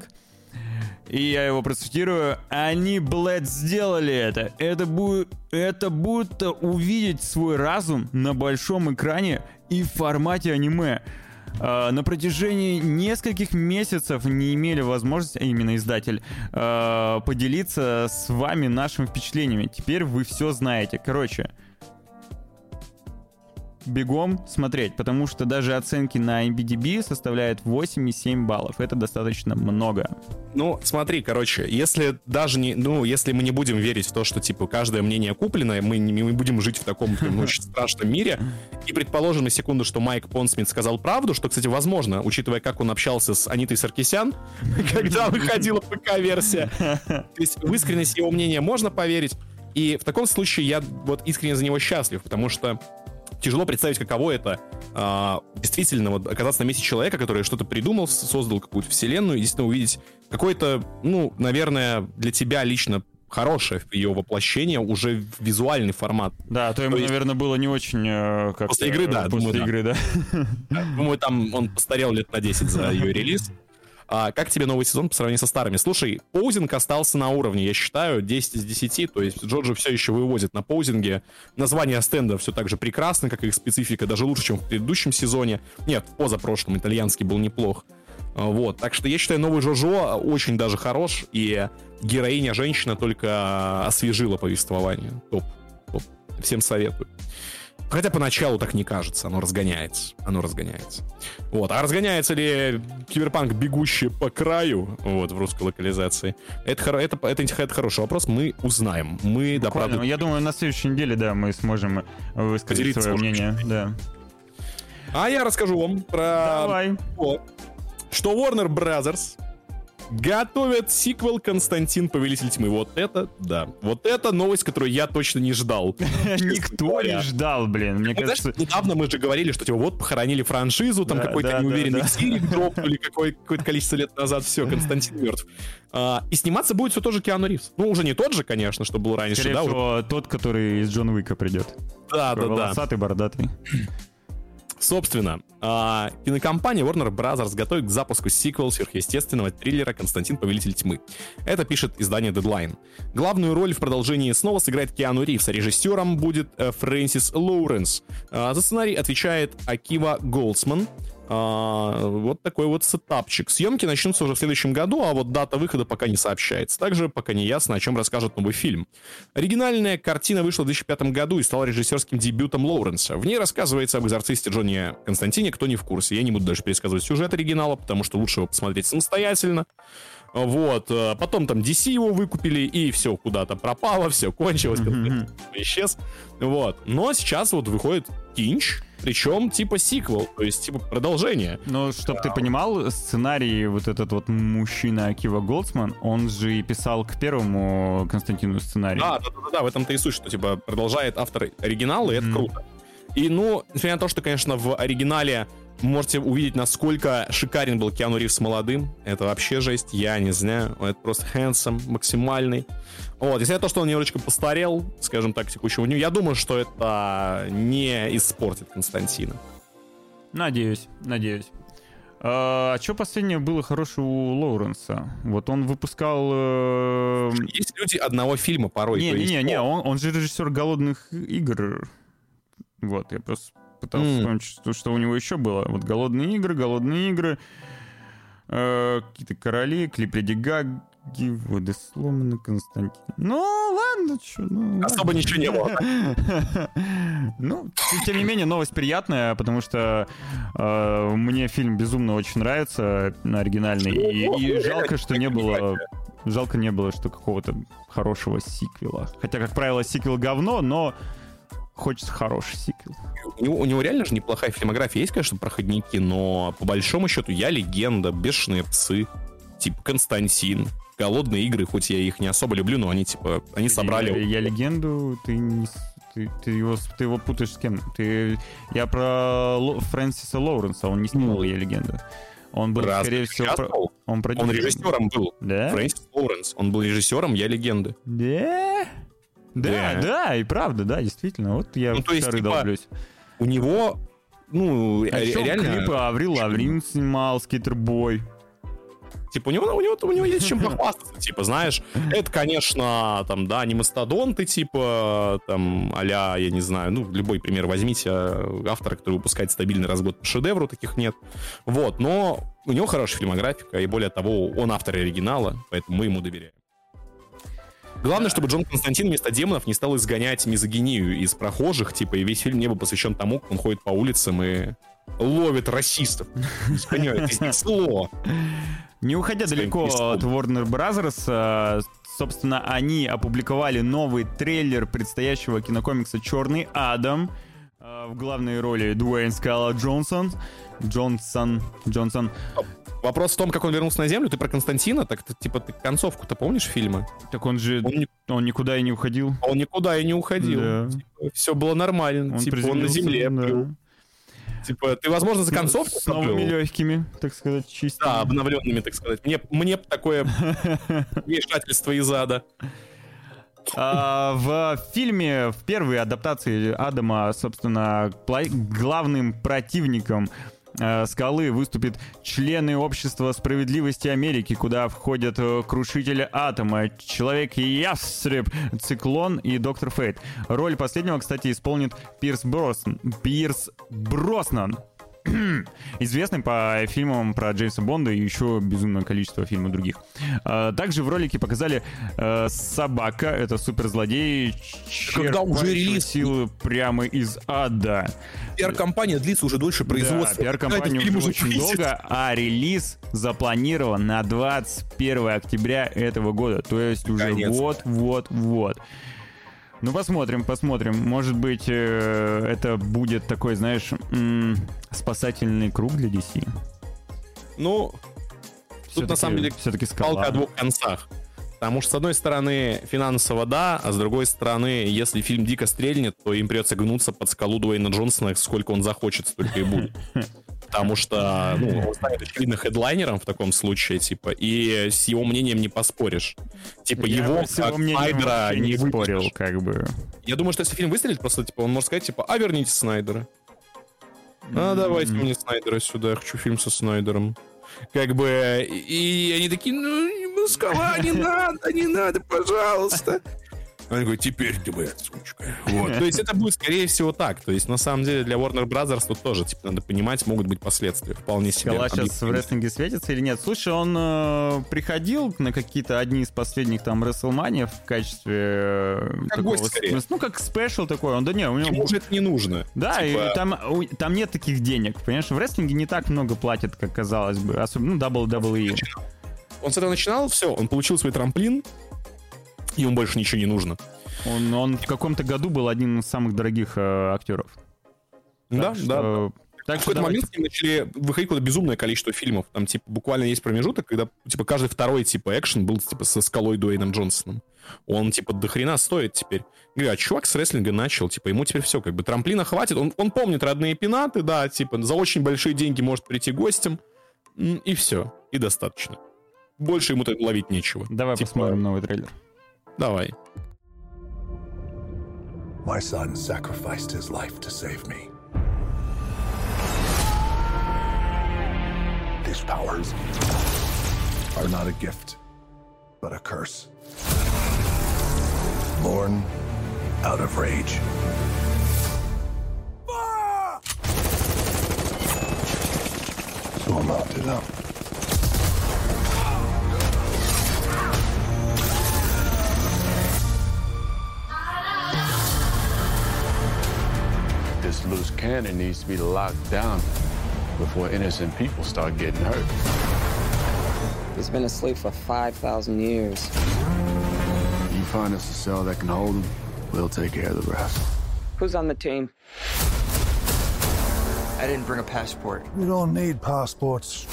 И я его процитирую. Они, блядь, сделали это. Это будет, это будто увидеть свой разум на большом экране и в формате аниме. А, на протяжении нескольких месяцев не имели возможности, а именно издатель, а, поделиться с вами нашими впечатлениями. Теперь вы все знаете. Короче, бегом смотреть, потому что даже оценки на ай эм ди би составляют восемь и семь баллов. Это достаточно много. Ну, смотри, короче, если даже не... Ну, если мы не будем верить в то, что, типа, каждое мнение куплено, мы не мы будем жить в таком прям, очень страшном мире, и предположим на секунду, что Майк Понсмит сказал правду, что, кстати, возможно, учитывая, как он общался с Анитой Саркисян, когда выходила ПК-версия. То есть в искренность его мнения можно поверить, и в таком случае я вот искренне за него счастлив, потому что тяжело представить, каково это а, действительно вот оказаться на месте человека, который что-то придумал, создал какую-то вселенную, и действительно увидеть какое-то, ну, наверное, для тебя лично хорошее ее воплощение уже в визуальный формат. Да, а то ему, То есть- наверное, было не очень... э, как После игры, да, После думаю, да. игры, да. Думаю, там он постарел лет на десять за ее релиз. А как тебе новый сезон по сравнению со старыми? Слушай, поузинг остался на уровне, я считаю, десять из десяти, то есть Джоджо все еще вывозит на поузинге. Название стенда все так же прекрасно, как и их специфика, даже лучше, чем в предыдущем сезоне. Нет, в позапрошлом итальянский был неплох. А, Вот, так что я считаю, новый Джоджо очень даже хорош, и героиня женщина только освежила повествование. Топ, топ. Всем советую. Хотя поначалу так не кажется, оно разгоняется. Оно разгоняется. Вот. А разгоняется ли Киберпанк, бегущий по краю, вот, в русской локализации? Это, хоро- это, это, это хороший вопрос, мы узнаем. Мы, да, Буквально. правда... Я думаю, на следующей неделе, да, мы сможем высказать Поделиться свое своим мнение. Да. А я расскажу вам про... Давай. то, что Warner Brothers готовят сиквел «Константин. Повелитель тьмы». Вот это, да. Вот это новость, которую я точно не ждал. Никто говоря. не ждал, блин. Мне Ну, знаешь, кажется... недавно мы же говорили, что типа вот похоронили франшизу, там Да, какой-то да, неуверенный да, да. сирик дропнули какое- какое-то количество лет назад, все, Константин мертв. А, и сниматься будет все тоже Киану Ривз. Ну, уже не тот же, конечно, что был раньше, Скорее да? уже- всего, тот, который из Джона Уика придет. Да, да, да. Волосатый, бородатый. Собственно, а, кинокомпания Warner Brothers готовит к запуску сиквел сверхъестественного триллера «Константин. Повелитель тьмы». Это пишет издание Deadline. Главную роль в продолжении снова сыграет Киану Ривз, а режиссером будет э, Фрэнсис Лоуренс. А, за сценарий отвечает Акива Голдсман. А, вот такой вот сетапчик. Съемки начнутся уже в следующем году, а вот дата выхода пока не сообщается. Также пока не ясно, о чем расскажет новый фильм. Оригинальная картина вышла в две тысячи пятом году и стала режиссерским дебютом Лоуренса. В ней рассказывается об экзорцисте Джонни Константине, кто не в курсе. Я не буду дальше пересказывать сюжет оригинала, потому что лучше его посмотреть самостоятельно. Вот, а потом там ди си его выкупили, и все куда-то пропало, все кончилось, исчез. Вот, но сейчас вот выходит Кинч, причем типа сиквел, то есть типа продолжение. Ну, чтоб ты понимал, сценарий вот этот вот мужчина Акива Голдсман, он же и писал к первому Константину сценарий. Да, да, да, да, в этом-то и суть, что типа продолжает автор оригинала, и это mm. круто. И, ну, несмотря на то, что, конечно, в оригинале можете увидеть, насколько шикарен был Киану Ривз молодым. Это вообще жесть, я не знаю. Это просто handsome, максимальный. Вот, несмотря на то, что он немножечко постарел, скажем так, текущего дню, я думаю, что это не испортит Константина. Надеюсь, надеюсь. А что последнее было хорошего у Лоуренса? Вот он выпускал... Э... Есть люди одного фильма порой. Не-не-не, он, он же режиссер «Голодных игр». Вот, я просто пытался mm. вспомнить, что, что у него еще было. Вот «Голодные игры», «Голодные игры», э, какие-то «Короли», клип Леди Гаги, «Воды сломаны», Константин. Ну, ладно, что, ну... Особо ладно. Ничего не было. Ну, тем не менее, новость приятная, потому что э, мне фильм безумно очень нравится, оригинальный, и, и жалко, что не было... Жалко не было, что какого-то хорошего сиквела. Хотя, как правило, сиквел говно, но хочется хороший сиквел. У него, у него реально же неплохая фильмография. Есть, конечно, проходники, но по большому счету «Я легенда», «Бешеные псы», типа «Константин», «Голодные игры», хоть я их не особо люблю, но они типа, они собрали... «Я, я легенду», ты не... Ты, ты, его, ты его путаешь с кем? Ты, я про Ло, Фрэнсиса Лоуренса, он не снимал «Я легенду». Он был, Разве скорее всего, про... он, он режиссером был. Да? Фрэнсис Лоуренс. Он был режиссером «Я легенда». Да? Да, yeah. да, и правда, да, действительно. Вот я ну, в шары типа, долблюсь. У него, ну, а реально... клипы Аврил Лаврин снимал, Скейтербой. Типа, у него, у него, у него есть чем похвастаться, типа, знаешь, это, конечно, там, да, не мастодонты, типа, там, а-ля, я не знаю, ну, любой пример возьмите, автора, который выпускает стабильный раз в год по шедевру, таких нет, вот, но у него хорошая фильмографика, и более того, он автор оригинала, поэтому мы ему доверяем. Главное, чтобы Джон Константин вместо демонов не стал изгонять мизогинию из прохожих, типа, и весь фильм не был посвящен тому, как он ходит по улицам и ловит расистов. Изгоняет из зло. Не уходя далеко от Warner Bros., собственно, они опубликовали новый трейлер предстоящего кинокомикса «Черный Адам». В главной роли Дуэйн Скала Джонсон. Джонсон. Джонсон. Вопрос в том, как он вернулся на Землю. Ты про Константина? Так, ты, типа, ты концовку-то помнишь фильма? Так он же... Он, он никуда и не уходил. Он никуда и не уходил. Да. Типа, все было нормально. Он, типа, он на Земле был. Да. Типа, ты, возможно, за концовку... С новыми легкими, так сказать, чистыми. Да, обновленными, так сказать. Мне, мне такое вмешательство из ада. А, в фильме, в первой адаптации Адама, собственно, главным противником Скалы выступят члены Общества справедливости Америки, куда входят Крушитель Атома, Человек-Ястреб, Циклон и Доктор Фейт. Роль последнего, кстати, исполнит Пирс Броснан. Пирс Броснан. Известный по фильмам про Джеймса Бонда и еще безумное количество фильмов других. Также в ролике показали собака, это суперзлодей, когда уже релиз силы прямо из ада. Пиар-компания длится уже дольше производства. Да, пиар-компания уже очень выйдет. долго, а релиз запланирован на двадцать первое октября этого года. То есть уже вот-вот-вот. Ну, посмотрим, посмотрим. Может быть, э, это будет такой, знаешь, м- спасательный круг для ди си. Ну, все-таки, тут на самом деле все-таки палка о двух концах. Потому что, с одной стороны, финансово да, а с другой стороны, если фильм дико стрельнет, то им придется гнуться под скалу Дуэйна Джонсона, сколько он захочет, столько и будет. Потому что, ну, он станет очевидно хедлайнером в таком случае, типа, и с его мнением не поспоришь. Типа, я его, как Снайдера, не, не спорил, как бы. Я думаю, что если фильм выстрелит, просто, типа, он может сказать, типа, а верните Снайдера. А, mm-hmm. давайте мне Снайдера сюда, я хочу фильм со Снайдером. Как бы, и они такие, ну, Скала, не надо, не надо, пожалуйста. Он говорит, теперь ты моя сучка. Вот. То есть это будет, скорее всего, так. То есть, на самом деле, для Warner Bros. Тут тоже, типа, надо понимать, могут быть последствия. Вполне себе. Скала сейчас в рестлинге светится или нет? Слушай, он э, приходил на какие-то одни из последних там WrestleMania в качестве э, как такого, гость, скорее. Ну, как спешл такой. Он, да не, у него... Ему же это не нужно. Да, типа... и там, у, там нет таких денег. Понимаешь, в рестлинге не так много платят, как казалось бы. Особенно, ну, дабл ю дабл ю и. Он с этого начинал, все, он получил свой трамплин, и ему больше ничего не нужно. Он, он в каком-то году был одним из самых дорогих э, актеров. Да, так да. Что... Так в какой-то давайте... момент с ним начали выходить куда безумное количество фильмов. Там, типа, буквально есть промежуток, когда, типа, каждый второй, типа, экшен был, типа, со Скалой Дуэйном Джонсоном. Он, типа, до хрена стоит теперь. Говорю, а чувак с рестлинга начал, типа, ему теперь все, как бы, трамплина хватит. Он, он помнит родные пенаты, да, типа, за очень большие деньги может прийти гостем. И все, и достаточно. Больше ему тут ловить нечего. Давай типа... посмотрим новый трейлер. Давай. My son sacrificed his life to save me. These powers are not a gift, but a curse. Born out of rage. So I'm out it up. This loose cannon needs to be locked down before innocent people start getting hurt. He's been asleep for five thousand years. You find us a cell that can hold him, we'll take care of the rest. Who's on the team? I didn't bring a passport. You don't need passports.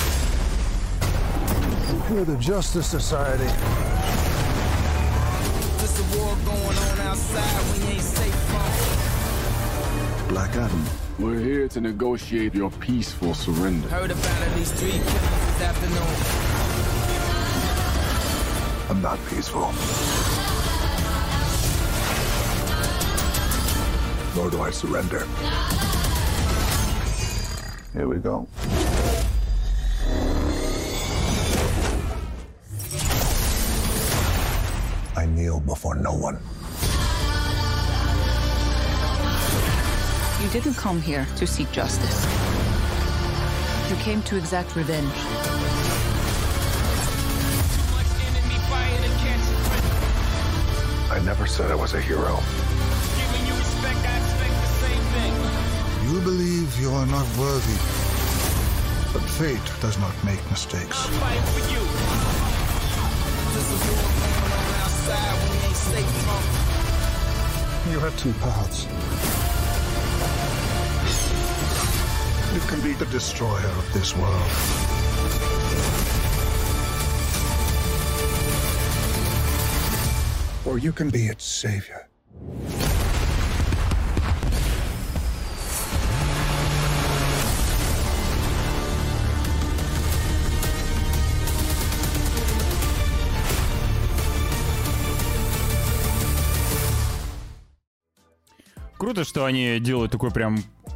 You're the Justice Society. There's a war going on outside, we ain't safe from. Black Adam. We're here to negotiate your peaceful surrender. Heard about at least three killings this afternoon. I'm not peaceful. Nor do I surrender. Here we go. I kneel before no one. You didn't come here to seek justice. You came to exact revenge. I never said I was a hero. Giving you respect, I expect the same thing. You believe you are not worthy, but fate does not make mistakes. I'm fighting for you. There's a war going on outside, we ain't safe from. You have two paths. You can be the destroyer of this world. Or you can be its savior. Круто, что они делают такой прям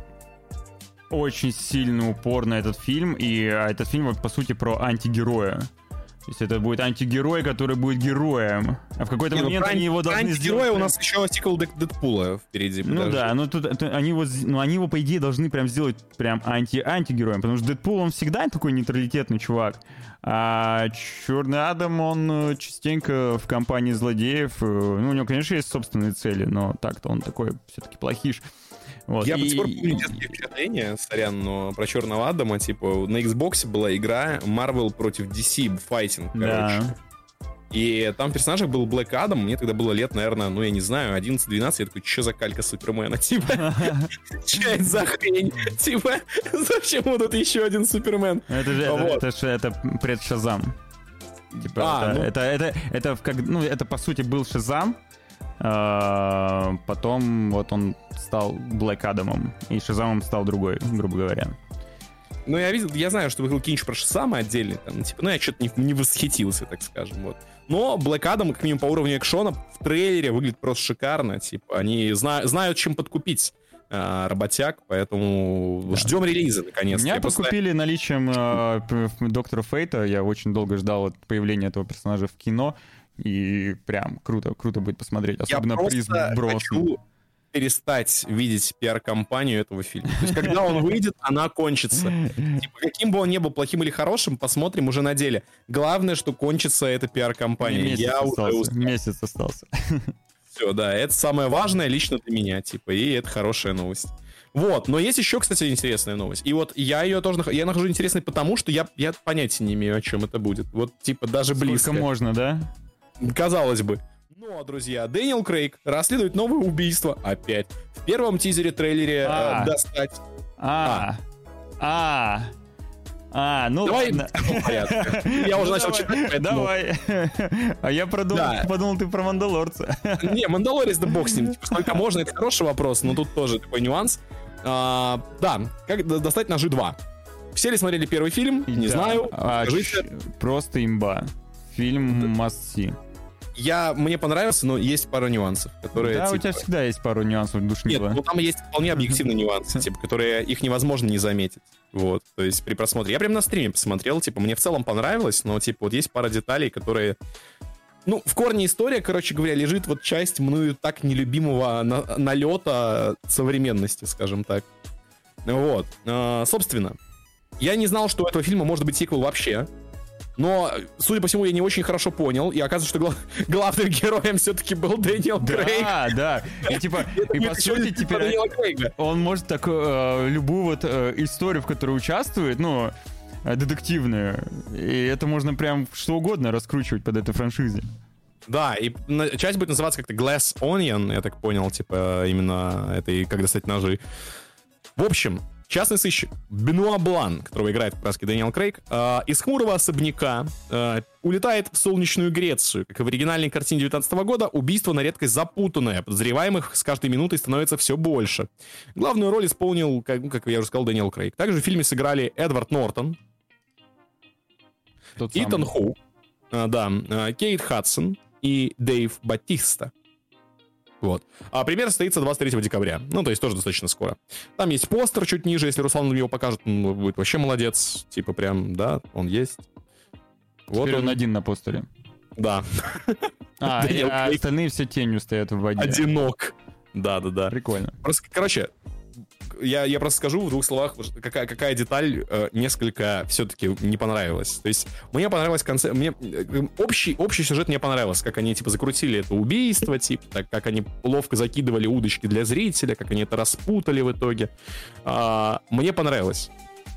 очень сильный упор на этот фильм, и а этот фильм, вот, по сути, про антигероя. То есть это будет антигерой, который будет героем. А в какой-то Не, момент ну, они его должны сделать... Антигероя у нас еще сиквел Дэдпула впереди. Ну подожди. да, но тут это, они, его, ну, они его, по идее, должны прям сделать прям анти-антигероем, потому что Дэдпул, он всегда такой нейтралитетный чувак. А Черный Адам, он частенько в компании злодеев. Ну, у него, конечно, есть собственные цели, но так-то он такой все-таки плохиш. Вот. Я и... до сих пор помню детские впечатления, сорян, но про Черного Адама, типа, на Xbox была игра Marvel против ди си, файтинг, короче. Да. И там в персонажах был Блэк Адам, мне тогда было лет, наверное, ну, я не знаю, одиннадцать-двенадцать, я такой, что за калька Супермена, типа, что это за хрень, типа, зачем тут еще один Супермен? Это же, это, это, это пред-Шазам. Типа, а, это, ну... это, это, это, это, как, ну, это, по сути, был Шазам, а, потом вот он стал Блэк Адамом, и Шазамом стал другой, грубо говоря. Ну, я видел, я знаю, что выходил кинчик про Шазама отдельный, там, типа, ну, я что-то не, не восхитился, так скажем, вот. Но Блэк Адам, как минимум, по уровню экшона в трейлере выглядит просто шикарно, типа, они зна- знают, чем подкупить э, работяг, поэтому да. Ждем релиза, наконец-то. Меня я подкупили просто... наличием э, Доктора Фейта, я очень долго ждал появления этого персонажа в кино, и прям круто, круто будет посмотреть, особенно приз Броснан. Хочу... перестать видеть пиар-компанию этого фильма. То есть, когда он выйдет, она кончится. Типа, каким бы он ни был, плохим или хорошим, посмотрим уже на деле. Главное, что кончится эта пиар-компания. Месяц Я остался. уже Месяц остался. Все, да, это самое важное лично для меня, типа, и это хорошая новость. Вот, но есть еще, кстати, интересная новость. И вот я ее тоже нах... я нахожу интересной потому, что я, я понятия не имею, о чем это будет. Вот, типа, даже близко. Сколько можно, да? Казалось бы. Но, друзья, Дэниел Крейг расследует новое убийство опять. В первом тизере-трейлере А. э, достать... А. А. А, ну Давай ладно. в таком порядке. Я уже Ну, начал давай, читать, поэтому... Давай. А я продумал, Да. подумал, ты про Мандалорца. Не, Мандалорец, да бог с ним. Типа, сколько можно, это хороший вопрос, но тут тоже такой нюанс. А, да, как д- достать ножи два. Все ли смотрели первый фильм? Не Да. знаю. А, Скажите. ч- Просто имба. Фильм must see. Я, мне понравился, но есть пара нюансов, которые... Да, у типа, тебя всегда есть пару нюансов Нет, душнила. ну там есть вполне объективные нюансы, типа, которые их невозможно не заметить. Вот, то есть при просмотре. Я прям на стриме посмотрел, типа, мне в целом понравилось, но, типа, вот есть пара деталей, которые... Ну, в корне история, короче говоря, лежит вот часть мною так нелюбимого на- налета современности, скажем так. Вот. А, собственно, я не знал, что у этого фильма может быть сиквел вообще. Но, судя по всему, я не очень хорошо понял. И оказывается, что гла- главным героем все-таки был Дэниел Крейг. Да, да. И типа, и по сути теперь Дэниела Крейга. он может так э, любую вот э, историю, в которой участвует, ну, э, детективную, и это можно прям что угодно раскручивать под этой франшизе. Да, и на- часть будет называться как-то Glass Onion, я так понял, типа, именно это и как достать ножи. В общем, частный сыщик Бенуа Блан, которого играет в краске Дэниел Крейг, э, из хмурого особняка э, улетает в солнечную Грецию. Как и в оригинальной картине девятнадцатого года, убийство на редкость запутанное. Подозреваемых с каждой минутой становится все больше. Главную роль исполнил, как, ну, как я уже сказал, Дэниел Крейг. Также в фильме сыграли Эдвард Нортон, Тот Итан самый. Хоук, э, да, э, Кейт Хадсон и Дэйв Батиста. Вот. А премьера состоится двадцать третьего декабря. Ну, то есть тоже достаточно скоро. Там есть постер чуть ниже. Если Руслан его покажет, он будет вообще молодец. Типа прям, да, он есть. Вот Теперь он он. один на постере. Да. А, и, Дэниел а Крейг остальные все тенью стоят в воде. одинок. Да, да, да. Прикольно. Просто, короче, я, я просто скажу в двух словах, какая, какая деталь э, несколько все-таки не понравилась. То есть мне понравилась конце... мне э, общий, общий сюжет мне понравился, как они типа закрутили это убийство, типа, так, как они ловко закидывали удочки для зрителя, как они это распутали в итоге. А, мне понравилось.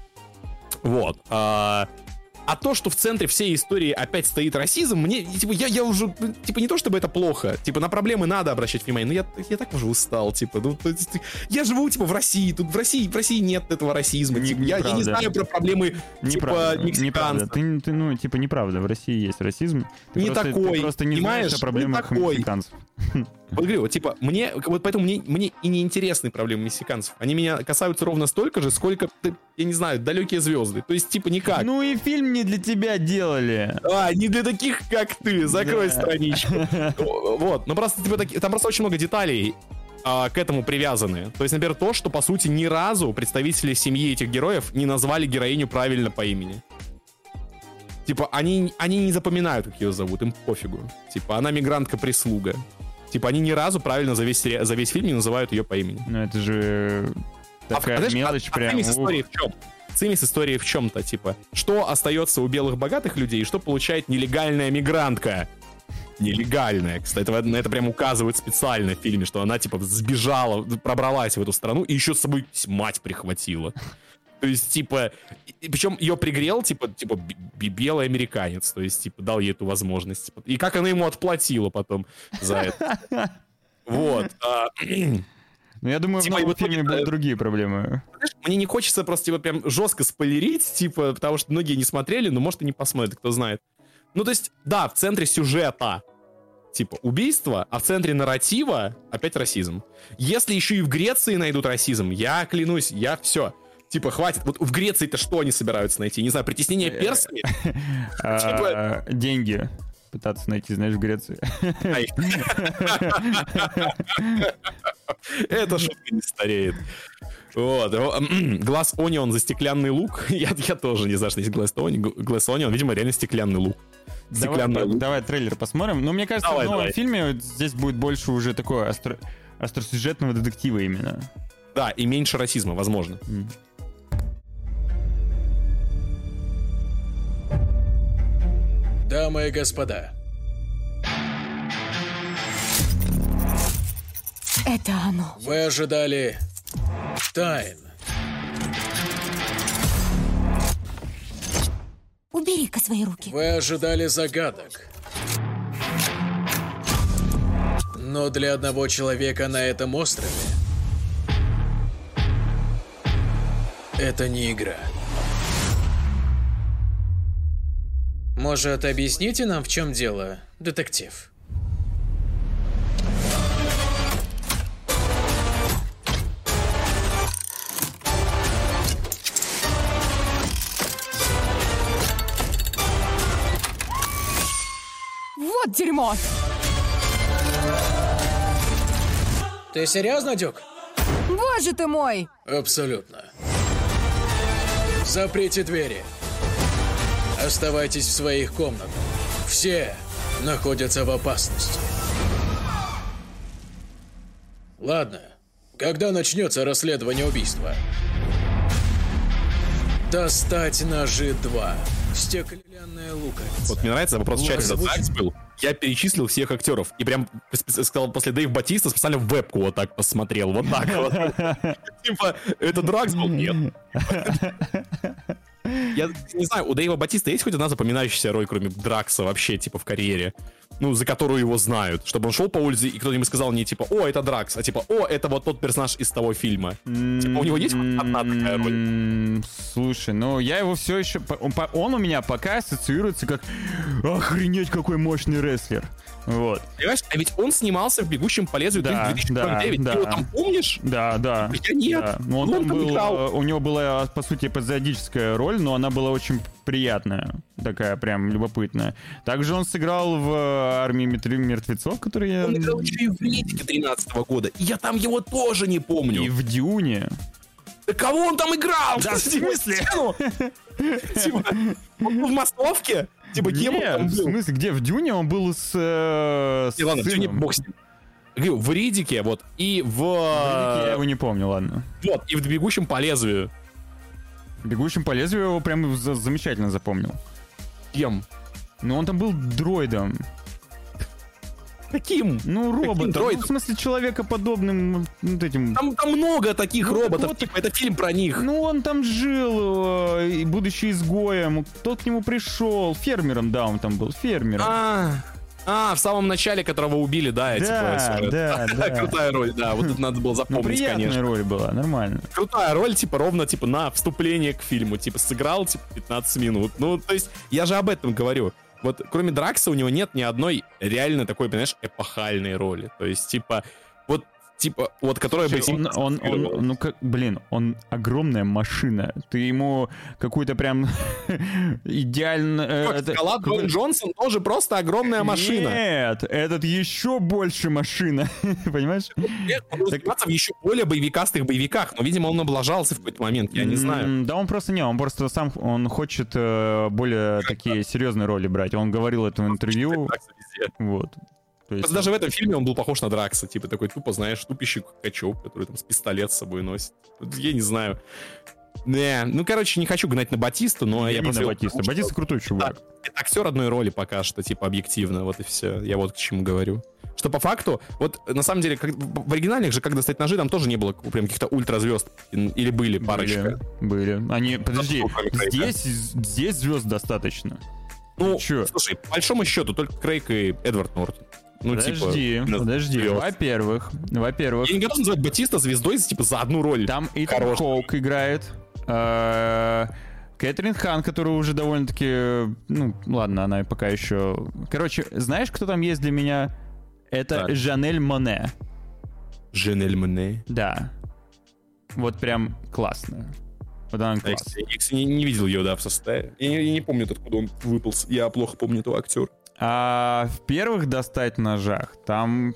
Вот. А, а то, что в центре всей истории опять стоит расизм, мне, типа, я, я уже, типа, не то чтобы это плохо, типа, на проблемы надо обращать внимание, но я, я так уже устал, типа, ну, то есть, я живу, типа, в России, тут в России, в России нет этого расизма, Не- типа, я, я не неправда. знаю про проблемы, Неправда, типа, неправда. мексиканцев. Ты, ты, ну, типа, неправда. В России есть расизм. Ты Не просто, такой, ты просто не понимаешь? знаешь о проблемах Не такой. мексиканцев. Вот говорю, вот, типа, мне, вот поэтому мне, мне и не интересны проблемы мексиканцев, они меня касаются ровно столько же, сколько, ты, я не знаю, далекие звезды, то есть, типа, никак. Ну и фильм не для тебя делали. А, не для таких, как ты. Закрой Да. страничку. Вот, ну просто типа, таки- там просто очень много деталей а, к этому привязаны. То есть, например, то, что, по сути, ни разу представители семьи этих героев не назвали героиню правильно по имени. Типа, они, они не запоминают, как ее зовут, им пофигу. Типа, она мигрантка-прислуга. Типа, они ни разу правильно за весь, ре- за весь фильм не называют ее по имени. Ну это же такая а, знаешь, мелочь а, прям. А цимис ух. истории в чем? Цимис истории в чем-то, типа, что остается у белых богатых людей и что получает нелегальная мигрантка. Нелегальная, кстати, это, это прям указывают специально в фильме, что она, типа, сбежала, пробралась в эту страну и еще с собой мать прихватила. То есть, типа, и, причем ее пригрел, типа, типа б- б- белый американец, то есть, типа, дал ей эту возможность. Типа, и как она ему отплатила потом за это. Вот. а, Ну я думаю, Типа, в и новом в итоге, фильме будут э, другие проблемы. Знаешь, мне не хочется просто, типа, прям жестко спойлерить, типа, потому что многие не смотрели, но, может, и не посмотрят, кто знает. Ну, то есть, да, в центре сюжета, типа, убийство, а в центре нарратива опять расизм. Если еще и в Греции найдут расизм, я клянусь, я все. Типа, хватит. Вот в Греции-то что они собираются найти? Не знаю, притеснение персами? А, Деньги пытаться найти, знаешь, в Греции. Ай. Эта шутка не стареет. Вот. Глаз Онион за стеклянный лук. Я, я тоже не знаю, что есть Глаз Онион. Видимо, реально стеклянный лук. Стеклянный Давай, лук. давай трейлер посмотрим. Но мне кажется, Давай, в новом давай. фильме вот здесь будет больше уже такое остро... остросюжетного детектива именно. Да, и меньше расизма, возможно. Дамы и господа, Это оно. вы ожидали тайн, Убери-ка свои руки. вы ожидали загадок, Но для одного человека на этом острове это не игра. Может, объясните нам, в чем дело, детектив? Вот дерьмо! Ты серьезно, Дюк? Боже ты мой! Абсолютно. Заприте двери. Оставайтесь в своих комнатах. Все находятся в опасности. Ладно. Когда начнется расследование убийства? Достать ножи два. Стеклянная луковица. Вот мне нравится вопрос в чате за Дракс был. Я перечислил всех актеров. И прям сказал после Дэйв Батиста, специально в вебку вот так посмотрел. Вот так вот. Типа, это Дракс был? Нет. Я не знаю, у Дэйва Батиста есть хоть одна запоминающаяся роль, кроме Дракса вообще, типа, в карьере? Ну, за которую его знают. Чтобы он шел по улице, и кто-нибудь сказал не типа, о, это Дракс, а типа, о, это вот тот персонаж из того фильма. Типа, у него есть хоть одна такая роль? Слушай, ну, я его все еще... Он, он у меня пока ассоциируется как... Охренеть, какой мощный рестлер. Вот. Понимаешь, а ведь он снимался в «Бегущем по лезвию» да, две тысячи девять. Да, Ты да. его там помнишь? Да, да. Я нет. Да. Ну, он ну, там он там был, играл. у него была, по сути, эпизодическая роль, но она была очень приятная. Такая прям любопытная. Также он сыграл в «Армии мертвецов», который я... Он играл еще и в «Ридике» тринадцатого года. И я там его тоже не помню. И в «Дюне». Да кого он там играл? Да, в смысле? Типа, он был в массовке? Типа, кем он там в был? смысле, где? В «Дюне» он был с... э, с Не, ладно, в «Дюне» сыном. бог с ним. Говорю, в «Ридике», вот, и в... В «Ридике» я его не помню, ладно. Вот, и в «Бегущем по лезвию». В «Бегущем по лезвию» его прям за- замечательно запомнил. Кем? Ну, он там был дроидом. Каким? Ну, роботом. дроидом? Ну, в смысле, человекоподобным вот этим... Там, там много таких Ну, роботов, вот- типа, это фильм про них. Ну, он там жил, э, и будучи изгоем. Тот к нему пришел. Фермером, да, он там был. Фермером. А, а, в самом начале, которого убили, да, я, Да, типа, сюжет. да, да. Крутая роль, да, вот это надо было Ну, запомнить, приятная конечно. роль была, нормально. Крутая роль, типа, ровно, типа, на вступление к фильму. Типа, сыграл, типа, пятнадцать минут. Ну, то есть, я же об этом говорю. Вот, кроме Дракса, у него нет ни одной реально такой, понимаешь, эпохальной роли. То есть, типа, вот, типа, вот, которая бы... Слушай, он, он, он, ну как, блин, он огромная машина. Ты ему какую-то прям идеально... э, Как, это- Скала Дуэйн Джонсон тоже просто огромная машина. Нет, этот еще больше машина. Понимаешь? Нет, он может сниматься в еще более боевикастых боевиках, но, видимо, он облажался в какой-то момент, я не знаю. М, Да он просто не, он просто сам, он хочет э, более такие серьезные роли брать. Он говорил это в интервью. Дракса везде. Вот. То есть, Просто даже в этом фильме он был похож на Дракса, типа такой тупо, знаешь, тупящий качок, который там с пистолет с собой носит. Вот я не знаю. Не, ну, короче, не хочу гнать на Батисту, но я не просто... на Батиста. Батиста крутой чувак. Да, это актер одной роли пока что, типа, объективно, вот и все. Я вот к чему говорю. Что по факту, вот на самом деле, как, в оригинальных же «Как достать ножи» там тоже не было прям каких-то ультразвезд. Или были парочка. Были, были. Они, подожди, Кроме Крейга. здесь, здесь звезд достаточно. Ну, чё? слушай, по большому счету, только Крейг и Эдвард Нортон. Ну, Подожди, типа, подожди. звезд. Во-первых, во-первых, Я не готов называть Батиста звездой типа за одну роль. там Итан Хорош. Хоук играет. э, Кэтрин Хан, которая уже довольно-таки... Ну, ладно, она пока еще... Короче, знаешь, кто там есть для меня? Это Так. Жанель Моне. Жанель Моне. Да. Вот прям классно. Вот она Я, класс. кстати, я, кстати, не, не видел ее, да, в составе. Я, не- я не помню, откуда он выполз. Я плохо помню этого актера. А в первых «Достать ножах» там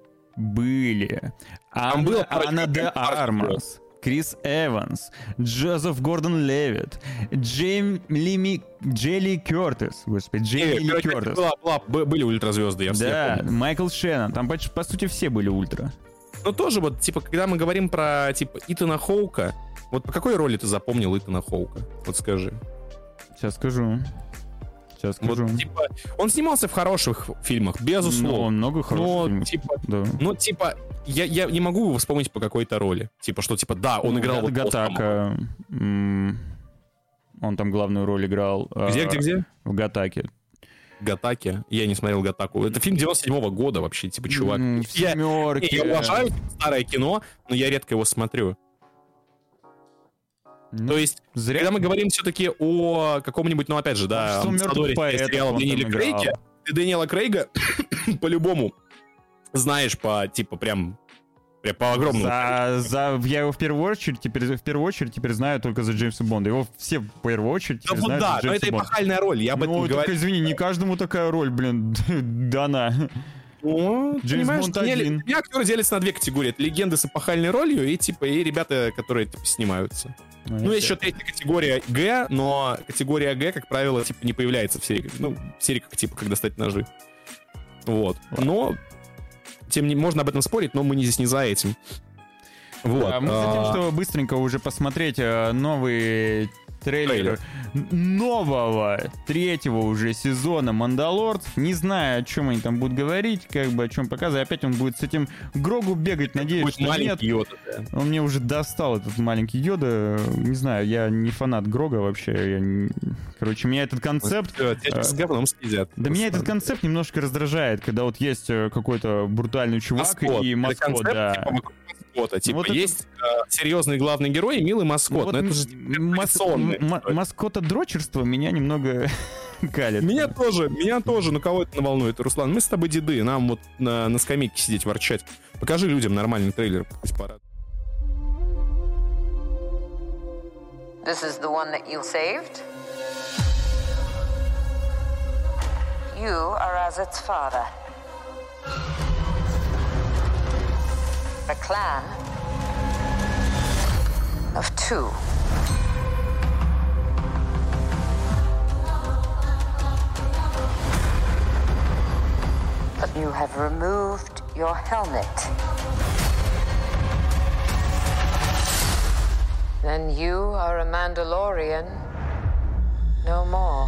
были Там Анна, было парочка Анна де прям парочка Армас, Крис Эванс, Джозеф Гордон-Левитт, Джейм Лими, Джелли Кертис, господи, Джейми Ли короче, Кертис. была- была- б- были ультразвезды, я всех Да, помню. Майкл Шеннон, там по, по сути все были ультра. Ну, тоже вот, типа, когда мы говорим про, типа, Итана Хоука, вот по какой роли ты запомнил Итана Хоука? Вот скажи. Сейчас скажу. Сейчас Вот, скажу. типа, он снимался в хороших фильмах, безусловно. Ну, много хороших Но, фильмов. типа, Да. ну, типа, я, я не могу его вспомнить по какой-то роли. Типа, что, типа, да, он Ну, играл... Гат- вот Гаттака. м, Он там главную роль играл. Где, э, где, где? В Гаттаке. Гаттаки. Я не смотрел Гаттаку. Это фильм девяносто седьмого года вообще, типа, чувак. Mm, я, я уважаю типа, старое кино, но я редко его смотрю. Ну, То есть, зря. Когда мы говорим все-таки о каком-нибудь, ну, опять же, да, амбассадоре сериала Дэниела Крейга, ты Дэниела Крейга по-любому знаешь по, типа, прям... Прям по огромному. За, за, я его в первую очередь теперь в первую очеред теперь знаю только за Джеймса Бонда. Его все в первую очередь теперь да, знают да, за Джеймса но это эпохальная роль, я об этом ну, говорю. Только, извини, не каждому такая роль, блин, дана. Ну, Джеймс Бонд один. У меня актеры делятся на две категории. Это легенды с эпохальной ролью и, типа, и ребята, которые, типа, снимаются. Ну, ну есть еще третья категория Г, но категория Г, как правило, типа, не появляется в серии. Ну, в серии, как, типа, как достать ножи. Вот. Но, тем не можно об этом спорить, но мы здесь не за этим. Вот. А мы за тем, чтобы быстренько уже посмотреть новый трейлер, трейлер нового третьего уже сезона «Мандалорцев». Не знаю, о чем они там будут говорить, как бы о чем показывать. Опять он будет с этим Грогу бегать, надеюсь, будет что нет. Йода, да. Он мне уже достал, этот маленький Йода. Не знаю, я не фанат Грога вообще. Я не... Короче, меня этот концепт... Тебя с говном следят. Да меня этот концепт немножко раздражает, когда вот есть какой-то брутальный чувак маскот. И маскот, да. Типа, маскота. Типа, вот есть это... серьезный главный герой и милый маскот. Вот но это же мас... м- маскота-дрочерство меня немного калит. Меня тоже, меня тоже. Ну кого это наволнует? Руслан, мы с тобой деды, нам вот на, на скамейке сидеть, ворчать. Покажи людям нормальный трейлер. Пусть парад. This is the one that you saved? You are as its father. A clan of two. But you have removed your helmet. Then you are a Mandalorian no more.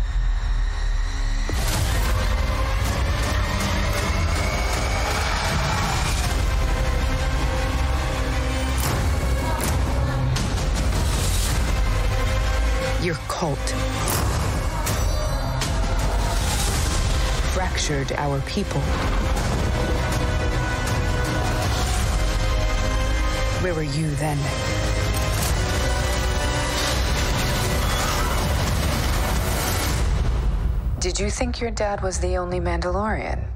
Your cult fractured our people. Where were you then? Did you think your dad was the only Mandalorian?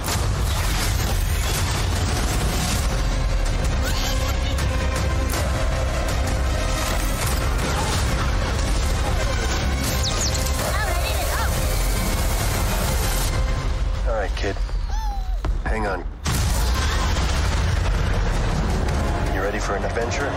Kid, hang on. You ready for an adventure?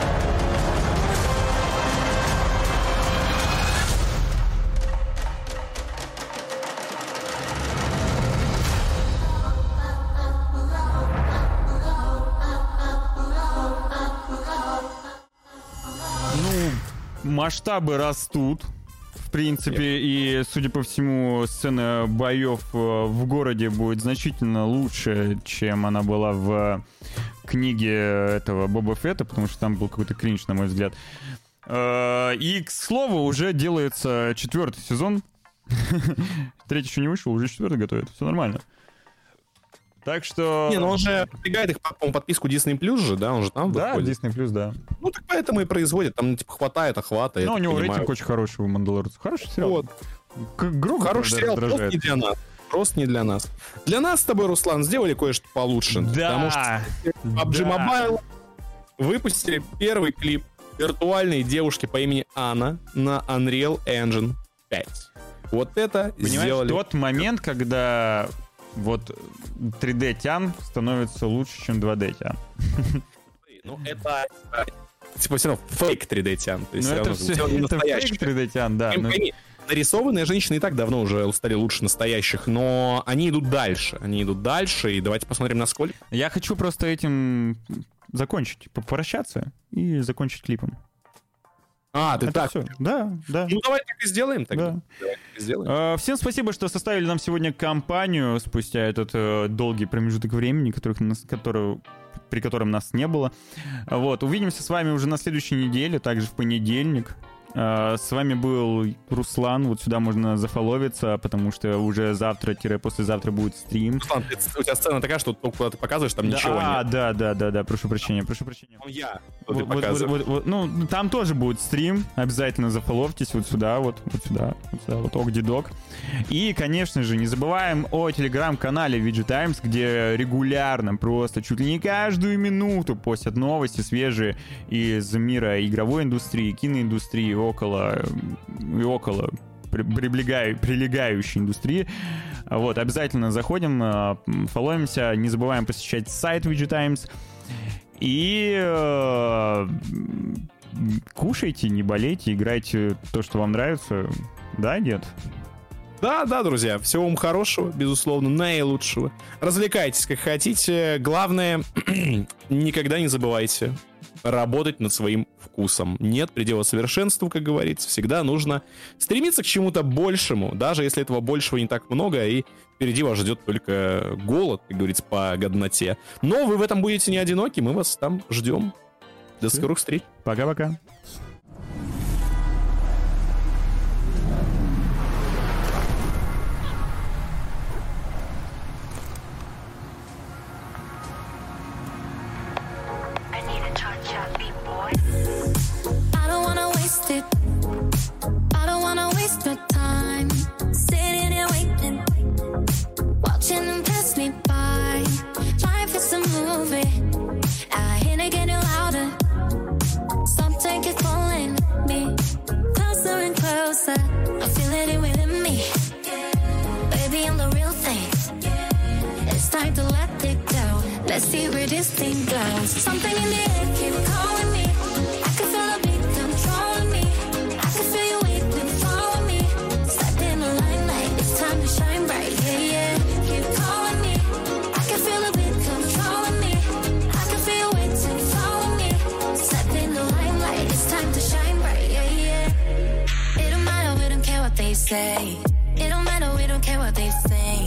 Ну, масштабы растут. В принципе, и, судя по всему, сцена боев в городе будет значительно лучше, чем она была в книге этого Боба Фетта, потому что там был какой-то кринж, на мой взгляд. И, к слову, уже делается четвертый сезон. Третий еще не вышел, уже четвертый готовят. Все нормально. Так что... Не, ну он же продвигает их, по подписку Disney Plus же, да? Он же там Да, выходит. Disney Plus, да. Ну, так поэтому и производит. Там, типа, хватает охвата. Ну, у него понимаю. рейтинг очень хороший у «Мандалорца». Хороший сериал. Вот. Грог Хороший сериал, просто не для нас. Просто не для нас. Для нас с тобой, Руслан, сделали кое-что получше. Да. Потому что пабг да. Mobile выпустили первый клип виртуальной девушки по имени Анна на Unreal Engine пять. Вот это Понимаешь, сделали... тот момент, когда вот три дэ тян становится лучше, чем два дэ тян. Ну, это... Типа, все равно фейк три дэ тян. То есть, ну, все это, равно, все, все равно это фейк три дэ тян, да. Но... Нарисованные женщины и так давно уже стали лучше настоящих, но они идут дальше. Они идут дальше, и давайте посмотрим, насколько. Я хочу просто этим закончить, попрощаться и закончить клипом. А, ты это так? Все. Да, да. Ну, давай так и сделаем тогда. Да. Давай так и сделаем. А, всем спасибо, что составили нам сегодня компанию спустя этот э, долгий промежуток времени, которых нас, который, при котором нас не было. Вот, увидимся с вами уже на следующей неделе, также в понедельник. С вами был Руслан. Вот сюда можно зафоловиться, потому что уже завтра-послезавтра будет стрим. Руслан, у тебя сцена такая, что только куда ты показываешь, там да, ничего а, нет. Да, да, да, да, прошу прощения, прошу прощения. Там я, вот, вот, вот, вот, вот, ну, там тоже будет стрим. Обязательно зафоловьтесь вот сюда, вот, вот сюда, вот сюда, вот Огдидок. И, конечно же, не забываем о телеграм-канале ви джи Times, где регулярно, просто чуть ли не каждую минуту постят новости свежие из мира игровой индустрии, киноиндустрии, около и около прилегаю, прилегающей индустрии. Вот, обязательно заходим, фолловимся, не забываем посещать сайт ви джи Times и э, кушайте, не болейте, играйте то, что вам нравится. Да, нет? Да, да, друзья, всего вам хорошего, безусловно, наилучшего. Развлекайтесь, как хотите. Главное, никогда не забывайте работать над своим вкусом. Нет предела совершенству, как говорится. Всегда нужно стремиться к чему-то большему, даже если этого большего не так много, и впереди вас ждет только голод, как говорится, по годноте. Но вы в этом будете не одиноки, мы вас там ждем. До скорых встреч. Пока-пока. I don't wanna waste no time sitting here waiting, watching them pass me by. Life is a movie, I hear it getting louder. Something keeps pulling me closer and closer. I feel it within me, baby, I'm the real thing. It's time to let it go. Let's see where this thing goes. Something in the air keep calling me. I can feel the beat controlling me. I can feel you waiting, follow me. Step in the limelight, it's time to shine bright. Yeah, yeah, keep calling me. I can feel the beat controlling me. I can feel you waiting, follow me. Step in the limelight, it's time to shine bright. Yeah, yeah. It don't matter, we don't care what they say. It don't matter, we don't care what they think.